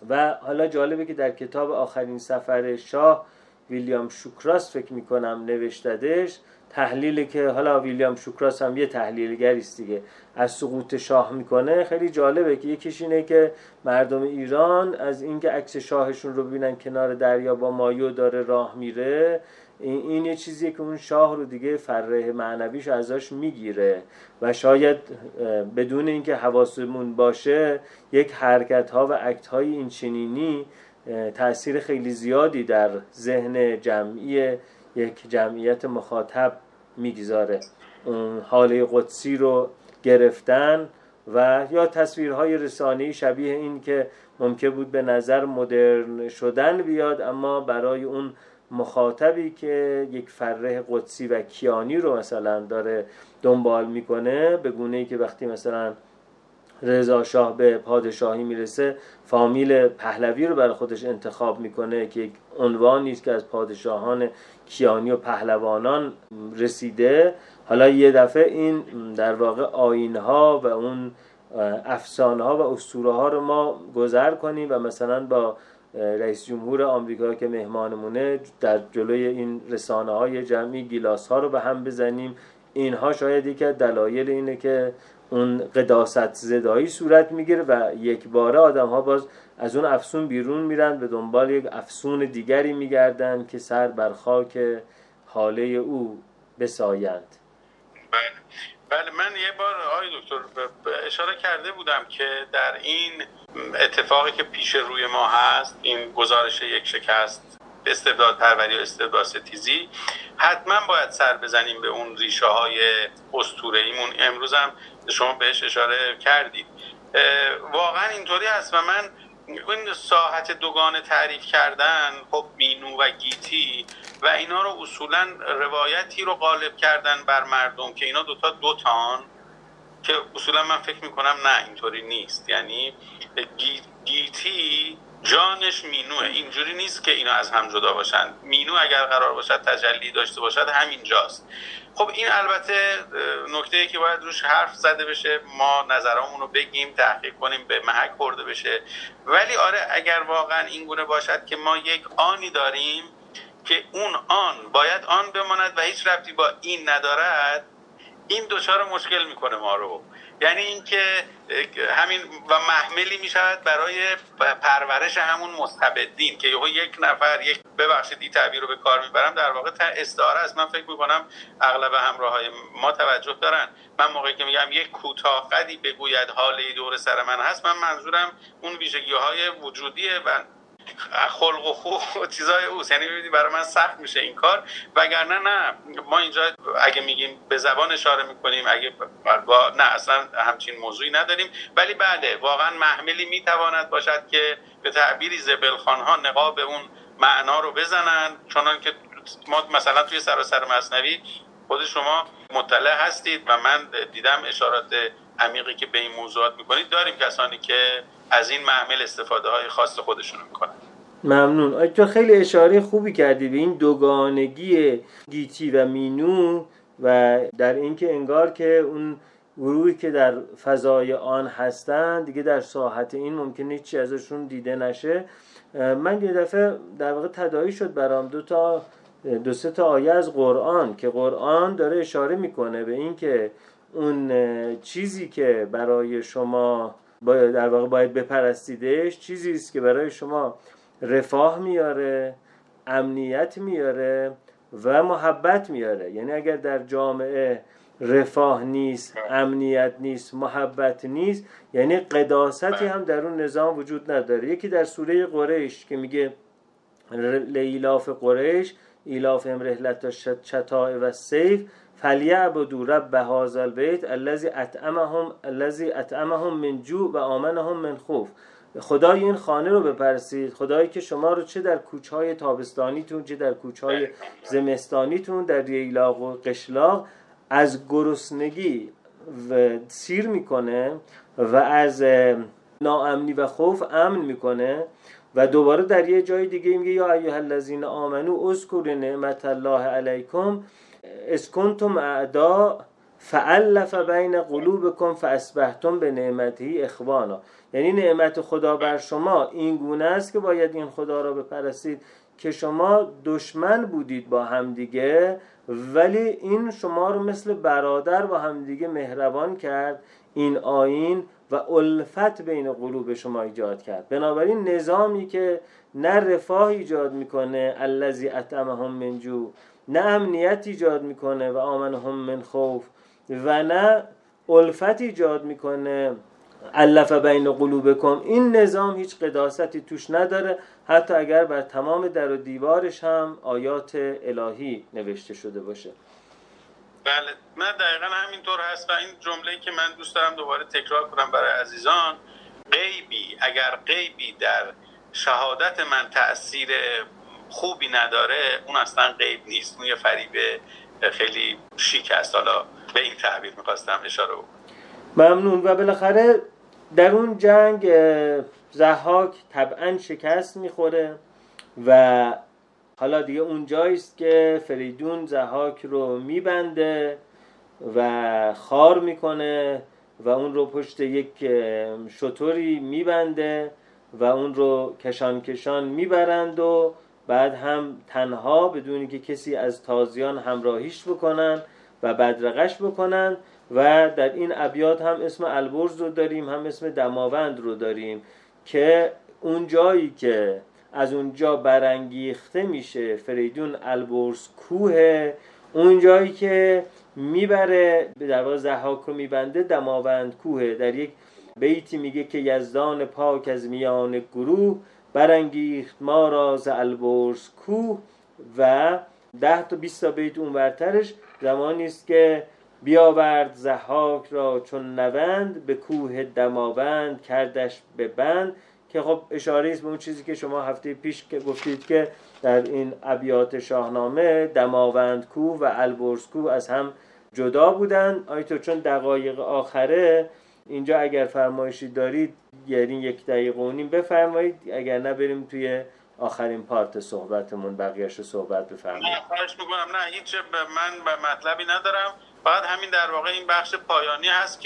و حالا جالبه که در کتاب آخرین سفر شاه ویلیام شوکراس فکر میکنم نوشتدش، تحلیلی که حالا ویلیام شوکراس هم یه تحلیلگری است دیگه، از سقوط شاه میکنه. خیلی جالبه که یکیش اینه که مردم ایران از اینکه عکس شاهشون رو ببینن کنار دریا با مایو داره راه میره، این یه چیزیه که اون شاه رو دیگه فره معنویش ازش میگیره و شاید بدون اینکه حواسمون باشه یک حرکت ها و اکت های این چنینی تأثیر خیلی زیادی در ذهن جمعی یک جمعیت مخاطب میگذاره. اون حاله قدسی رو گرفتن و یا تصویرهای رسانه‌ای شبیه این که ممکن بود به نظر مدرن شدن بیاد، اما برای اون مخاطبی که یک فره قدسی و کیانی رو مثلا داره دنبال میکنه، به گونه‌ای که وقتی مثلا رضا شاه به پادشاهی میرسه فامیل پهلوی رو برای خودش انتخاب میکنه که یک عنوانی است که از پادشاهان کیانی و پهلوانان رسیده. حالا یه دفعه این در واقع آیین‌ها و اون افسانه‌ها و اسطوره‌ها رو ما گذر کنیم و مثلا با رئیس جمهور آمریکا که مهمانمونه در جلوی این رسانه‌های جمعی گیلاس‌ها رو به هم بزنیم. اینها شاید یکی از دلایل اینه که اون قداست زدایی صورت میگیره و یک باره آدم ها باز از اون افسون بیرون میرن به دنبال یک افسون دیگری میگردن که سر بر خاک حاله او بسایند. بله من یه بار آقای دکتر اشاره کرده بودم که در این اتفاقی که پیش روی ما هست، این گزارش یک شکست استبداد پروری و استبداد ستیزی، حتما باید سر بزنیم به اون ریشه های اسطوره‌ایمون. امروز هم شما بهش اشاره کردید. واقعا اینطوری هست و من این ساحت دوگانه تعریف کردن، خب مینو و گیتی و اینا رو اصولا روایتی رو غالب کردن بر مردم که اینا دوتان که اصولا من فکر میکنم نه اینطوری نیست. یعنی گیتی جانش مینوه، اینجوری نیست که اینا از هم جدا باشن. مینو اگر قرار باشد تجلی داشته باشد همینجاست. خب این البته نکته‌ای که باید روش حرف زده بشه، ما نظرامون رو بگیم، تحقیق کنیم، به محک برده بشه. ولی آره اگر واقعا این گونه باشد که ما یک آنی داریم که اون آن باید آن بماند و هیچ ربطی با این ندارد، این دوچار مشکل میکنه ما رو. یعنی اینکه همین و محملی میشود برای پرورش همون مستبدین که یک نفر یک ببخشید این تعبیر رو به کار میبرم در واقع استعاره است. من فکر میکنم اغلب همراهای ما توجه دارن. من موقعی که میگم یک کوتاه قدی بگوید حاله دور سر من هست، من منظورم اون ویژگی‌های وجودیه و خلق و خو و چیزای اوست. یعنی ببینید برای من سخت میشه این کار، وگرنه نه ما اینجا اگه میگیم به زبان اشاره میکنیم، اگه نه اصلا همچین موضوعی نداریم. ولی بله واقعا محملی میتواند باشد که به تعبیری زبلخانها نقاب اون معنا رو بزنن، چنان که ما مثلا توی سراسر مثنوی خود شما مطلع هستید و من دیدم اشارات عمیقی که به این موضوعات میکنید. داریم کسانی که از این محمل استفاده های خاص خودشونو میکنن. ممنون. تو خیلی اشاره خوبی کردی به این دوگانگی گیتی و مینو و در اینکه انگار که اون گروهی که در فضای آن هستن دیگه در ساحت این ممکنه هیچی ازشون دیده نشه. من یه دفعه در واقع تداعی شد برام دو سه تا آیه از قرآن که قرآن داره اشاره میکنه به این که اون چیزی که برای شما در واقع باید بپرستیدش چیزی است که برای شما رفاه میاره، امنیت میاره و محبت میاره. یعنی اگر در جامعه رفاه نیست، امنیت نیست، محبت نیست، یعنی قداستی هم در اون نظام وجود نداره. یکی در سوره قریش که میگه لیلاف قریش ایلافهم رحلت الشتاء و الصیف فلیعبدوا رب هذا البیت الذی اطعمهم من جوع و آمنهم من خوف. خدای این خانه رو بپرسید، خدایی که شما رو چه در کوچهای تابستانیتون چه در کوچهای زمستانیتون در ییلاق و قشلاق از گرسنگی سیر میکنه و از ناامنی و خوف امن میکنه. و دوباره در یه جای دیگه میگه یا ایها الذین آمنو اذکروا نعمت الله علیکم اذ کنتم اعداء فألف بین قلوبکم فاصبحتم بنعمته اخوانا. یعنی نعمت خدا بر شما این گونه است که باید این خدا را بپرستید که شما دشمن بودید با همدیگه، ولی این شما رو مثل برادر با همدیگه مهربان کرد، این آیین و الفت بین قلوب شما ایجاد کرد. بنابراین نظامی که نه رفاه ایجاد میکنه الذی اطعمهم من جوع، نه امنیت ایجاد میکنه و آمنهم من خوف، و نه الفت ایجاد میکنه الف بین قلوبکم، این نظام هیچ قداستی توش نداره، حتی اگر بر تمام در و دیوارش هم آیات الهی نوشته شده باشه. بله، نه دقیقا همینطور هست و این جمله‌ای که من دوست دارم دوباره تکرار کنم برای عزیزان، غیبی اگر غیبی در شهادت من تأثیر خوبی نداره اون اصلا غیب نیست، اون یه فریب خیلی شیک است. حالا به این تعبیر میخواستم اشاره بکنم. ممنون. و بالاخره در اون جنگ ضحاک طبعا شکست میخوره و حالا دیگه اون جاییست که فریدون ضحاک رو میبنده و خار میکنه و اون رو پشت یک شتری میبنده و اون رو کشان کشان میبرند و بعد هم تنها بدونی که کسی از تازیان همراهیش بکنن و بدرقش بکنن. و در این ابیات هم اسم البرز رو داریم، هم اسم دماوند رو داریم که اون جایی که از اونجا برانگیخته میشه فریدون البرز کوه، اون جایی که میبره در واقع ضحاک رو میبنده دماوند کوه. در یک بیتی میگه که یزدان پاک از میان گروه برانگیخت ما را ز البرز کوه، و 10 تا 20 تا بیت اون ورترش زمانی است که بیاورد ضحاک را چون نوند به کوه دماوند کردش به بند، که خب اشاره است به اون چیزی که شما هفته پیش که گفتید که در این ابیات شاهنامه دماوند کوه و البرز کوه از هم جدا بودن. آیتو چون دقایق آخره اینجا اگر فرمایشی دارید یعنی 1 دقیقه و نیم بفرمایید، اگر نه بریم توی آخرین پارت صحبتمون بقیه‌اش رو صحبت بفرمایید. نه خواهش میکنم، نه هیچ من به مطلبی ندارم، فقط همین در واقع این بخش پایانی هست که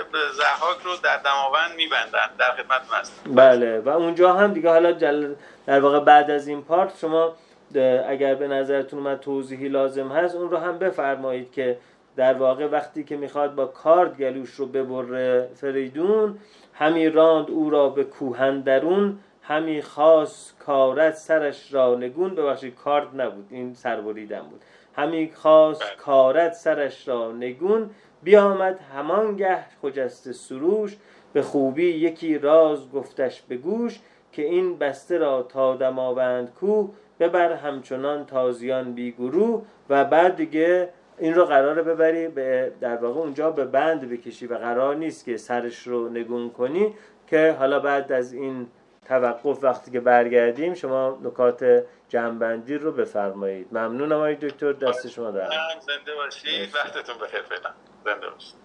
ضحاک رو در دماوند میبندن. در خدمتتون هستم. بله، و اونجا هم دیگه حالا در واقع بعد از این پارت شما اگر به نظرتون اومد توضیحی لازم هست اون رو هم بفرمایید که در واقع وقتی که میخواد با کارد گلوش رو ببره فریدون، همی راند او را به کوهندرون، همی خواست کارد سرش را نگون. ببخشید کارد نبود، این سربریدن بود. همی خواست کارد سرش را نگون، بیامد همانگه خجسته سروش، به خوبی یکی راز گفتش به گوش، که این بسته را تا دماوند کوه، ببر همچنان تازیان بی گروه. و بعد دیگه این رو قراره ببری به در واقع اونجا به بند بکشی و قرار نیست که سرش رو نگون کنی، که حالا بعد از این توقف وقتی که برگردیم شما نکات جمع‌بندی رو بفرمایید. ممنونم آقای دکتر، دست شما در زنده باشید، وقتتون بخیر. فعلا زنده باشید.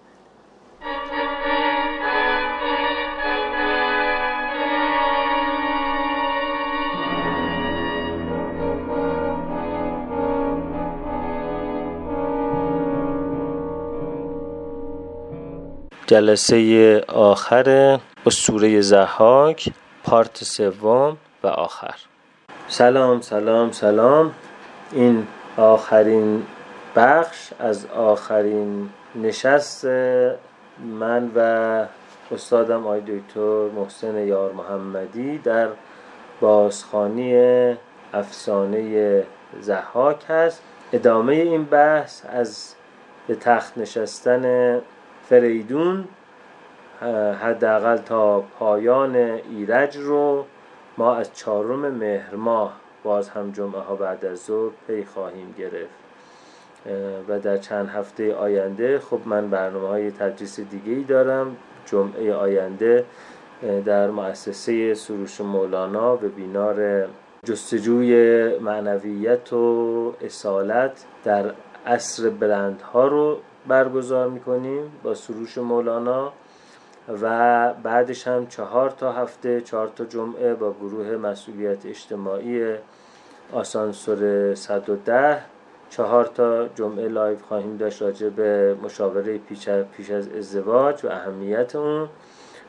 جلسه آخر اسطوره ضحاک پارت 3 و آخر. سلام سلام سلام. این آخرین بخش از آخرین نشست من و استادم آقای دکتر محسن یار محمدی در بازخوانی افسانه ضحاک هست. ادامه این بحث از به تخت نشستن فریدون حداقل تا پایان ایرج رو ما از 4 مهر ماه باز هم جمعه ها بعد از ظهر پی خواهیم گرفت و در چند هفته آینده خب من برنامه‌های تدریس دیگه‌ای دارم. جمعه آینده در مؤسسه سروش مولانا به بینار جستجوی معنویت و اصالت در عصر بلندها رو برگزار میکنیم با سروش مولانا، و بعدش هم 4 تا هفته 4 تا جمعه با گروه مسئولیت اجتماعی آسانسور 110 4 تا جمعه لایو خواهیم داشت راجع به مشاوره پیش از ازدواج و اهمیت اون،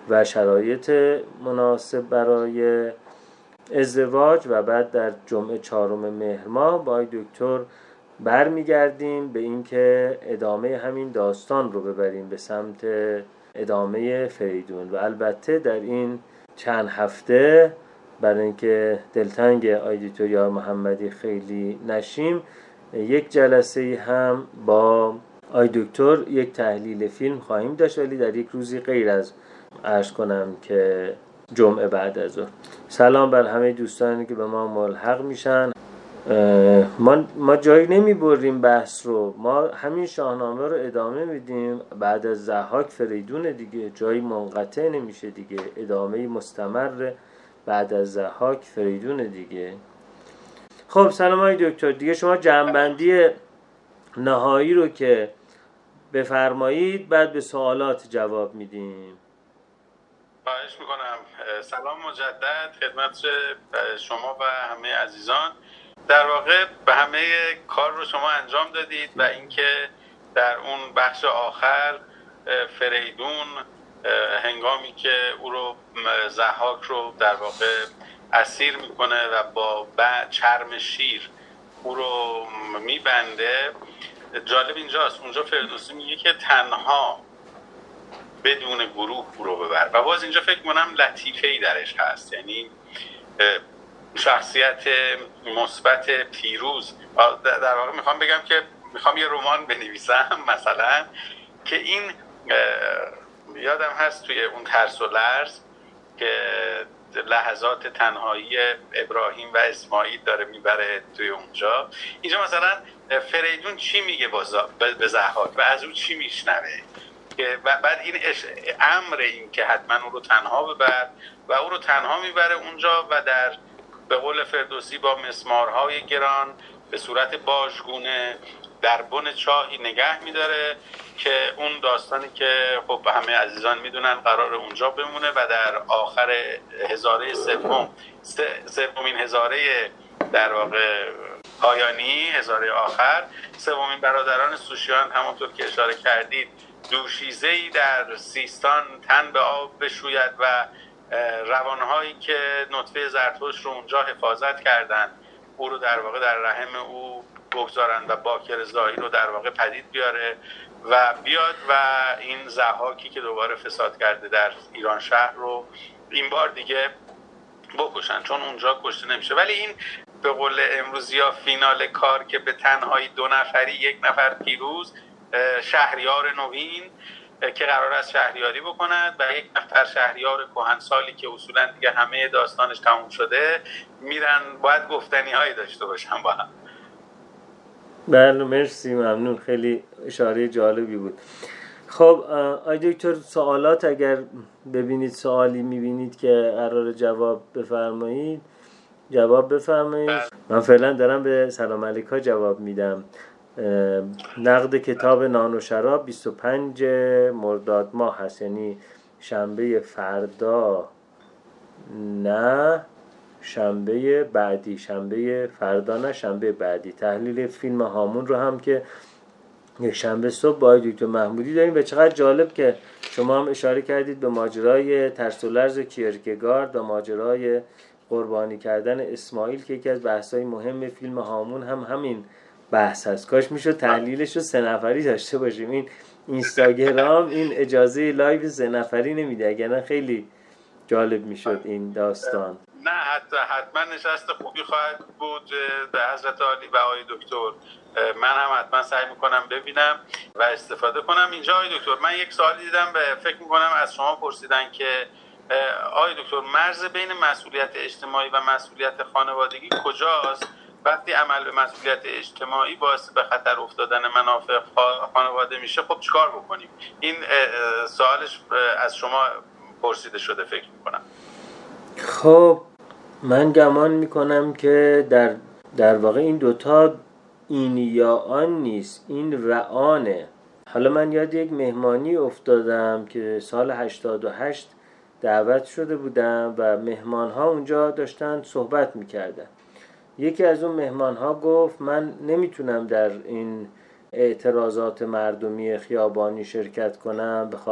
و شرایط مناسب برای ازدواج و بعد در جمعه 4 مهر ماه با دکتر برمیگردیم به اینکه ادامه همین داستان رو ببریم به سمت ادامه فریدون. و البته در این چند هفته برای اینکه دلتنگ دکتر یار محمدی خیلی نشیم، یک جلسه هم با دکتر یک تحلیل فیلم خواهیم داشت، ولی در یک روزی غیر از عرض کنم که جمعه بعد از ظهر. سلام بر همه دوستانی که به ما ملحق میشن. ما جایی نمی بریم بحث رو، ما همین شاهنامه رو ادامه میدیم. بعد از ضحاک فریدون دیگه، جایی منقطع نمیشه دیگه، ادامه مستمر بعد از ضحاک فریدون دیگه. خب سلام دکتر، دیگه شما جمع‌بندی نهایی رو که بفرمایید، بعد به سوالات جواب میدیم. خواهش میکنم. سلام مجدد خدمت شما و همه عزیزان. در واقع به همه کار رو شما انجام دادید و اینکه در اون بخش آخر فریدون هنگامی که او رو ضحاک رو در واقع اسیر میکنه و با چرم شیر او رو میبنده، جالب اینجاست اونجا فردوسی میگه که تنها بدون گروه او رو ببر و باز اینجا فکر کنم لطیفه‌ای درش هست، یعنی شخصیت مثبت پیروز. در واقع میخوام بگم که میخوام یه رمان بنویسم مثلا که این یادم هست توی اون ترس و لرز که لحظات تنهایی ابراهیم و اسماعیل داره میبره توی اونجا، اینجا مثلا فریدون چی میگه به ضحاک و از او چی میشنوه که بعد این امر این که حتما او رو تنها ببر و او رو تنها میبره اونجا و در به قول فردوسی با مسمارهای گران به صورت باژگونه در بن چاهی نگه میداره که اون داستانی که خب همه عزیزان میدونن قرار اونجا بمونه و در آخر هزاره سومین هزاره در واقع پایانی، هزاره آخر، سومین برادران سوشیان همونطور که اشاره کردید دوشیزه‌ای در سیستان تن به آب بشوید و روانهایی که نطفه زرتشت رو اونجا حفاظت کردن او رو در واقع در رحم او بگذارن و باکر زایی رو در واقع پدید بیاره و بیاد و این ضحاکی که دوباره فساد کرده در ایران شهر رو این بار دیگه بکشن، چون اونجا کشته نمیشه. ولی این به قول امروزیا فینال کار که به تنهایی 2 نفری 1 نفر پیروز، شهریار نوین که قرار است شهریاری بکند و 1 نفر شهریار کهنسالی که اصولا دیگه همه داستانش تموم شده میرن، باید گفتنی هایی داشته باشن با هم. بله مرسی، ممنون، خیلی اشاره جالبی بود. خب دکتر سوالات، اگر ببینید سوالی میبینید که قرار جواب بفرمایید جواب بفرمایید. من فعلا دارم به سلام علیکا جواب میدم. نقد کتاب نان و شراب 25 مرداد ماه هست، یعنی شنبه فردا، نه شنبه بعدی، شنبه فردا نه شنبه بعدی. تحلیل فیلم هامون رو هم که یک شنبه صبح با دکتر محمودی داریم. و چقدر جالب که شما هم اشاره کردید به ماجرای ترس و لرز کیرکگارد و ماجرای قربانی کردن اسماعیل که یکی از بحث‌های مهم فیلم هامون هم همین بحث هست. کاش میشد تحلیلش رو 3 نفری داشته باشیم. این اینستاگرام این اجازه لایو 3 نفری نمیده، اگر خیلی جالب میشد این داستان. نه حتما نشست خوبی خواهد بود به حضرت عالی و آقای دکتر. من هم حتما سعی میکنم ببینم و استفاده کنم. اینجا آقای دکتر من یک سوالی دیدم، فکر میکنم از شما پرسیدن که آقای دکتر مرز بین مسئولیت اجتماعی و مسئولیت خانوادگی کجاست؟ وقتی عمل به مسئولیت اجتماعی باعث به خطر افتادن منافع خانواده میشه، خب چیکار بکنیم؟ این سوالش از شما پرسیده شده فکر میکنم. خب من گمان میکنم که در واقع این دوتا این یا آن نیست، این و آنه. حالا من یاد یک مهمانی افتادم که سال 88 دعوت شده بودم و مهمانها اونجا داشتن صحبت میکردن. یکی از اون مهمانها گفت من نمیتونم در این اعتراضات مردمی خیابانی شرکت کنم؟ به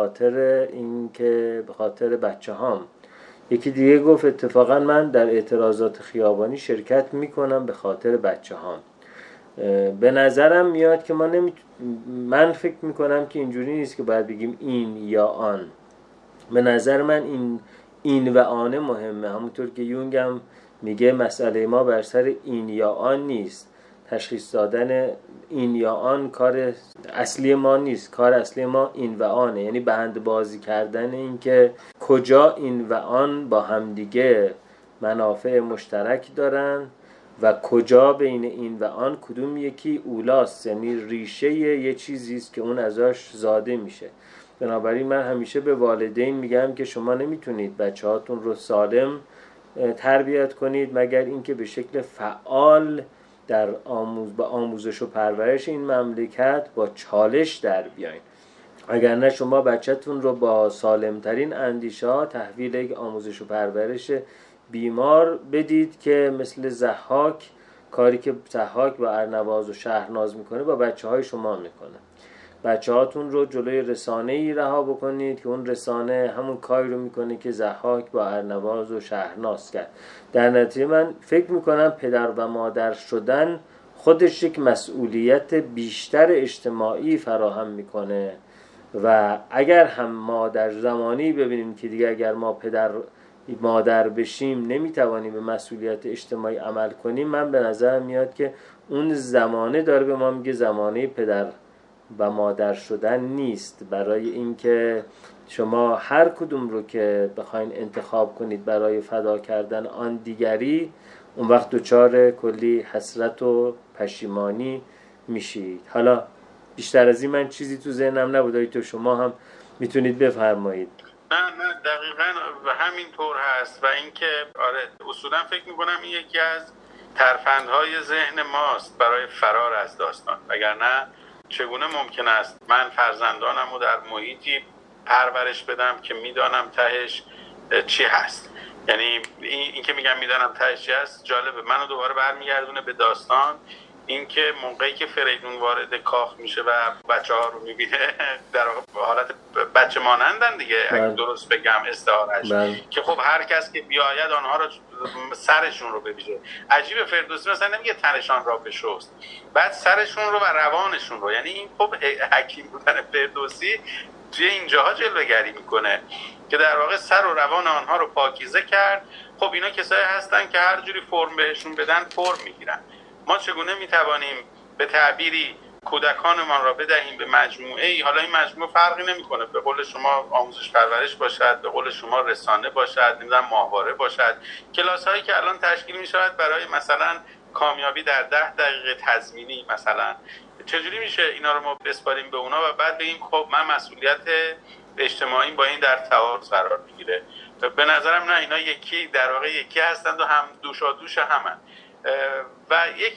خاطر بچه هام. یکی دیگه گفت اتفاقا من در اعتراضات خیابانی شرکت میکنم به خاطر بچه هام. به نظرم میاد که من فکر میکنم که اینجوری نیست که باید بگیم این یا آن. به نظر من این و آن مهمه. همونطور که یونگ هم میگه مسئله ما بر سر این یا آن نیست. تشخیص دادن این یا آن کار اصلی ما نیست. کار اصلی ما این و آنه، یعنی بند بازی کردن این که کجا این و آن با همدیگه منافع مشترک دارن و کجا بین این و آن کدوم یکی اولاست، یعنی ریشه یه چیزیست که اون ازش زاده میشه. بنابراین من همیشه به والدین میگم که شما نمیتونید بچه هاتون رو سالم تربیت کنید مگر اینکه به شکل فعال در آموزش و پرورش این مملکت با چالش در بیاین. اگر نه شما بچه‌تون رو با سالمترین اندیشه ها تحویل یک آموزش و پرورش بیمار بدید که مثل ضحاک، کاری که ضحاک با ارنواز و شهرناز میکنه با بچه های شما میکنه. بچه هاتون رو جلوی رسانه‌ای رها بکنید که اون رسانه همون کاری رو میکنه که ضحاک با ارنواز و شهرناز کرد. در نتیجه من فکر میکنم پدر و مادر شدن خودش یک مسئولیت بیشتر اجتماعی فراهم میکنه و اگر هم ما در زمانی ببینیم که دیگه اگر ما پدر مادر بشیم نمیتوانیم به مسئولیت اجتماعی عمل کنیم، من به نظر میاد که اون زمانه داره به ما میگه زمانه پدر و مادر شدن نیست. برای اینکه شما هر کدوم رو که بخواین انتخاب کنید برای فدا کردن آن دیگری، اون وقت دچار کلی حسرت و پشیمانی میشید. حالا بیشتر از این من چیزی تو ذهنم نبود، تو شما هم میتونید بفرمایید. نه دقیقاً همین طور هست و اینکه آره اصولا فکر میکنم این یکی از ترفندهای ذهن ماست برای فرار از داستان. وگرنه چگونه ممکن است من فرزندانم رو در محیطی پرورش بدم که میدانم تهش چی هست؟ یعنی این که میگم میدانم تهش چی هست جالبه، منو دوباره برمیگردونه به داستان. این که موقعی که فریدون وارد کاخ میشه و بچه ها رو میبینه در حالت بچه مانندن دیگه، اگه درست بگم استعارهش، که خب هر کس که بیاید آنها رو سرشون رو ببینه. عجیبه فردوسی مثلا نمیگه تنشان را بشست، بعد سرشون رو و روانشون رو. یعنی این خب حکیم بودن فردوسی توی اینجاها جلوه‌گری میکنه که در واقع سر و روان آنها رو پاکیزه کرد. خب اینا کسایی هستن که هر جوری فرم بهشون بدن فرم میگیرن. ما چگونه میتوانیم به تعبیری کودکانمان را بدهیم به مجموعه‌ای، حالا این مجموعه فرقی نمیکنه، به قول شما آموزش پرورش باشد، به قول شما رسانه باشد، نمیدونم ماهواره باشد، کلاس هایی که الان تشکیل میشود برای مثلا کامیابی در 10 دقیقه تضمینی مثلا، چجوری میشه اینا رو ما بسپاریم به اونا و بعد بگیم خب من مسئولیت اجتماعی با این در تعارض قرار میگیره؟ به نظرم نه، اینا در واقع یکی هستند و هم دوش همن. و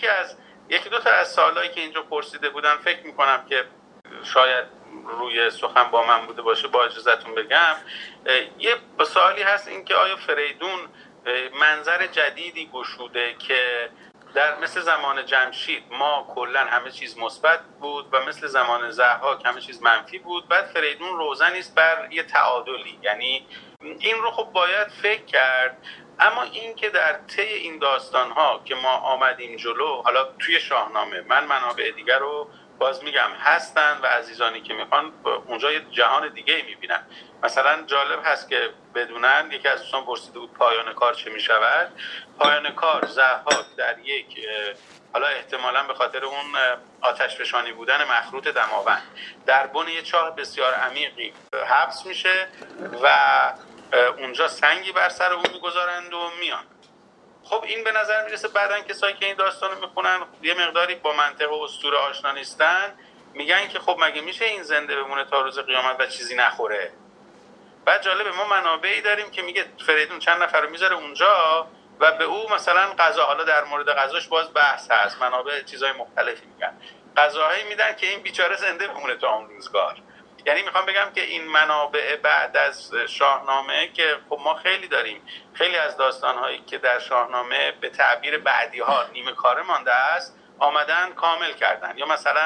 یکی دو تا از سوالایی که اینجا پرسیده بودن فکر میکنم که شاید روی سخن با من بوده باشه، با اجازهتون بگم. یه سوالی هست، این که آیا فریدون منظر جدیدی گشوده که در مثل زمان جمشید ما کلا همه چیز مثبت بود و مثل زمان ضحاک همه چیز منفی بود، بعد فریدون روزنی است بر یه تعادلی. یعنی این رو خب باید فکر کرد. اما این که در طی این داستان‌ها که ما آمدیم جلو، حالا توی شاهنامه، من منابع دیگر رو باز میگم هستن و عزیزانی که میخوان اونجا یه جهان دیگه میبینن. مثلا جالب هست که بدونن، یکی از دوستان پرسیده بود پایان کار چه میشود. پایان کار ضحاک در یک، حالا احتمالاً به خاطر اون آتش فشانی بودن مخروط دماوند، در بن یه چاه بسیار عمیقی حبس میشه و اونجا سنگی بر سر اون میگذارند و میان. خب این به نظر میرسه بعدن کسایی که این داستانو میخونن یه مقداری با منطق و اسطوره آشنا نیستن، میگن که خب مگه میشه این زنده بمونه تا روز قیامت و چیزی نخوره؟ بعد جالبه ما منابعی داریم که میگه فریدون چند نفر رو میذاره اونجا و به او مثلا غذا، حالا در مورد غذاش باز بحث هست، منابع چیزای مختلفی میگن، غذاهایی میدن که این بیچاره زنده بمونه تا اون روزگار. یعنی میخوام بگم که این منابع بعد از شاهنامه که خب ما خیلی داریم، خیلی از داستانهایی که در شاهنامه به تعبیر بعدی ها نیمه کاره مانده است، آمدن کامل کردن. یا مثلا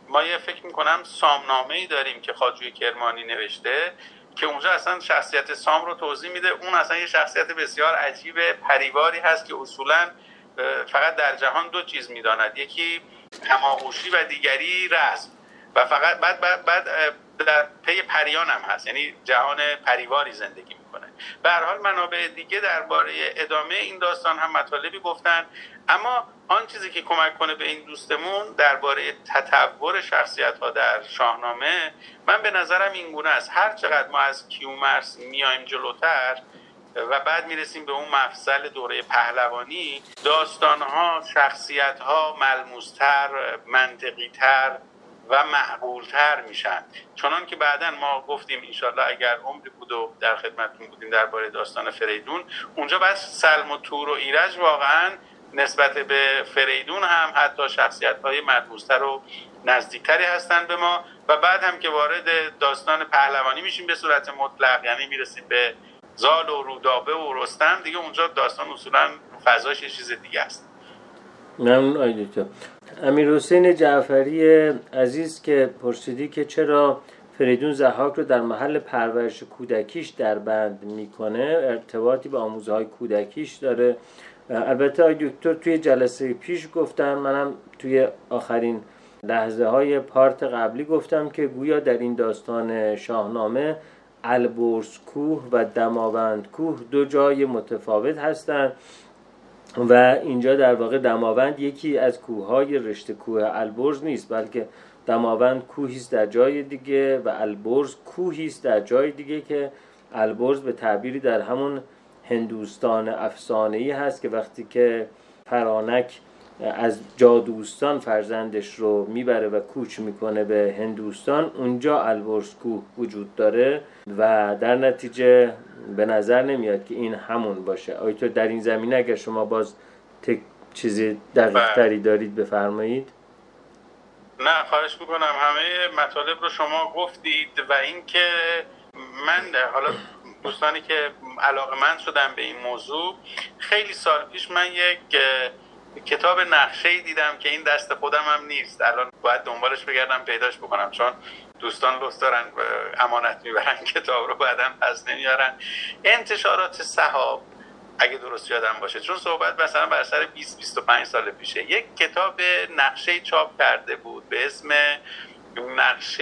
ما یه فکر میکنم سامنامه‌ای داریم که خواجوی کرمانی نوشته که اونجا اصلا شخصیت سام رو توضیح میده. اون اصلا یه شخصیت بسیار عجیب پریواری هست که اصولا فقط در جهان دو چیز میداند، یکی هماغوشی و دیگری رزم، و فقط بعد در پی پریان هم هست، یعنی جهان پریواری زندگی میکنه. به هر حال منابع دیگه درباره ادامه این داستان هم مطالبی گفتن، اما آن چیزی که کمک کنه به این دوستمون درباره تطور شخصیت ها در شاهنامه، من به نظرم این گونه است: هر چقدر ما از کیومرث میایم جلوتر و بعد میرسیم به اون مفصل دوره پهلوانی، داستانها، شخصیتها ملموس‌تر، منطقی‌تر و معقول‌تر میشن. چنان که بعداً ما گفتیم انشالله اگر عمری بود و در خدمتتون بودیم درباره داستان فریدون، اونجا بس سلم و تور و ایرج واقعاً نسبت به فریدون هم حتی شخصیت‌های ملموس‌تر و نزدیکتری هستن به ما. و بعد هم که وارد داستان پهلوانی میشیم به صورت مطلق، یعنی میرسیم به زال و رودابه و رستم، دیگه اونجا داستان اصولا فضاش یه چیز دیگه است. ممنون آقای دکتر. امیرحسین جعفری عزیز که پرسیدی که چرا فریدون ضحاک رو در محل پرورش کودکیش در بند میکنه، ارتباطی به آموزه‌های کودکیش داره. البته آقای دکتر توی جلسه پیش گفتم، منم توی آخرین لحظه های پارت قبلی گفتم که گویا در این داستان شاهنامه البرز کوه و دماوند کوه دو جای متفاوت هستند و اینجا در واقع دماوند یکی از کوههای رشته کوه البرز نیست، بلکه دماوند کوهی است در جای دیگه و البرز کوهی است در جای دیگه که البرز به تعبیری در همون هندوستان افسانه‌ای هست که وقتی که فرانک از جادوستان فرزندش رو میبره و کوچ میکنه به هندوستان، اونجا البرز کوه وجود داره و در نتیجه به نظر نمیاد که این همون باشه. آیا تو در این زمینه اگر شما باز چیزی دقیق تری دارید بفرمایید؟ نه خواهش میکنم، همه مطالب رو شما گفتید. و اینکه من حالا دوستانی که علاقه‌مند شدن به این موضوع، خیلی سال پیش من یک کتاب نقشه‌ای دیدم که این دست خودم هم نیست، الان باید دنبالش بگردم پیداش بکنم، چون دوستان لطف دارن امانت میبرن کتاب رو بعداً پس نمیارن. انتشارات سحاب اگه درست یادم باشه، چون صحبت مثلا بر سر 20-25 سال پیشه، یک کتاب نقشه‌ای چاپ کرده بود به اسم نقشه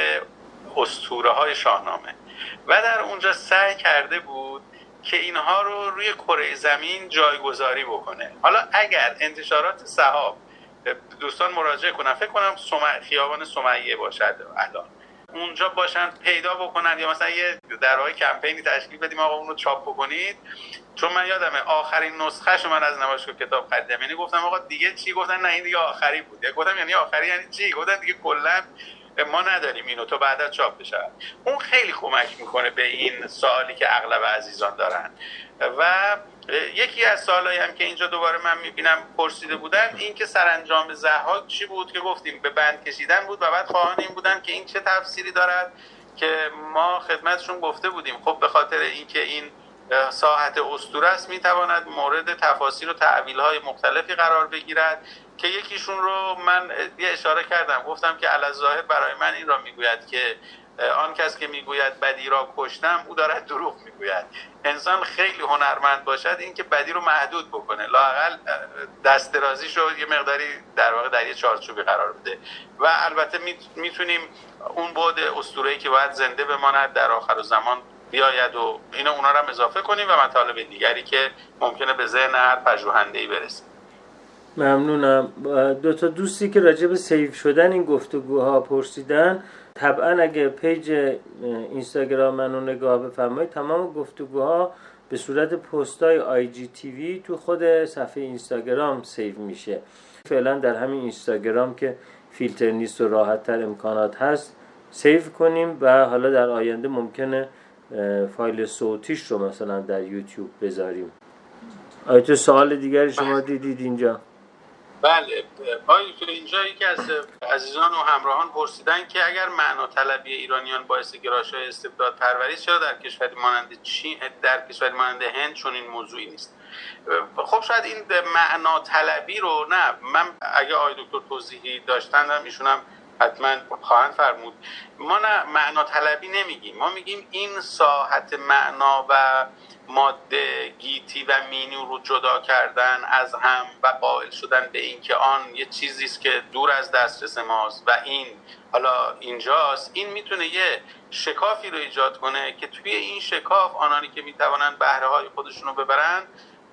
اسطوره‌های شاهنامه و در اونجا سعی کرده بود که اینها رو روی کره زمین جایگذاری بکنه. حالا اگر انتشارات سحاب دوستان مراجعه کنن، فکر کنم خیابان سمیه باشد الان، اونجا باشن پیدا بکنن، یا مثلا یه در واقع کمپینی تشکیل بدیم آقا اون رو چاپ بکنید. چون من یادمه آخرین نسخه‌شو من از نمایشگاه کتاب خریدم، یعنی گفتم آقا دیگه چی؟ گفتن نه این دیگه آخری بود. یا گفتم یعنی آخری یعنی چی؟ گفتن دیگه کلا ما نداریم اینو، تو بعدا چاپ بشه. اون خیلی کمک میکنه به این سوالی که اغلب عزیزان دارن. و یکی از سوالایی هم که اینجا دوباره من میبینم پرسیده بودن، این که سرانجام ضحاک چی بود، که گفتیم به بند کشیدن بود و بعد خواهان این بودن که این چه تفسیری دارد، که ما خدمتشون گفته بودیم خب به خاطر اینکه این ساحت اسطوره است میتواند مورد تفاسیر و تعویل‌های مختلفی قرار بگیرد، که یکیشون رو من یه اشاره کردم، گفتم که الظاهر برای من این را میگوید که آن کس که میگوید بدی را کشتم او دارد دروغ میگوید. انسان خیلی هنرمند باشد این که بدی رو محدود بکنه، لااقل دست درازیش رو یه مقداری در واقع در یه چارچوبی قرار بده. و البته میتونیم اون بعد اسطوره‌ای که باید زنده بماند در آخر زمان بیاید و اونا رو هم اضافه کنیم و مطالب دیگری که ممکنه به ذهن هر پژوهنده‌ای برسه. ممنونم. دو تا دوستی که راجع به سیو شدن این گفتگوها پرسیدن، طبعا اگه پیج اینستاگرام منو نگاه بفرمایید، تمام گفتگوها به صورت پستای آی جی تی وی تو خود صفحه اینستاگرام سیو میشه. فعلا در همین اینستاگرام که فیلتر نیست و راحت تر امکانات هست سیو کنیم و حالا در آینده ممکنه فایل صوتیش رو مثلا در یوتیوب بذاریم. آیا تو سوال دیگری شما دیدید اینجا؟ بله، تو اینجا یکی از عزیزان و همراهان پرسیدن که اگر معنا طلبی ایرانیان باعث گرایش‌های استبداد پروری است، چرا در کشوری مانند چین، در کشوری مانند هند چون این موضوعی نیست؟ خب شاید این معنا طلبی رو نه، من اگه آقای دکتر توضیحی داشتن ایشون هم حتما خواهند فرمود. ما نه معنا طلبی نمیگیم، ما میگیم این ساحت معنا و ماده گیتی و مینی رو جدا کردن از هم و قائل شدن به این که آن یه چیزی است که دور از دسترس ماست و این حالا اینجاست، این میتونه یه شکافی رو ایجاد کنه که توی این شکاف آنانی که میتوانند بهره های خودشون رو ببرند.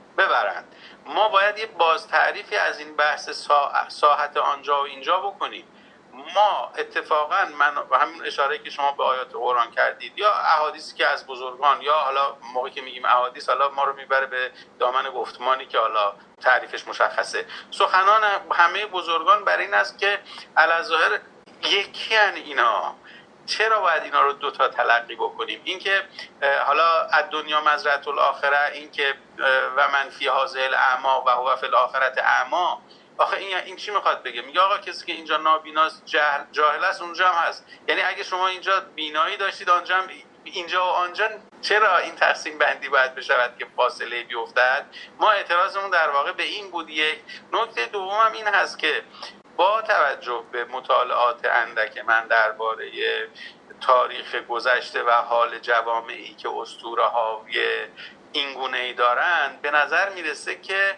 ما باید یه بازتعریفی از این بحث ساحت آنجا و اینجا بکنیم. ما اتفاقا من همین اشاره که شما به آیات قرآن کردید یا احادیثی که از بزرگان، یا حالا موقعی که میگیم احادیث حالا ما رو میبره به دامن گفتمانی که حالا تعریفش مشخصه. سخنان همه بزرگان بر این است که علی‌الظاهر یکی ان اینا، چرا باید اینا رو دوتا تلقی بکنیم؟ این که حالا الدنیا مزرعة الاخره، این که و من فی هذه الاعمی و هو فی الاخره اعمی، آخه این چی میخواد بگه؟ میگه آقا کسی که اینجا نابیناست جاهل است اونجا هم هست. یعنی اگه شما اینجا بینایی داشتید آنجا هم، اینجا و آنجا، چرا این تقسیم بندی باید بشود که فاصله بیفتد؟ ما اعتراضمون در واقع به این بود. یک نکته دوم این هست که با توجه به مطالعات اندک من درباره تاریخ گذشته و حال جوامعی که اسطوره‌ها این گونه‌ای دارند، به نظر میرسه که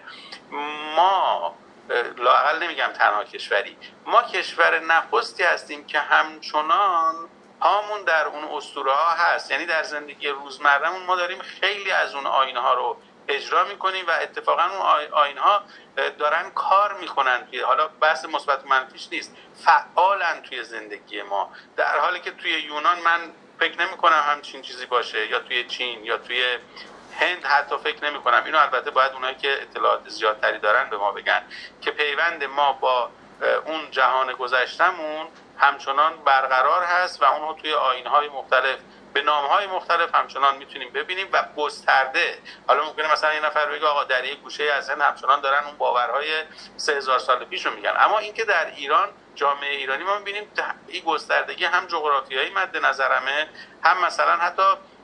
ما لااقل نمیگم تنها کشوری، ما کشور نخستی هستیم که همچنان هامون در اون اسطوره‌ها هست. یعنی در زندگی روزمرهمون ما داریم خیلی از اون آیین‌ها رو اجرا میکنیم و اتفاقا اون آیین‌ها دارن کار میکنن، حالا بحث مثبت و منفیش نیست، فعالن توی زندگی ما، در حالی که توی یونان من فکر نمی‌کنم همچین چیزی باشه، یا توی چین یا توی هند حتی فکر نمی‌کنم. اینو البته باید اونایی که اطلاعات زیادتری دارن به ما بگن که پیوند ما با اون جهان گذشتمون همچنان برقرار هست و اونو توی آیین‌های مختلف به نام‌های مختلف همچنان میتونیم ببینیم و گسترده. حالا ممکنه مثلا یه نفر بگه آقا در یک گوشه از هند همچنان دارن اون باورهای 3000 سال پیش رو میگن، اما اینکه در ایران، جامعه ایرانی، ما میبینیم این گستردگی هم جغرافیایی مد نظرمه، هم مثلا حتی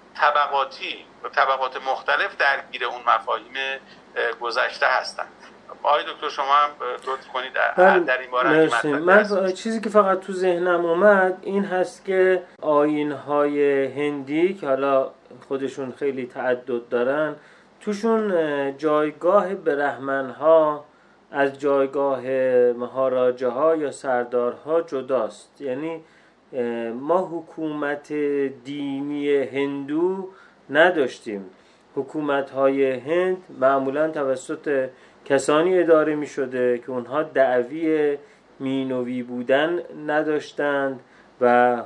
طبقات مختلف درگیر اون مفاهیم گذشته هستن. آقای دکتر شما هم لطف کنید در این باره. من چیزی که فقط تو ذهنم اومد این هست که آیین‌های هندی که حالا خودشون خیلی تعدد دارن، توشون جایگاه برهمن‌ها از جایگاه مهاراجاها یا سردارها جداست. یعنی ما حکومت دینی هندو نداشتیم. حکومت‌های هند معمولاً توسط کسانی اداره می شده که اونها دعوی مینوی بودن نداشتند و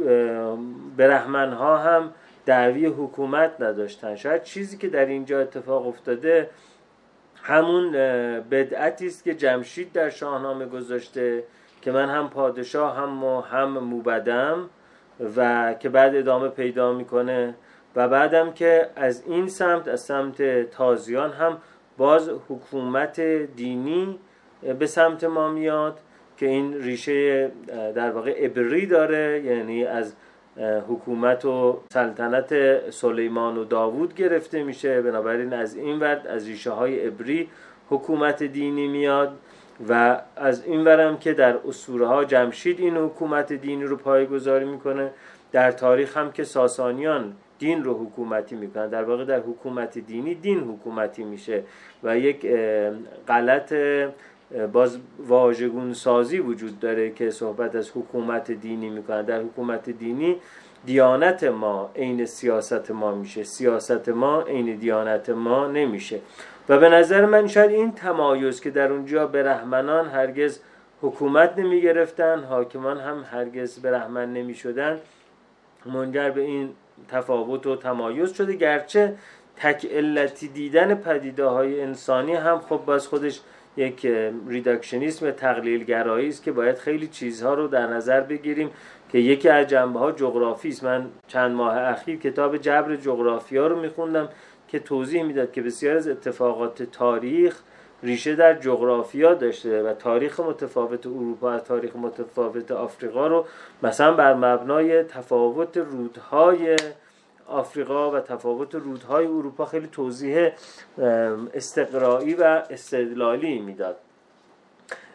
برهمن‌ها هم دعوی حکومت نداشتند. شاید چیزی که در اینجا اتفاق افتاده همون بدعتی است که جمشید در شاهنامه گذاشته که من هم پادشاه هم موبدم، و که بعد ادامه پیدا میکنه و بعدم که از این سمت، از سمت تازیان هم باز حکومت دینی به سمت ما میاد که این ریشه در واقع عبری داره، یعنی از حکومت و سلطنت سلیمان و داوود گرفته میشه. بنابراین از این ورد از ریشه های عبری حکومت دینی میاد و از این ورم که در اسطوره ها جمشید این حکومت دینی رو پایه‌گذاری میکنه. در تاریخ هم که ساسانیان دین رو حکومتی میکنن، در واقع در حکومت دینی دین حکومتی میشه و یک غلط باز واژگون سازی وجود داره که صحبت از حکومت دینی میکنن. در حکومت دینی دیانت ما عین سیاست ما میشه، سیاست ما عین دیانت ما نمیشه. و به نظر من شاید این تمایز که در اونجا برهمنان هرگز حکومت نمیگرفتن، حاکمان هم هرگز برهمن نمیشدن، منجر به این تفاوت و تمایز شده. گرچه تک علتی دیدن پدیده های انسانی هم خب باز خودش یک ریداکشنیسم، تقلیل گرایی است که باید خیلی چیزها رو در نظر بگیریم که یکی از جنبه‌ها جغرافی است. من چند ماه اخیر کتاب جبر جغرافیا رو میخوندم که توضیح میداد که بسیار از اتفاقات تاریخ ریشه در جغرافیا داشته و تاریخ متفاوت اروپا از تاریخ متفاوت آفریقا رو مثلا بر مبنای تفاوت رودهای آفریقا و تفاوت رودهای اروپا خیلی توضیح استقرایی و استدلالی میداد.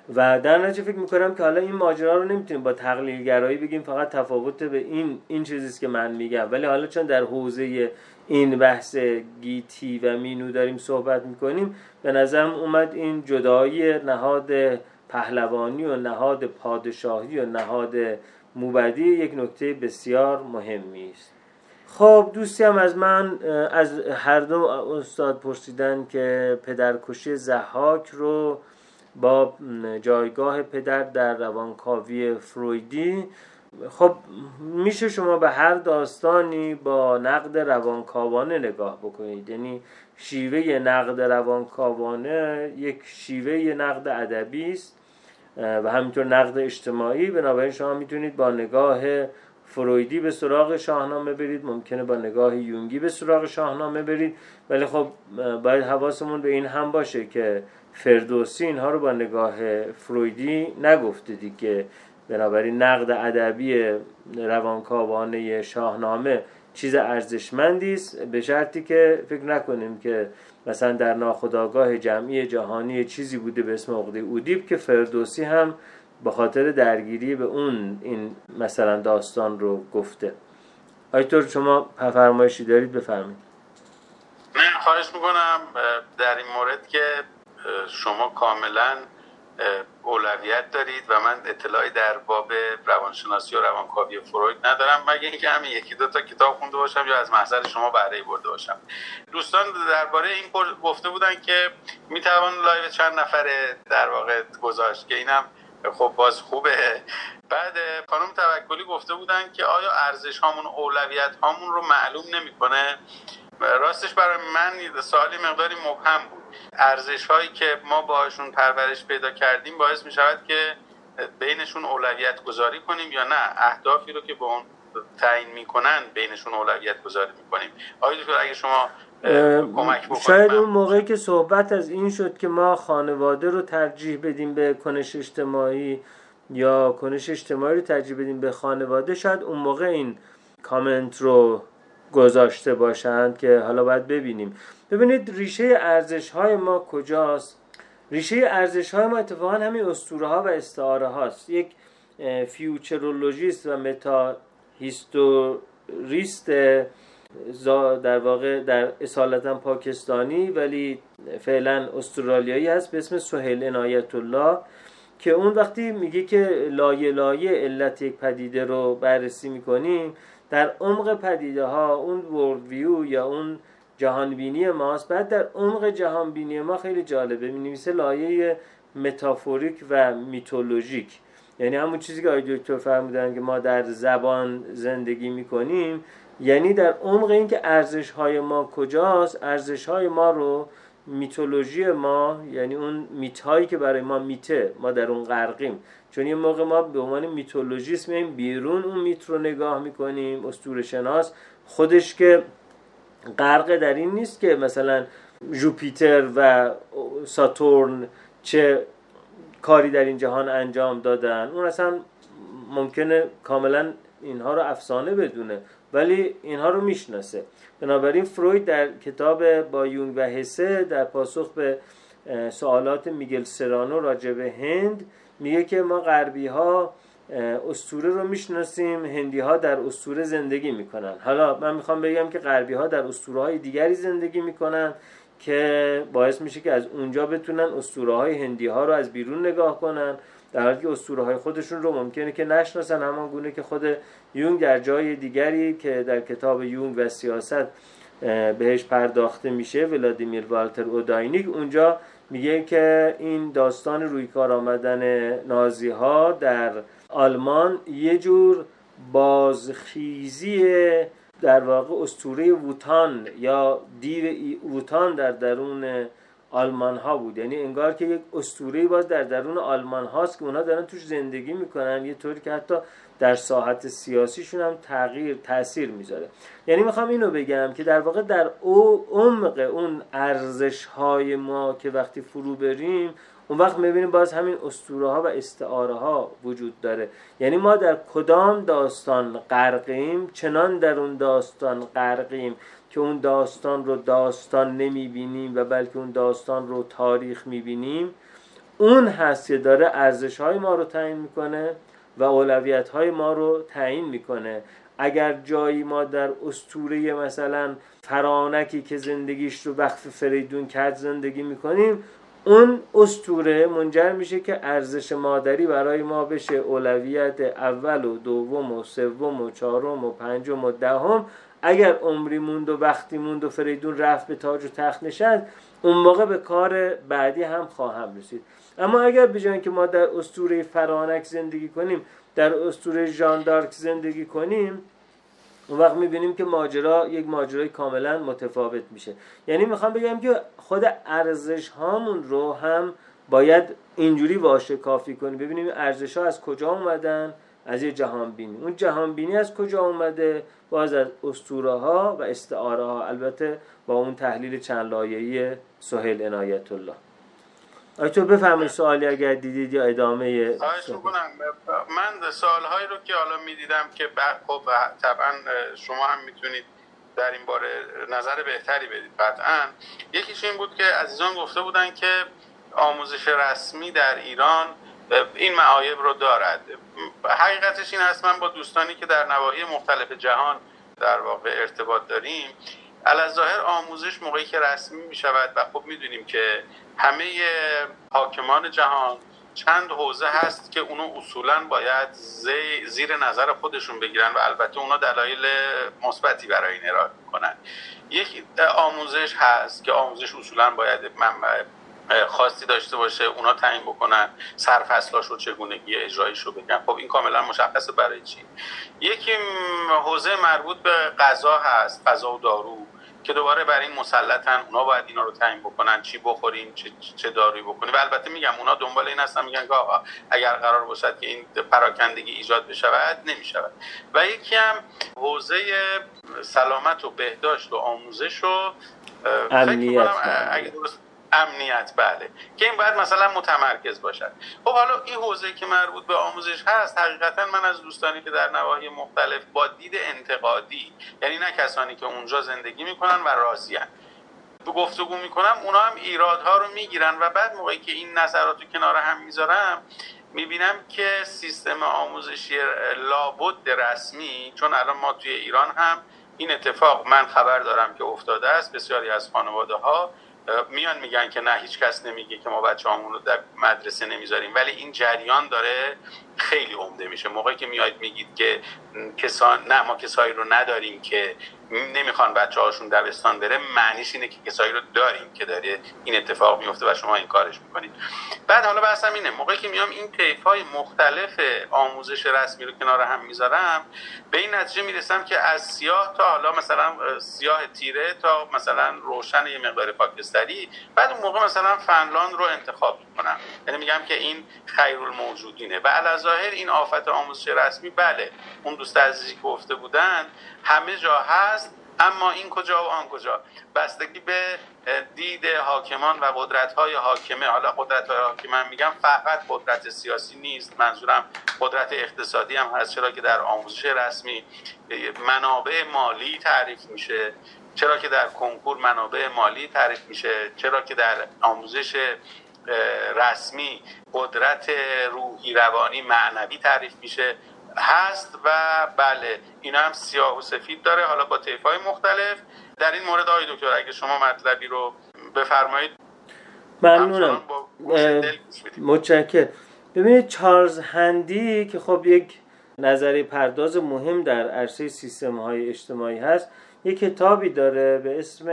و در نتیجه فکر میکنم که حالا این ماجرا رو نمیتونیم با تقلیل گرایی بگیم فقط تفاوت به این چیزیست که من میگم، ولی حالا چون در حوزه این بحث گیتی و مینو داریم صحبت میکنیم، به نظرم اومد این جدایی نهاد پهلوانی و نهاد پادشاهی و نهاد موبدی یک نکته بسیار مهمی است. خب دوستی هم از من، از هر دو استاد پرسیدن که پدرکشی ضحاک رو با جایگاه پدر در روانکاوی فرویدی، خب میشه شما به هر داستانی با نقد روانکاوانه نگاه بکنید. یعنی شیوه نقد روانکاوانه یک شیوه نقد ادبی است و همینطور نقد اجتماعی. بنابراین شما میتونید با نگاه فرویدی به سراغ شاهنامه برید، ممکنه با نگاه یونگی به سراغ شاهنامه برید، ولی خب باید حواسمون به این هم باشه که فردوسی اینها رو با نگاه فرویدی نگفته دیگه. بنابراین نقد ادبی روانکاوانه شاهنامه چیز ارزشمندی است، به شرطی که فکر نکنیم که مثلا در ناخودآگاه جمعی جهانی چیزی بوده به اسم عقده اودیپ که فردوسی هم به خاطر درگیری به اون این مثلا داستان رو گفته. آیتور شما فرمایشی دارید بفرمایید. نه خواهش میکنم. در این مورد که شما کاملا اولویت دارید و من اطلاعی در باب روانشناسی و روانکاوی فروید ندارم، مگه اینکه همین یکی دو تا کتاب خونده باشم یا از محضر شما بهره برده باشم. دوستان درباره این گفته بودن که میتوان لایو چند نفره در واقع گذاشت، که اینم خب باز خوبه. بعد خانم توکلی گفته بودن که آیا ارزش هامون و اولویت هامون رو معلوم نمیکنه؟ راستش برای من سوالی مقداری مبهم بود. ارزش هایی که ما باهاشون پرورش پیدا کردیم باعث می شود که بینشون اولویت گذاری کنیم یا نه اهدافی رو که به اون تعیین میکنن بینشون اولویت گذاری میکنیم؟ آیا دکتر اگه شما کمک بکنید. شاید اون موقعی که صحبت از این شد که ما خانواده رو ترجیح بدیم به کنش اجتماعی یا کنش اجتماعی رو ترجیح بدیم به خانواده، شاید اون موقع این کامنت رو گذاشته باشند که حالا باید ببینیم. ببینید ریشه ارزش‌های ما کجاست؟ ریشه ارزش‌های ما اتفاقا همین اسطوره‌ها و استعاره هاست. یک فیوچرولوژیست و متا هیستوریست در واقع در اصالتا پاکستانی ولی فعلا استرالیایی هست به اسم سهیل عنایت الله، که اون وقتی میگه که لایه لایه علت یک پدیده رو بررسی میکنیم، در عمق پدیده ها اون ورلد ویو یا اون جهانبینی ماست. بعد در عمق جهانبینی ما خیلی جالبه می‌نویسه لایه متافوریک و میتولوژیک، یعنی همون چیزی که آقای دکتر فرمودن که ما در زبان زندگی میکنیم، یعنی در عمق این که ارزش‌های ما کجاست، ارزش‌های ما رو میتولوژی ما، یعنی اون میتایی که برای ما میته، ما در اون غرقیم. چون یه موقع ما به عنوان میتولوژیست میایم بیرون اون میت رو نگاه میکنیم، اسطوره شناس خودش که غرق در این نیست که مثلا جوپیتر و ساتورن چه کاری در این جهان انجام دادن، اون اصلا ممکنه کاملا اینها رو افسانه بدونه ولی اینها رو میشناسه. بنابراین فروید در کتاب با یونگ و هسه در پاسخ به سوالات میگل سرانو راجع به هند میگه که ما غربی ها اسطوره رو میشناسیم، هندی ها در اسطوره زندگی میکنن. حالا من میخوام بگم که غربی ها در اسطوره های دیگری زندگی میکنن که باعث میشه که از اونجا بتونن اسطوره های هندی ها رو از بیرون نگاه کنن، در حالی که اسطوره های خودشون رو ممکنه که نشناسن، همان گونه که خود یونگ در جای دیگری که در کتاب یونگ و سیاست بهش پرداخته میشه، ولادیمیر والتر اوداینیک، اونجا میگه که این داستان روی کار آمدن نازی ها در آلمان یه جور بازخیزی در واقع اسطوره ووتان یا دیو ووتان در درون آلمان ها بود. یعنی انگار که یک اسطوره باز در درون آلمان هاست که اونا دارن توش زندگی میکنن، یه طوری که حتی در ساحت سیاسیشون هم تأثیر میذاره. یعنی میخوام اینو بگم که در واقع در عمق اون ارزش های ما که وقتی فرو بریم اون وقت میبینیم باز همین اسطوره ها و استعاره ها وجود داره. یعنی ما در کدام داستان غرقیم، چنان در اون داستان غرقیم که اون داستان رو داستان نمیبینیم و بلکه اون داستان رو تاریخ میبینیم. اون هست که داره ارزش‌های ما رو تعیین میکنه و اولویت‌های ما رو تعیین میکنه. اگر جایی ما در اسطوره مثلا فرانکی که زندگیش رو وقف فریدون کرد زندگی میکنیم، اون اسطوره منجر میشه که ارزش مادری برای ما بشه اولویت اول و دوم و سوم و چهارم و پنجم و دهم. اگر عمری موند و وقتی موند و فریدون رفت به تاج و تخت نشست، اون موقع به کار بعدی هم خواهم رسید. اما اگر بجای که ما در اسطوره فرانک زندگی کنیم، در اسطوره ژان دارک زندگی کنیم، اون وقت میبینیم که ماجرا یک ماجرای کاملا متفاوت میشه. یعنی میخوام بگم که خود ارزش هامون رو هم باید اینجوری واشکافی کنیم، ببینیم ارزش ها از کجا اومدن. از یه جهان بینی. اون جهان بینی از کجا اومده؟ باز از اسطوره ها و استعاره ها، البته با اون تحلیل چند لایه‌ای سهیل عنایت الله. آیتو بفهمید سوالی اگر دیدید یا ادامه. خواهش میکنم. من سوالهایی رو که حالا میدیدم که خب طبعا شما هم میتونید در این باره نظر بهتری بدید قطعا. یکیش این بود که عزیزان گفته بودن که آموزش رسمی در ایران این معایب رو دارد. حقیقتش این هست، من با دوستانی که در نواحی مختلف جهان در واقع ارتباط داریم، علاوه آموزش موقعی که رسمی می شود و خب میدونیم که همه حاکمان جهان چند حوزه هست که اونو اصولاً باید زیر نظر خودشون بگیرن و البته اونا دلایل مثبتی برای این ارائه میکنن. یک آموزش هست که آموزش اصولاً باید منبع خاصی داشته باشه، اونا تعیین بکنن سرفصلاش و چگونگی اجرایش رو بگن. خب این کاملا مشخصه برای چی. یکی حوزه مربوط به غذا هست، غذا و دارو، که دوباره برای این مسلطن، اونا باید اینا رو تعیین بکنن چی بخوریم چه دارویی بکنیم. و البته میگم اونا دنبال این هستن، میگن که آقا اگر قرار باشد که این پراکندگی ایجاد بشود نمیشود. و یکی هم حوزه سلامت و بهداشت و آموزش و امنیت، اگه درست امنیت، بله، که این باید مثلا متمرکز باشد. خب حالا این حوزه که مربوط به آموزش هست، حقیقتا من از دوستانی که در نواحی مختلف با دید انتقادی، یعنی نه کسانی که اونجا زندگی میکنن و راضیان، گفتگو میکنم، اونا هم ایرادها رو میگیرن و بعد موقعی که این نظرات رو کنار هم میذارم میبینم که سیستم آموزشی لابد رسمی، چون الان ما توی ایران هم این اتفاق من خبر دارم که افتاده است، بسیاری از خانواده ها میان میگن که نه هیچ کس نمیگه که ما بچه‌هامون رو در مدرسه نمیذاریم، ولی این جریان داره خیلی عمده میشه. موقعی که میاد میگید که ما کسایی رو نداریم که نمیخوان بچه‌هاشون دبستان بره، معنیش اینه که کسایی رو داریم که داره این اتفاق میفته و شما این کارش میکنید. بعد حالا بحثم اینه، موقعی که میام این طیف‌های مختلف آموزش رسمی رو کنار هم میذارم، به این نتیجه میرسم که از سیاه تا حالا مثلا سیاه تیره تا مثلا روشن یه مقدار خاکستری، بعد اون موقع مثلا فنلاند رو انتخاب میکنم. یعنی میگم که این خیرالموجودینه. و علاوه این آفت آموزش رسمی، بله اون دوست عزیزی که گفته بودن همه جا هست، اما این کجا و آن کجا، بستگی به دید حاکمان و قدرت‌های حاکمه. حالا قدرت‌های حاکمه میگم فقط قدرت سیاسی نیست، منظورم قدرت اقتصادی هم هست، چرا که در آموزش رسمی منابع مالی تعریف میشه، چرا که در کنکور منابع مالی تعریف میشه، چرا که در آموزش رسمی قدرت روحی روانی معنوی تعریف میشه هست. و بله اینا هم سیاه و سفید داره، حالا با طیف‌های مختلف. در این مورد آقای دکتر اگه شما مطلبی رو بفرمایید. ممنونم، متشکرم. ببینید چارلز هندی که خب یک نظریه پرداز مهم در عرصه سیستم‌های اجتماعی هست، یک کتابی داره به اسم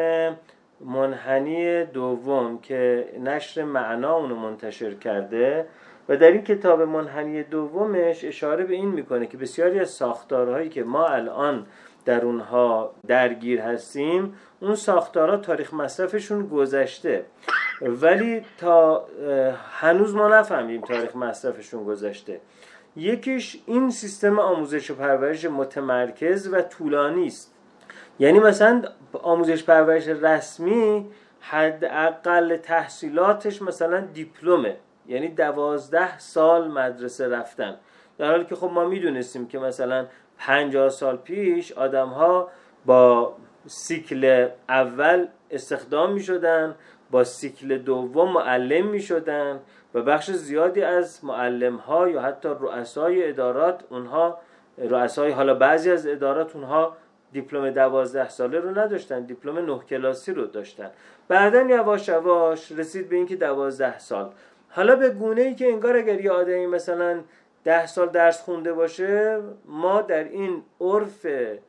منحنی دوم که نشر معنا اونو منتشر کرده و در این کتاب منحنی دومش اشاره به این میکنه که بسیاری از ساختارهایی که ما الان در اونها درگیر هستیم، اون ساختارها تاریخ مصرفشون گذشته، ولی تا هنوز ما نفهمیم تاریخ مصرفشون گذشته. یکیش این سیستم آموزش و پرورش متمرکز و طولانی است. یعنی مثلا آموزش پرورش رسمی حداقل تحصیلاتش مثلا دیپلمه، یعنی 12 سال مدرسه رفتن، در حالی که خب ما میدونستیم که مثلا 50 سال پیش آدم‌ها با سیکل اول استخدام می‌شدن، با سیکل دوم معلم می‌شدن و بخش زیادی از معلم‌ها یا حتی رؤسای ادارات، اونها رؤسای حالا بعضی از ادارات اونها دیپلم 12 ساله رو نداشتن، دیپلم 9 کلاسی رو داشتن. بعداً یواش یواش رسید به اینکه 12 سال. حالا به گونه‌ای که انگار اگر یه آدمی مثلا 10 سال درس خونده باشه، ما در این عرف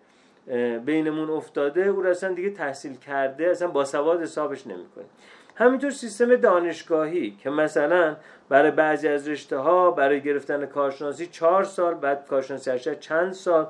بینمون افتاده او رو اصلا دیگه تحصیل کرده اصلا باسواد حسابش نمی‌کنیم. همینطور سیستم دانشگاهی که مثلا برای بعضی از رشته‌ها برای گرفتن کارشناسی 4 سال، بعد کارشناسی ارشد چند سال.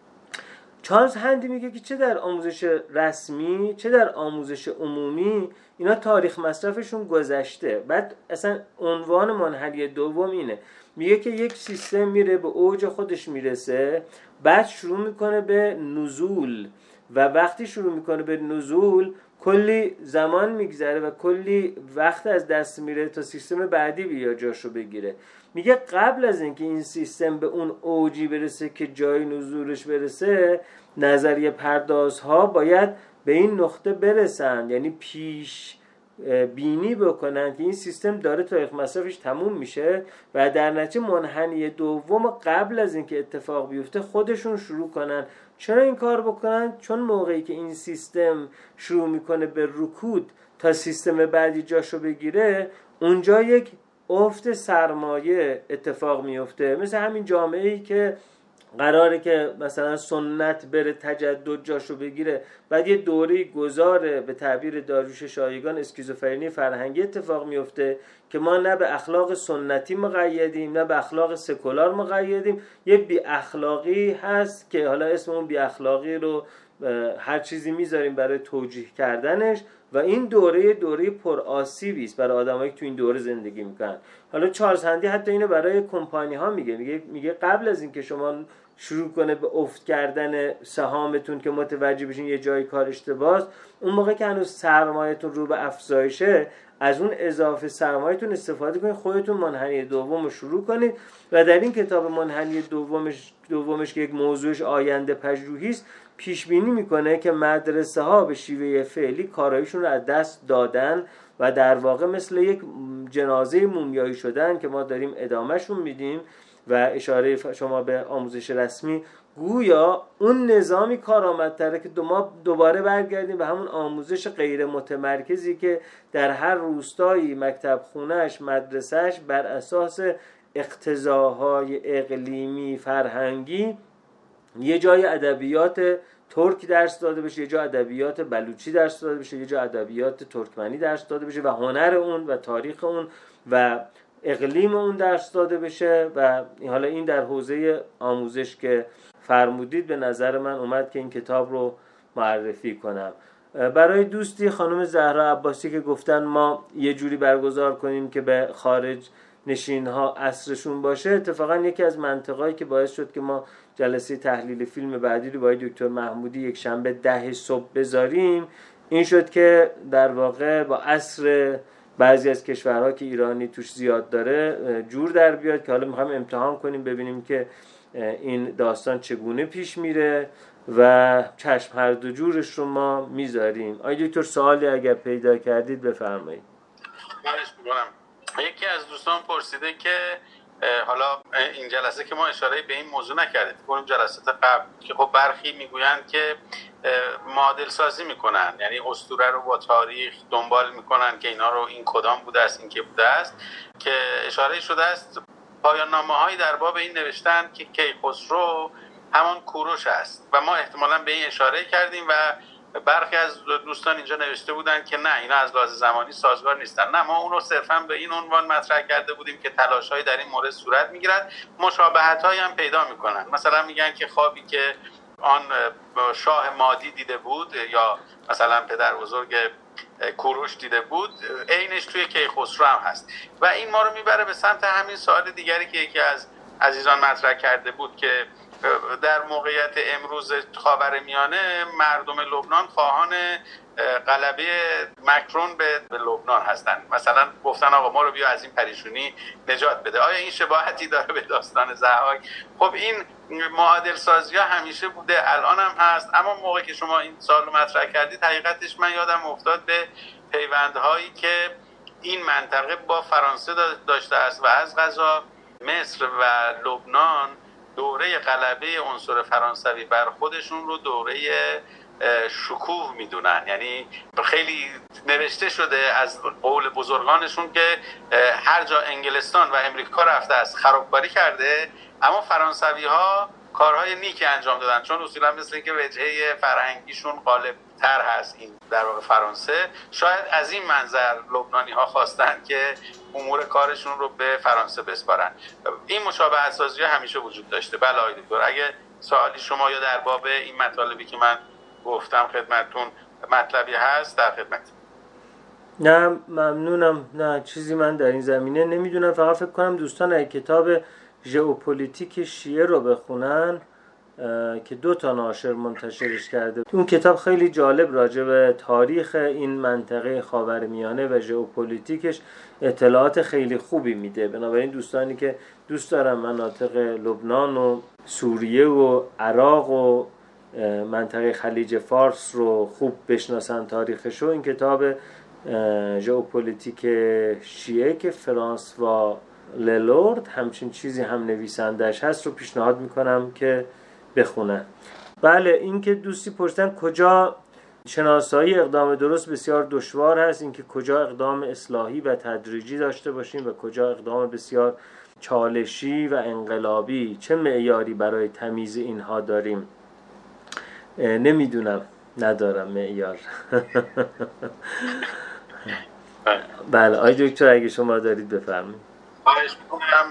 چارلز هندی میگه که چه در آموزش رسمی چه در آموزش عمومی اینا تاریخ مصرفشون گذشته. بعد اصلا عنوان منحنی دوم اینه، میگه که یک سیستم میره به اوج خودش میرسه، بعد شروع میکنه به نزول و وقتی شروع میکنه به نزول کلی زمان میگذره و کلی وقت از دست میره تا سیستم بعدی بیا جاشو بگیره. میگه قبل از اینکه این سیستم به اون اوجی برسه که جای نزولش برسه، نظریه پردازها باید به این نقطه برسن، یعنی پیش بینی بکنن که این سیستم داره تاریخ مصرفش تموم میشه و در نتیجه منحنی دوم قبل از اینکه اتفاق بیفته خودشون شروع کنن. چرا این کار بکنن؟ چون موقعی که این سیستم شروع میکنه به رکود تا سیستم بعدی جاشو بگیره، اونجا یک افت سرمایه اتفاق میفته. مثل همین جامعه‌ای که قراره که مثلا سنت بره تجدد جاشو بگیره، بعد یه دوره گذاره به تعبیر داریوش شایگان اسکیزوفرنی فرهنگی اتفاق میفته که ما نه به اخلاق سنتی مقیدیم نه به اخلاق سکولار مقیدیم. یه بی اخلاقی هست که حالا اسم اون بی اخلاقی رو هر چیزی میذاریم برای توجیه کردنش و این دوره پرآسیبی است برای آدمایی که تو این دوره زندگی میکنن. حالا چارلز هندی حتی اینو برای کمپانی ها میگه قبل از اینکه شما شروع کنه به افت کردن سهامتون که متوجه بشین یه جای کار اشتباهه، اون موقع که هنوز سرمایه‌تون رو به افزایشه از اون اضافه سرمایه‌تون استفاده کنید، خودتون منحنی دوم رو شروع کنید. و در این کتاب منحنی دومش که یک موضوعش آینده پژوهی است، پیش بینی میکنه که مدرسه ها به شیوه فعلی کارایشون رو از دست دادن و در واقع مثل یک جنازه مومیایی شدن که ما داریم ادامهشون میدیم. و اشاره شما به آموزش رسمی، گویا اون نظامی کارآمدتره که ما دوباره برگردیم به همون آموزش غیر متمرکزی که در هر روستایی مکتب خونهش مدرسهش بر اساس اقتضاهای اقلیمی فرهنگی یه جای ادبیات ترک درس داده بشه، یه جا ادبیات بلوچی درس داده بشه، یه جا ادبیات ترکمنی درس داده بشه و هنر اون و تاریخ اون و اقلیم اون درس داده بشه. و حالا این در حوزه آموزش که فرمودید به نظر من اومد که این کتاب رو معرفی کنم. برای دوستی خانم زهرا عباسی که گفتن ما یه جوری برگزار کنیم که به خارج نشین ها عصرشون باشه، اتفاقا یکی از منطقهایی که باعث شد که ما جلسه تحلیل فیلم بعدی رو با دکتر محمودی یک شنبه 10 صبح بذاریم این شد که در واقع با عصر بعضی از کشورها که ایرانی توش زیاد داره جور در بیاد که حالا میخوایم امتحان کنیم ببینیم که این داستان چگونه پیش میره و چشم هر دو جورش رو ما میذاریم. آقای دکتر سوالی اگر پیدا کردید بفرمایید. یکی از دوستان پرسیده که حالا این جلسه که ما اشاره به این موضوع نکردیم، اون جلسات قبل که خب برخی میگویند که معادل سازی میکنن، یعنی اسطوره رو با تاریخ دنبال میکنن که اینا رو این کدام بوده است این که بوده است، که اشاره شده است پایان نامه‌هایی در باب این نوشتن که کیخسرو همان کوروش است و ما احتمالاً به این اشاره کردیم و برخی از دوستان اینجا نوشته بودن که نه اینا از لحاظ زمانی سازگار نیستن. نه، ما اون رو صرفاً به این عنوان مطرح کرده بودیم که تلاش‌هایی در این مورد صورت میگیرد، مشابهت‌هایی هم پیدا میکنن. مثلا میگن که خوابی که آن شاه مادی دیده بود یا مثلا پدر بزرگ کوروش دیده بود عینش توی کیخسرو هم هست و این ما رو میبره به سمت همین سوال دیگری که یکی از عزیزان مطرح کرده بود که در موقعیت امروز خاورمیانه مردم لبنان خواهان غلبه مکرون به لبنان هستند. مثلا گفتن آقا ما رو بیا از این پریشونی نجات بده. آیا این شباهتی داره به داستان ضحاک؟ خب این معادل سازی ها همیشه بوده، الان هم هست، اما موقعی که شما این سوال رو مطرح کردید حقیقتش من یادم افتاد به پیوندهایی که این منطقه با فرانسه داشته است و از قضا مصر و لبنان دوره غلبه عنصر فرانسوی بر خودشون رو دوره شکوه میدونن. یعنی خیلی نوشته شده از قول بزرگانشون که هر جا انگلستان و امریکا رفته است خرابکاری کرده، اما فرانسوی ها کارهای نیکی انجام دادن، چون اصولا مثل اینکه وجهه فرهنگیشون غالب تر هست این در واقع فرانسه. شاید از این منظر لبنانی ها خواستن که امور کارشون رو به فرانسه بسپارن. این مشابهت سازی همیشه وجود داشته. بله آقای دکتر، اگه سوالی شما یا در باب این مطالبی که من گفتم خدمتتون مطلبی هست در خدمت. نه ممنونم. نه چیزی من در این زمینه نمیدونم. فقط فکر کنم دوستان اگه کتاب ژئوپلیتیک شیعه رو بخونن که 2 ناشر منتشرش کرده، اون کتاب خیلی جالب راجع به تاریخ این منطقه خاورمیانه و ژئوپلیتیکش اطلاعات خیلی خوبی میده. بنابراین دوستانی که دوست دارن مناطق لبنان و سوریه و عراق و منطقه خلیج فارس رو خوب بشناسن تاریخشو، این کتاب ژئوپلیتیک شیعه که فرانسوا للورد همچین چیزی هم نویسندش هست رو پیشنهاد میکنم که بخونن. بله، این که دوستی پرسیدن کجا شناسایی اقدام درست بسیار دشوار هست، این که کجا اقدام اصلاحی و تدریجی داشته باشیم و کجا اقدام بسیار چالشی و انقلابی، چه معیاری برای تمیز اینها داریم. نمیدونم، ندارم معیار. بله آقای دکتر اگه شما دارید بفرمایید. خواهش میکنم.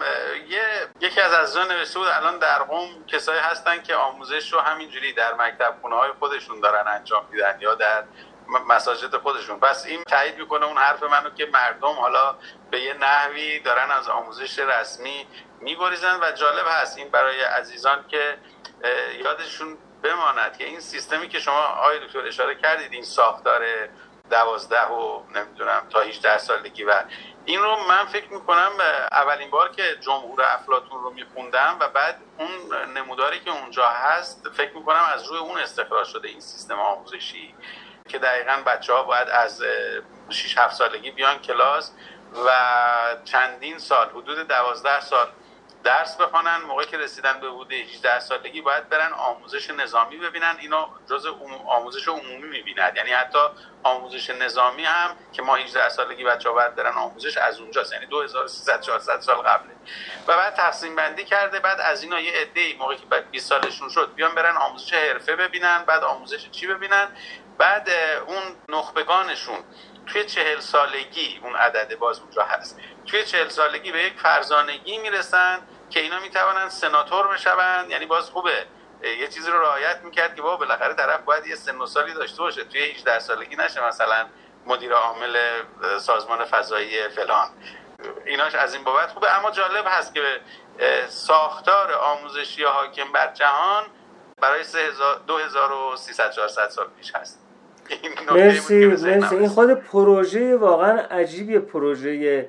یکی از عزیزان نوشته بود الان در قم کسایی هستن که آموزش رو همینجوری در مکتب خونه های خودشون دارن انجام میدن یا در مساجد خودشون. پس این تایید میکنه اون حرف منو که مردم حالا به یه نحوی دارن از آموزش رسمی میگریزن و جالب هست این برای عزیزان که یادشون بماند که این سیستمی که شما آقای دکتر اشاره کردید، این ساختار 12 و نمیدونم تا 18 سالگی و این رو من فکر میکنم اولین بار که جمهور افلاطون رو میخوندم و بعد اون نموداری که اونجا هست فکر میکنم از روی اون استخراج شده این سیستم آموزشی که دقیقاً بچه‌ها باید از 6-7 سالگی بیان کلاس و چندین سال حدود 12 سال درس بخونن. موقعی که رسیدن به حدود 18 سالگی باید برن آموزش نظامی ببینن. اینا جزء آموزش عمومی میبیند، یعنی حتی آموزش نظامی هم که ما 18 سالگی بچه‌ها باید برن آموزش از اونجاست، یعنی 2300-400 سال قبله. و بعد تقسیم بندی کرده، بعد از اینا یه عده‌ای موقعی که 20 سالشون شد بیان برن آموزش حرفه ببینن، بعد آموزش چی ببینن، بعد اون نخبگانشون توی 40 سالگی اون عدد باز اونجا هست، توی 40 سالگی به یک فرزانگی میرسن که اینا میتوانن سناتور بشون. یعنی باز خوبه یه چیزی رو رعایت میکرد که بابا بالاخره طرف باید یه سن و سالی داشته باشه، توی 18 سالگی نشه مثلا مدیر عامل سازمان فضایی فلان. ایناش از این بابت خوبه. اما جالب هست که ساختار آموزشی حاکم بر جهان برای 2300-400 سال پیش هست. مرسی. این خود پروژه واقعا عجیبیه، پروژه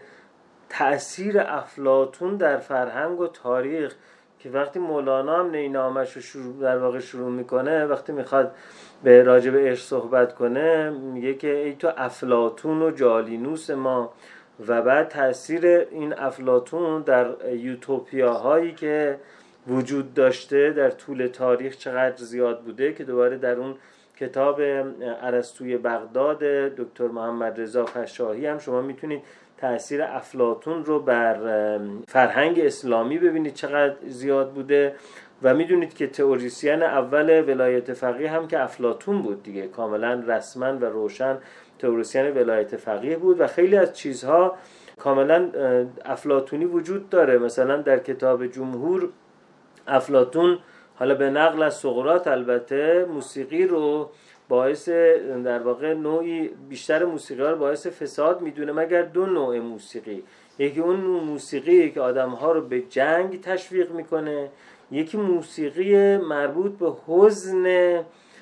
تأثیر افلاطون در فرهنگ و تاریخ که وقتی مولانا هم نینامش رو در واقع شروع میکنه، وقتی میخواد به راجع به عشق صحبت کنه میگه که ای تو افلاطون و جالینوس ما، و بعد تأثیر این افلاطون در یوتوپیاهایی که وجود داشته در طول تاریخ چقدر زیاد بوده که دوباره در اون کتاب ارسطوی بغداد دکتر محمد رضا فشاهی هم شما میتونید تأثیر افلاطون رو بر فرهنگ اسلامی ببینید چقدر زیاد بوده و میدونید که تئوریسین اول ولایت فقیه هم که افلاطون بود دیگه، کاملا رسما و روشن تئوریسین ولایت فقیه بود و خیلی از چیزها کاملا افلاطونی وجود داره. مثلا در کتاب جمهور افلاطون حالا به نقل از سقراط البته موسیقی رو باعث در واقع نوعی بیشتر موسیقی ها رو باعث فساد میدونه مگر 2 نوع موسیقی. یکی اون موسیقی که آدم ها رو به جنگ تشویق میکنه، یکی موسیقی مربوط به حزن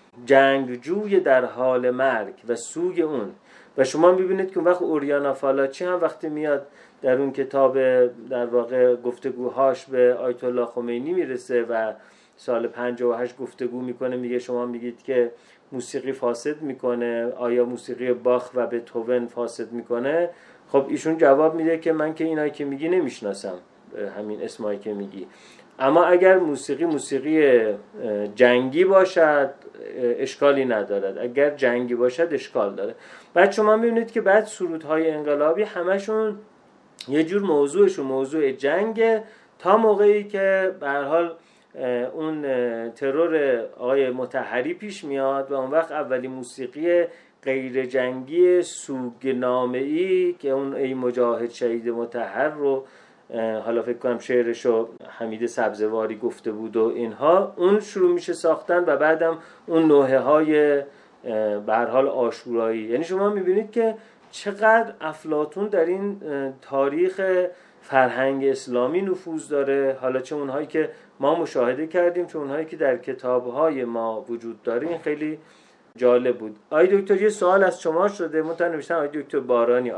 جنگجوی در حال مرگ و سوگ اون. و شما میبینید که وقت اوریانا فالاچی هم وقتی میاد در اون کتاب در واقع گفتگوهاش به آیت الله خمینی میرسه و سال 58 گفتگو میکنه، میگه شما میگید که موسیقی فاسد میکنه، آیا موسیقی باخ و بتهوون فاسد میکنه؟ خب ایشون جواب میده که من که اینایی که میگی نمیشناسم، همین اسمایی که میگی، اما اگر موسیقی جنگی باشد اشکالی ندارد، اگر جنگی باشد اشکال داره. بعد شما میبینید که بعد سرودهای انقلابی همشون یه جور موضوعشون موضوع جنگه، تا موقعی که به هر حال اون ترور آقای مطهری پیش میاد و اون وقت اولی موسیقی غیر جنگی سوگنامه‌ای که اون ای مجاهد شهید مطهر رو حالا فکر کنم شعرشو حمید سبزواری گفته بود و اینها، اون شروع میشه ساختن و بعدم اون نوحه های به هر حال عاشورایی. یعنی شما میبینید که چقدر افلاطون در این تاریخ فرهنگ اسلامی نفوذ داره، حالا چه اونهایی که ما مشاهده کردیم چه اونهایی که در کتابهای ما وجود داره. این خیلی جالب بود. آقای دکتر یه سوال از شما شده، منتها نوشتن آقای دکتر بارانی.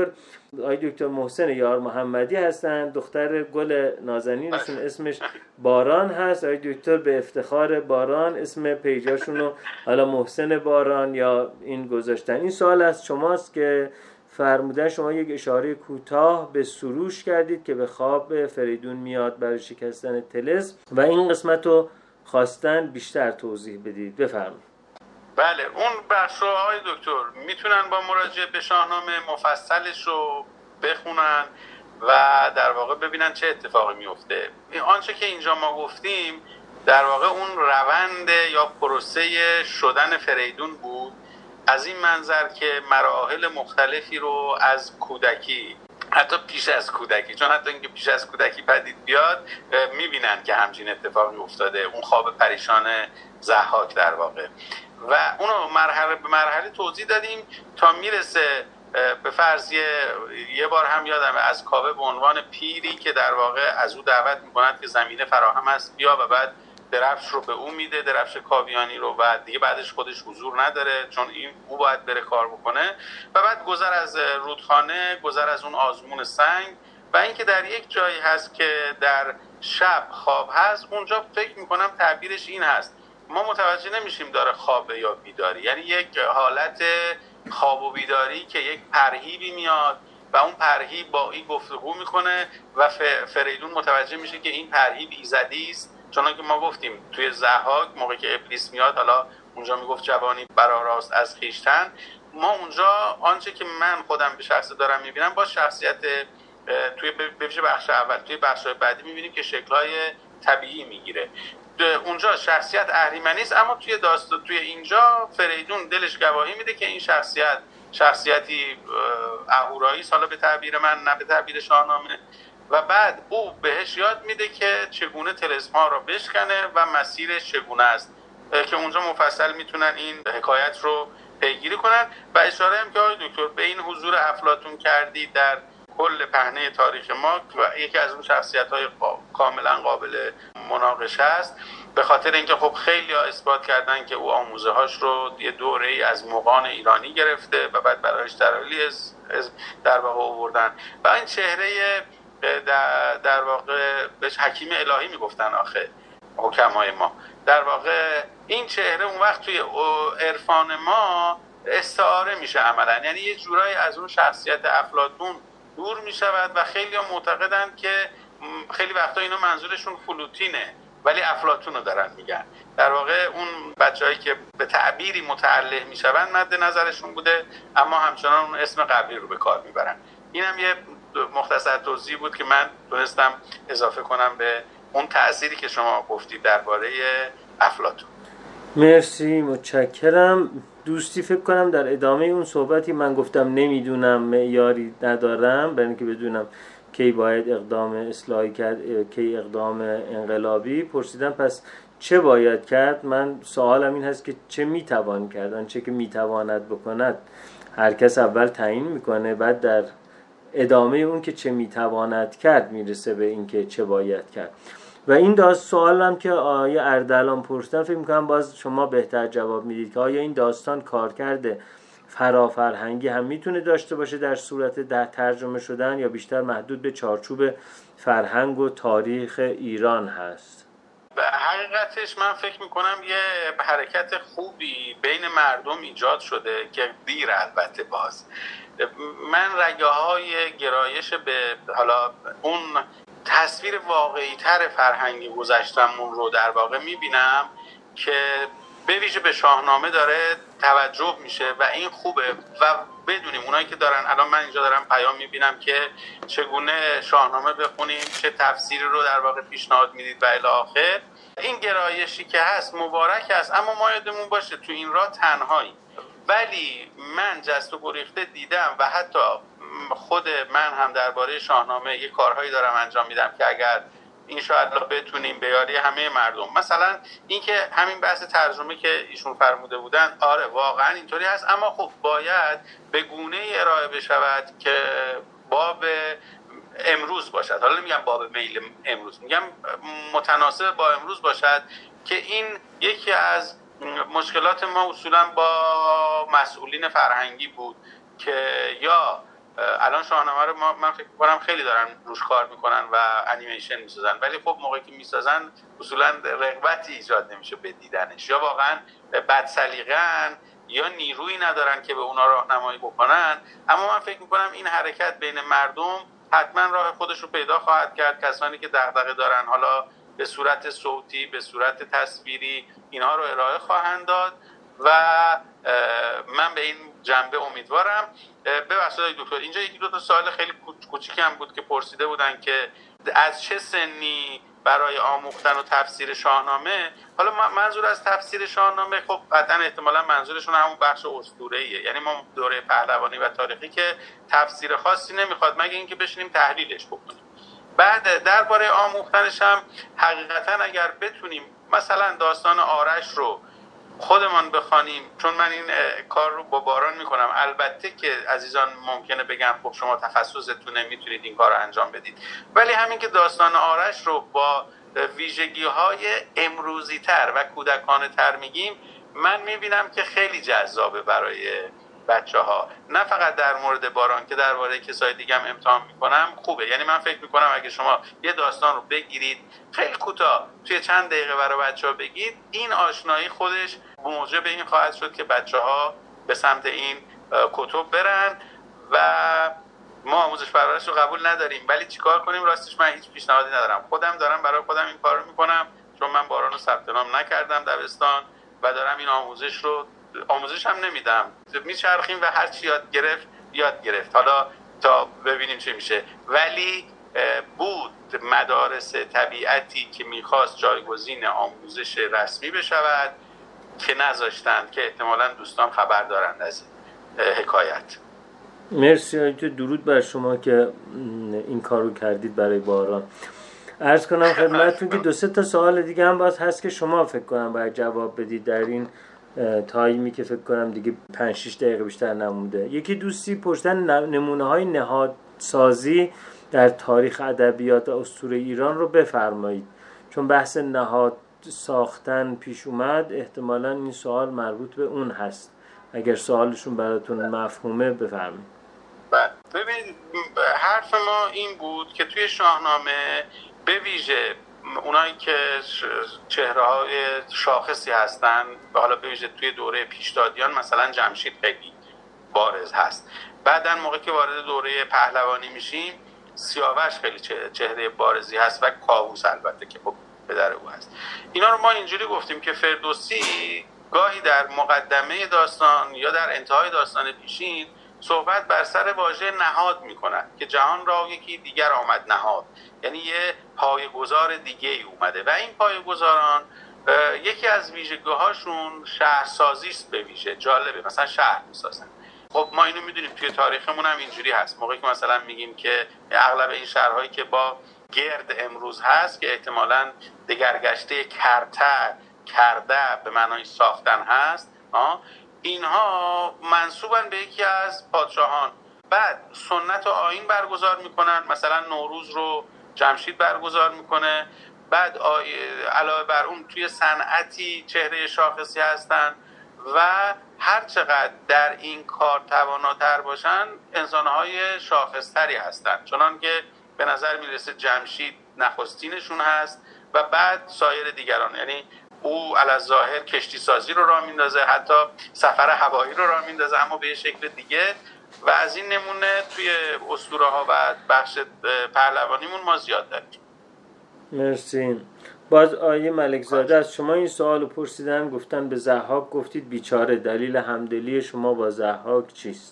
آقای دکتر محسن یار محمدی هستن، دختر گل نازنینشون اسمش باران هست. آقای دکتر به افتخار باران اسم پیجاشون رو حالا محسن باران یا این گذاشتن. این سوال از شماست که فرمودن شما یک اشاره کوتاه به سروش کردید که به خواب فریدون میاد برای شکستن طلسم و این قسمت رو خواستن بیشتر توضیح بدید. بفرمایید. بله، اون بخش رو آقای دکتر میتونن با مراجعه به شاهنامه مفصلش رو بخونن و در واقع ببینن چه اتفاقی میفته. آنچه که اینجا ما گفتیم در واقع اون روند یا پروسه شدن فریدون بود، از این منظر که مراحل مختلفی رو از کودکی، حتی پیش از کودکی، چون حتی اینکه پیش از کودکی پدید بیاد میبینن که همچین اتفاقی افتاده، اون خواب پریشان ضحاک در واقع، و اونو مرحله به مرحله توضیح دادیم تا میرسه به فرض یه بار هم یادمه از کاوه به عنوان پیری که در واقع از او دعوت میکنند که زمینه فراهم است بیا، و بعد درفش رو به او میده، درفش کاویانی رو، و دیگه بعدش خودش حضور نداره چون این او باید بره کار بکنه، و بعد گذر از رودخانه، گذر از اون آزمون سنگ، و اینکه در یک جایی هست که در شب خواب هست، اونجا فکر میکنم تعبیرش این هست، ما متوجه نمیشیم داره خوابه یا بیداری، یعنی یک حالت خواب و بیداری که یک پرهیبی میاد و اون پرهیب با این گفتگو میکنه و فریدون متوجه میشه که این پرهیب ایزدی است، چون که ما گفتیم توی ضحاک موقعی که ابلیس میاد، حالا اونجا میگفت جوانی برآراست از خویشتن، ما اونجا آنچه که من خودم به شخص دارم میبینم با شخصیت توی بخش اول، توی بخش‌های بعدی میبینیم که شکل‌های طبیعی میگیره. اونجا شخصیت اهریمنی است، اما توی اینجا فریدون دلش گواهی میده که این شخصیتی اهورایی است، حالا به تعبیر من نه به تعبیر شاهنامه، و بعد او بهش یاد میده که چگونه طلسم‌ها را بشکنه و مسیرش چگونه است، که اونجا مفصل میتونن این حکایت رو پیگیری کنن. و اشاره هم که آقای دکتر به این حضور افلاطون کردی در کل پهنه تاریخ ما و یکی از اون شخصیت‌های کاملا قابل مناقشه است، به خاطر اینکه خب خیلی ها اثبات کردن که او آموزه‌هاش رو یه دوره‌ای از مغان ایرانی گرفته و بعد برایش دراویلی در واقع آوردن، و این چهره در واقع بهش حکیم الهی میگفتن آخه حکمای ما، در واقع این چهره اون وقت توی عرفان ما استعاره میشه عملا، یعنی یه جورایی از اون شخصیت افلاطون دور میشود و خیلی ها معتقدن که خیلی وقتا اینا منظورشون فلوتینه ولی افلاطون رو دارن میگن، در واقع اون بچه‌هایی که به تعبیری متعلق میشون مد نظرشون بوده اما همچنان اون اسم قبلی رو به کار میبرن. اینم یه مختصر توضیح بود که من تونستم اضافه کنم به اون تأثیری که شما گفتید درباره افلاطون. مرسی، متشکرم. دوستی فکر کنم در ادامه اون صحبتی من گفتم نمیدونم، معیاری ندارم برای اینکه بدونم کی باید اقدام اصلاحی کرد، کی اقدام انقلابی، پرسیدم پس چه باید کرد. من سوالم این هست که چه میتوان کرد، آنچه که میتواند بکند هر کس اول تعیین میکنه، بعد در ادامه اون که چه میتواند کرد میرسه به این که چه باید کرد. و این سوالم که آیه اردلان پرسیدن فکر میکنم باز شما بهتر جواب میدید که آیا این داستان کارکرد فرافرهنگی هم میتونه داشته باشه در صورت ترجمه شدن یا بیشتر محدود به چارچوب فرهنگ و تاریخ ایران هست؟ حقیقتش من فکر میکنم یه حرکت خوبی بین مردم ایجاد شده که دیر البته باز من رگه های گرایش به حالا اون تصویر واقعی تر فرهنگی گذشتمون رو در واقع میبینم که به ویژه به شاهنامه داره توجه میشه و این خوبه و بدونیم اونایی که دارن الان من اینجا دارم پیام میبینم که چگونه شاهنامه بخونیم، چه تفسیری رو در واقع پیشنهاد میدید و الی آخر. این گرایشی که هست مبارک است، اما ما یادمون باشه تو این راه تنهایی. ولی من جست و گریخته دیدم و حتی خود من هم درباره شاهنامه یه کارهایی دارم انجام میدم که اگر انشاءالله بتونیم به یاری همه مردم، مثلا اینکه همین بحث ترجمه که ایشون فرموده بودن، آره واقعا اینطوری هست، اما خب باید به گونه ارائه بشود که باب امروز باشد. حالا نمیگم باب میل امروز، میگم متناسب با امروز باشد، که این یکی از مشکلات ما اصولا با مسئولین فرهنگی بود که یا الان شاهنامه رو من فکر می‌کنم خیلی دارن روش کار میکنن و انیمیشن میسازن، ولی خب موقعی که میسازن اصولا رغبتی ایجاد نمیشه به دیدنش، یا واقعا بد سلیقه‌ان یا نیرویی ندارن که به اونا راهنمایی بکنن. اما من فکر میکنم این حرکت بین مردم حتما راه خودش رو پیدا خواهد کرد. کسانی که دغدغه دارن حالا به صورت صوتی، به صورت تصویری اینها رو ارائه خواهند داد و من به این جنبه امیدوارم. ببخشید دکتر، اینجا یکی دو تا سوال خیلی کوچیکی هم بود که پرسیده بودن که از چه سنی برای آموختن و تفسیر شاهنامه. حالا منظور از تفسیر شاهنامه خب قطعا احتمالا منظورشون همون بخش اسطوره‌ایه، یعنی ما دوره پهلوانی و تاریخی که تفسیر خاصی نمیخواد مگه اینکه بشینیم تحلیلش بکنیم. بعد درباره آموختنش هم حقیقتا اگر بتونیم مثلا داستان آرش رو خودمان بخوانیم، چون من این کار رو با باران میکنم، البته که عزیزان ممکنه بگن خب شما تخصصتونه میتونید این کار رو انجام بدید، ولی همین که داستان آرش رو با ویژگی های امروزی تر و کودکانه تر میگیم، من میبینم که خیلی جذابه برای بچه ها، نه فقط در مورد باران که درباره کسای دیگه هم امتحان میکنم خوبه. یعنی من فکر میکنم اگه شما یه داستان رو بگیرید خیلی کوتاه توی چند دقیقه برای بچه ها بگید، این آشنایی خودش موجب این خواهد شد که بچه ها به سمت این کتب برن. و ما آموزش پرورش رو قبول نداریم، ولی چیکار کنیم؟ راستش من هیچ پیشنهادی ندارم، خودم دارم برای خودم این کار رو میکنم، چون من باران رو ثبت نام نکردم دبستان و دارم این آموزش هم نمیدم، میچرخیم و هر چی یاد گرفت حالا تا ببینیم چه میشه. ولی بود مدارس طبیعتی که میخواست جایگزین آموزش رسمی بشود که نذاشتند، که احتمالاً دوستان خبر دارند از این حکایت. مرسی، درود بر شما که این کارو کردید برای باران. عرض کنم خدمتتون که 2-3 تا سوال دیگه هم باز هست که شما فکر کنم باید جواب بدید در این تایمی که فکر کنم دیگه 5-6 دقیقه بیشتر نمونده. یکی دوستی پرسیدن نمونه‌های نهادسازی در تاریخ ادبیات اسطوره ایران رو بفرمایید، چون بحث نهاد ساختن پیش اومد، احتمالاً این سوال مربوط به اون هست. اگر سوالشون براتون مفهومه بفرمایید. ببین، حرف ما این بود که توی شاهنامه به ویژه اونایی که چهره‌های شاخصی هستن، حالا به ویژه توی دوره پیشدادیان مثلا جمشید خیلی بارز هست. بعداً موقعی که وارد دوره پهلوانی میشیم سیاوش خیلی چهره بارزی هست و کاووس البته که خب پدر او هست. اینا رو ما اینجوری گفتیم که فردوسی گاهی در مقدمه داستان یا در انتهای داستان پیشین صحبت بر سر واژه نهاد میکنن که جهان را یکی دیگر آمد نهاد، یعنی یه پایه‌گذار دیگه ای اومده و این پایه‌گذاران یکی از ویژگی‌هاشون شهرسازی است. به ویژه جالبه، مثلا شهر میسازن. خب ما اینو میدونیم توی تاریخمون هم اینجوری هست. موقعی که مثلا میگیم که اغلب این شهرهایی که با گرد امروز هست که احتمالاً دگرگشته کرده به معنای ساختن هست، اینها منسوبن به یکی از پادشاهان. بعد سنت و آیین برگزار میکنن، مثلا نوروز رو جمشید برگزار میکنه. بعد علاوه بر اون توی صنعتی چهره شاخصی هستن و هر چقدر در این کار تواناتر باشن انسانهای شاخصتری هستن، چنان که به نظر میرسه جمشید نخستینشون هست و و بعد سایر دیگران. یعنی او علی‌الظاهر کشتی سازی رو راه میندازه، حتی سفر هوایی رو راه میندازه، اما به شکل دیگه. و از این نمونه توی اسطوره ها و بخش پهلوانیمون ما زیاد داریم. مرسی. باز آیه ملکزاده از شما این سوال پرسیدن، گفتن به ضحاک گفتید بیچاره، دلیل همدلی شما با ضحاک چیست؟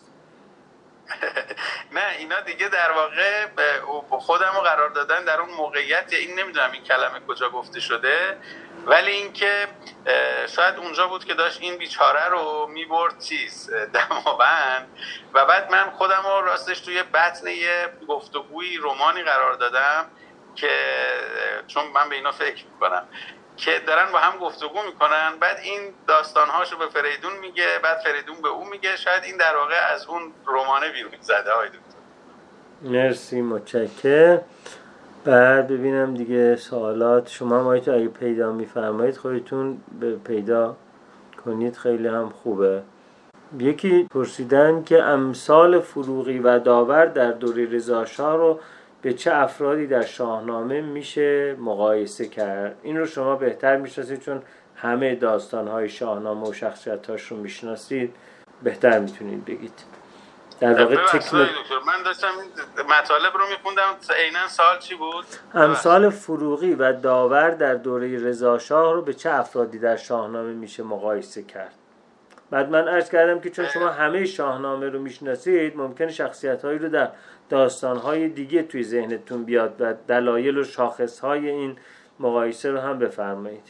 نه اینا دیگه در واقع خودم رو قرار دادن در اون موقعیت. این نمیدونم این کلمه کجا گفته شده، ولی اینکه شاید اونجا بود که داشت این بیچاره رو میبرد دماوند. و بعد من خودم رو راستش توی بطن یه گفتگوی رمانی قرار دادم که چون من به اینا فکر میکنم که دارن با هم گفتگو میکنن، بعد این داستانهاشو به فریدون میگه، بعد فریدون به اون میگه. شاید این در واقع از اون رمانه بیرون زده. های دکتر مرسی، متشکرم. بعد ببینم دیگه سوالات شما هم اگه پیدا میفرمایید خودتون پیدا کنید، خیلی هم خوبه. یکی پرسیدن که امثال فروغی و داور در دوره رضا شاه رو به چه افرادی در شاهنامه میشه مقایسه کرد؟ این رو شما بهتر میشناسید چون همه داستانهای شاهنامه و شخصیتاش رو میشناسید، بهتر میتونید بگید. در واقع دکتر من داشتم مطالب رو میخوندم، عیناً سوال چی بود؟ امثال فروغی و داور در دوره رضا شاه رو به چه افرادی در شاهنامه میشه مقایسه کرد؟ بعد من عرض کردم که چون شما همه شاهنامه رو میشناسید، ممکنه شخصیت‌هایی رو در داستان‌های دیگه توی ذهنتون بیاد و دلایل و شاخص‌های این مقایسه رو هم بفرمایید.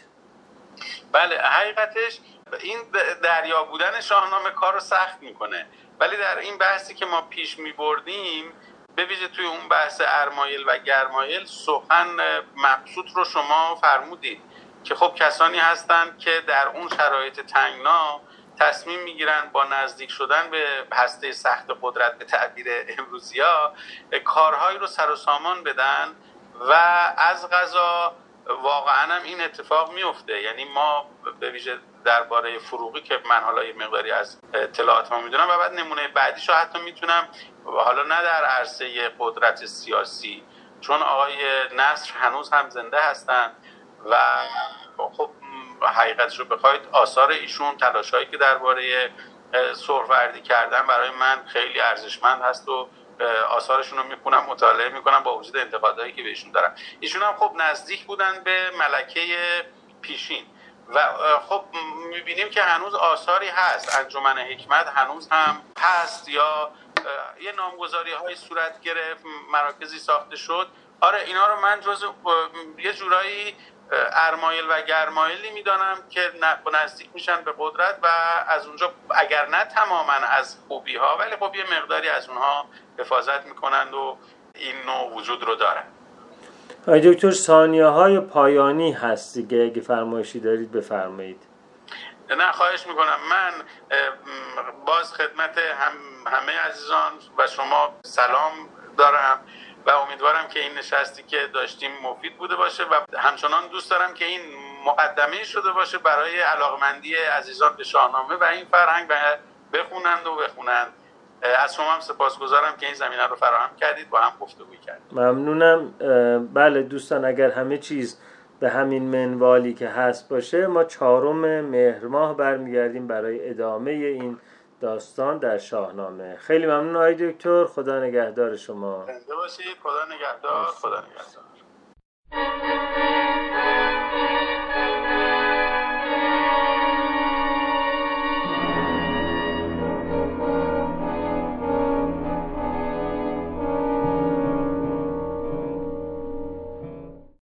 بله، حقیقتش این دریا بودن شاهنامه کار رو سخت میکنه، ولی در این بحثی که ما پیش میبردیم، به ویژه توی اون بحث ارمایل و گرمایل، سخن مبسوط رو شما فرمودید که خب کسانی هستند که در اون شرایط تنگنا تصمیم میگیرن با نزدیک شدن به هسته سخت قدرت به تعبیر امروزیا کارهایی رو سر و سامان بدن و از قضا واقعا هم این اتفاق میفته. یعنی ما به ویژه درباره فروغی که من حالا یه مقداری از اطلاعات ما میدونم و بعد نمونه بعدیشو حتی میتونم، حالا نه در عرصه قدرت سیاسی، چون آقای نصر هنوز هم زنده هستن و خب حقیقتش رو بخواید آثار ایشون، تلاشایی که درباره سهروردی کردن برای من خیلی ارزشمند هست و آثارشون رو میخونم، مطالعه میکنم با وجود انتقادایی که بهشون دارم. ایشون هم خب نزدیک بودن به ملکه پیشین و خب میبینیم که هنوز آثاری هست. انجمن حکمت هنوز هم هست یا یه نامگذاری های صورت گرفت، مراکزی ساخته شد. آره اینا رو من جز یه جورایی ارمایل و گرمایلی میدانم که نزدیک میشن به قدرت و از اونجا اگر نه تماما از خوبی ها، ولی خب یه مقداری از اونها حفاظت میکنند و این نوع وجود رو دارن. آقای دکتر ثانیه های پایانی هست دیگه، اگه فرمایشی دارید بفرمایید. نه خواهش میکنم. من باز خدمت همه عزیزان و شما سلام دارم و امیدوارم که این نشستی که داشتیم مفید بوده باشه و همچنان دوست دارم که این مقدمه شده باشه برای علاقمندی عزیزان به شاهنامه و این فرهنگ بخونند و بخونند. از شما هم سپاسگزارم که این زمینه رو فراهم کردید، با هم گفتگو کردید. ممنونم. بله دوستان، اگر همه چیز به همین منوالی که هست باشه، ما 4 مهر ماه برمیگردیم برای ادامه این داستان در شاهنامه. خیلی ممنون آقای دکتر، خدا نگهدار شما. زنده باشید. خدا نگهدار. خدا نگهدار.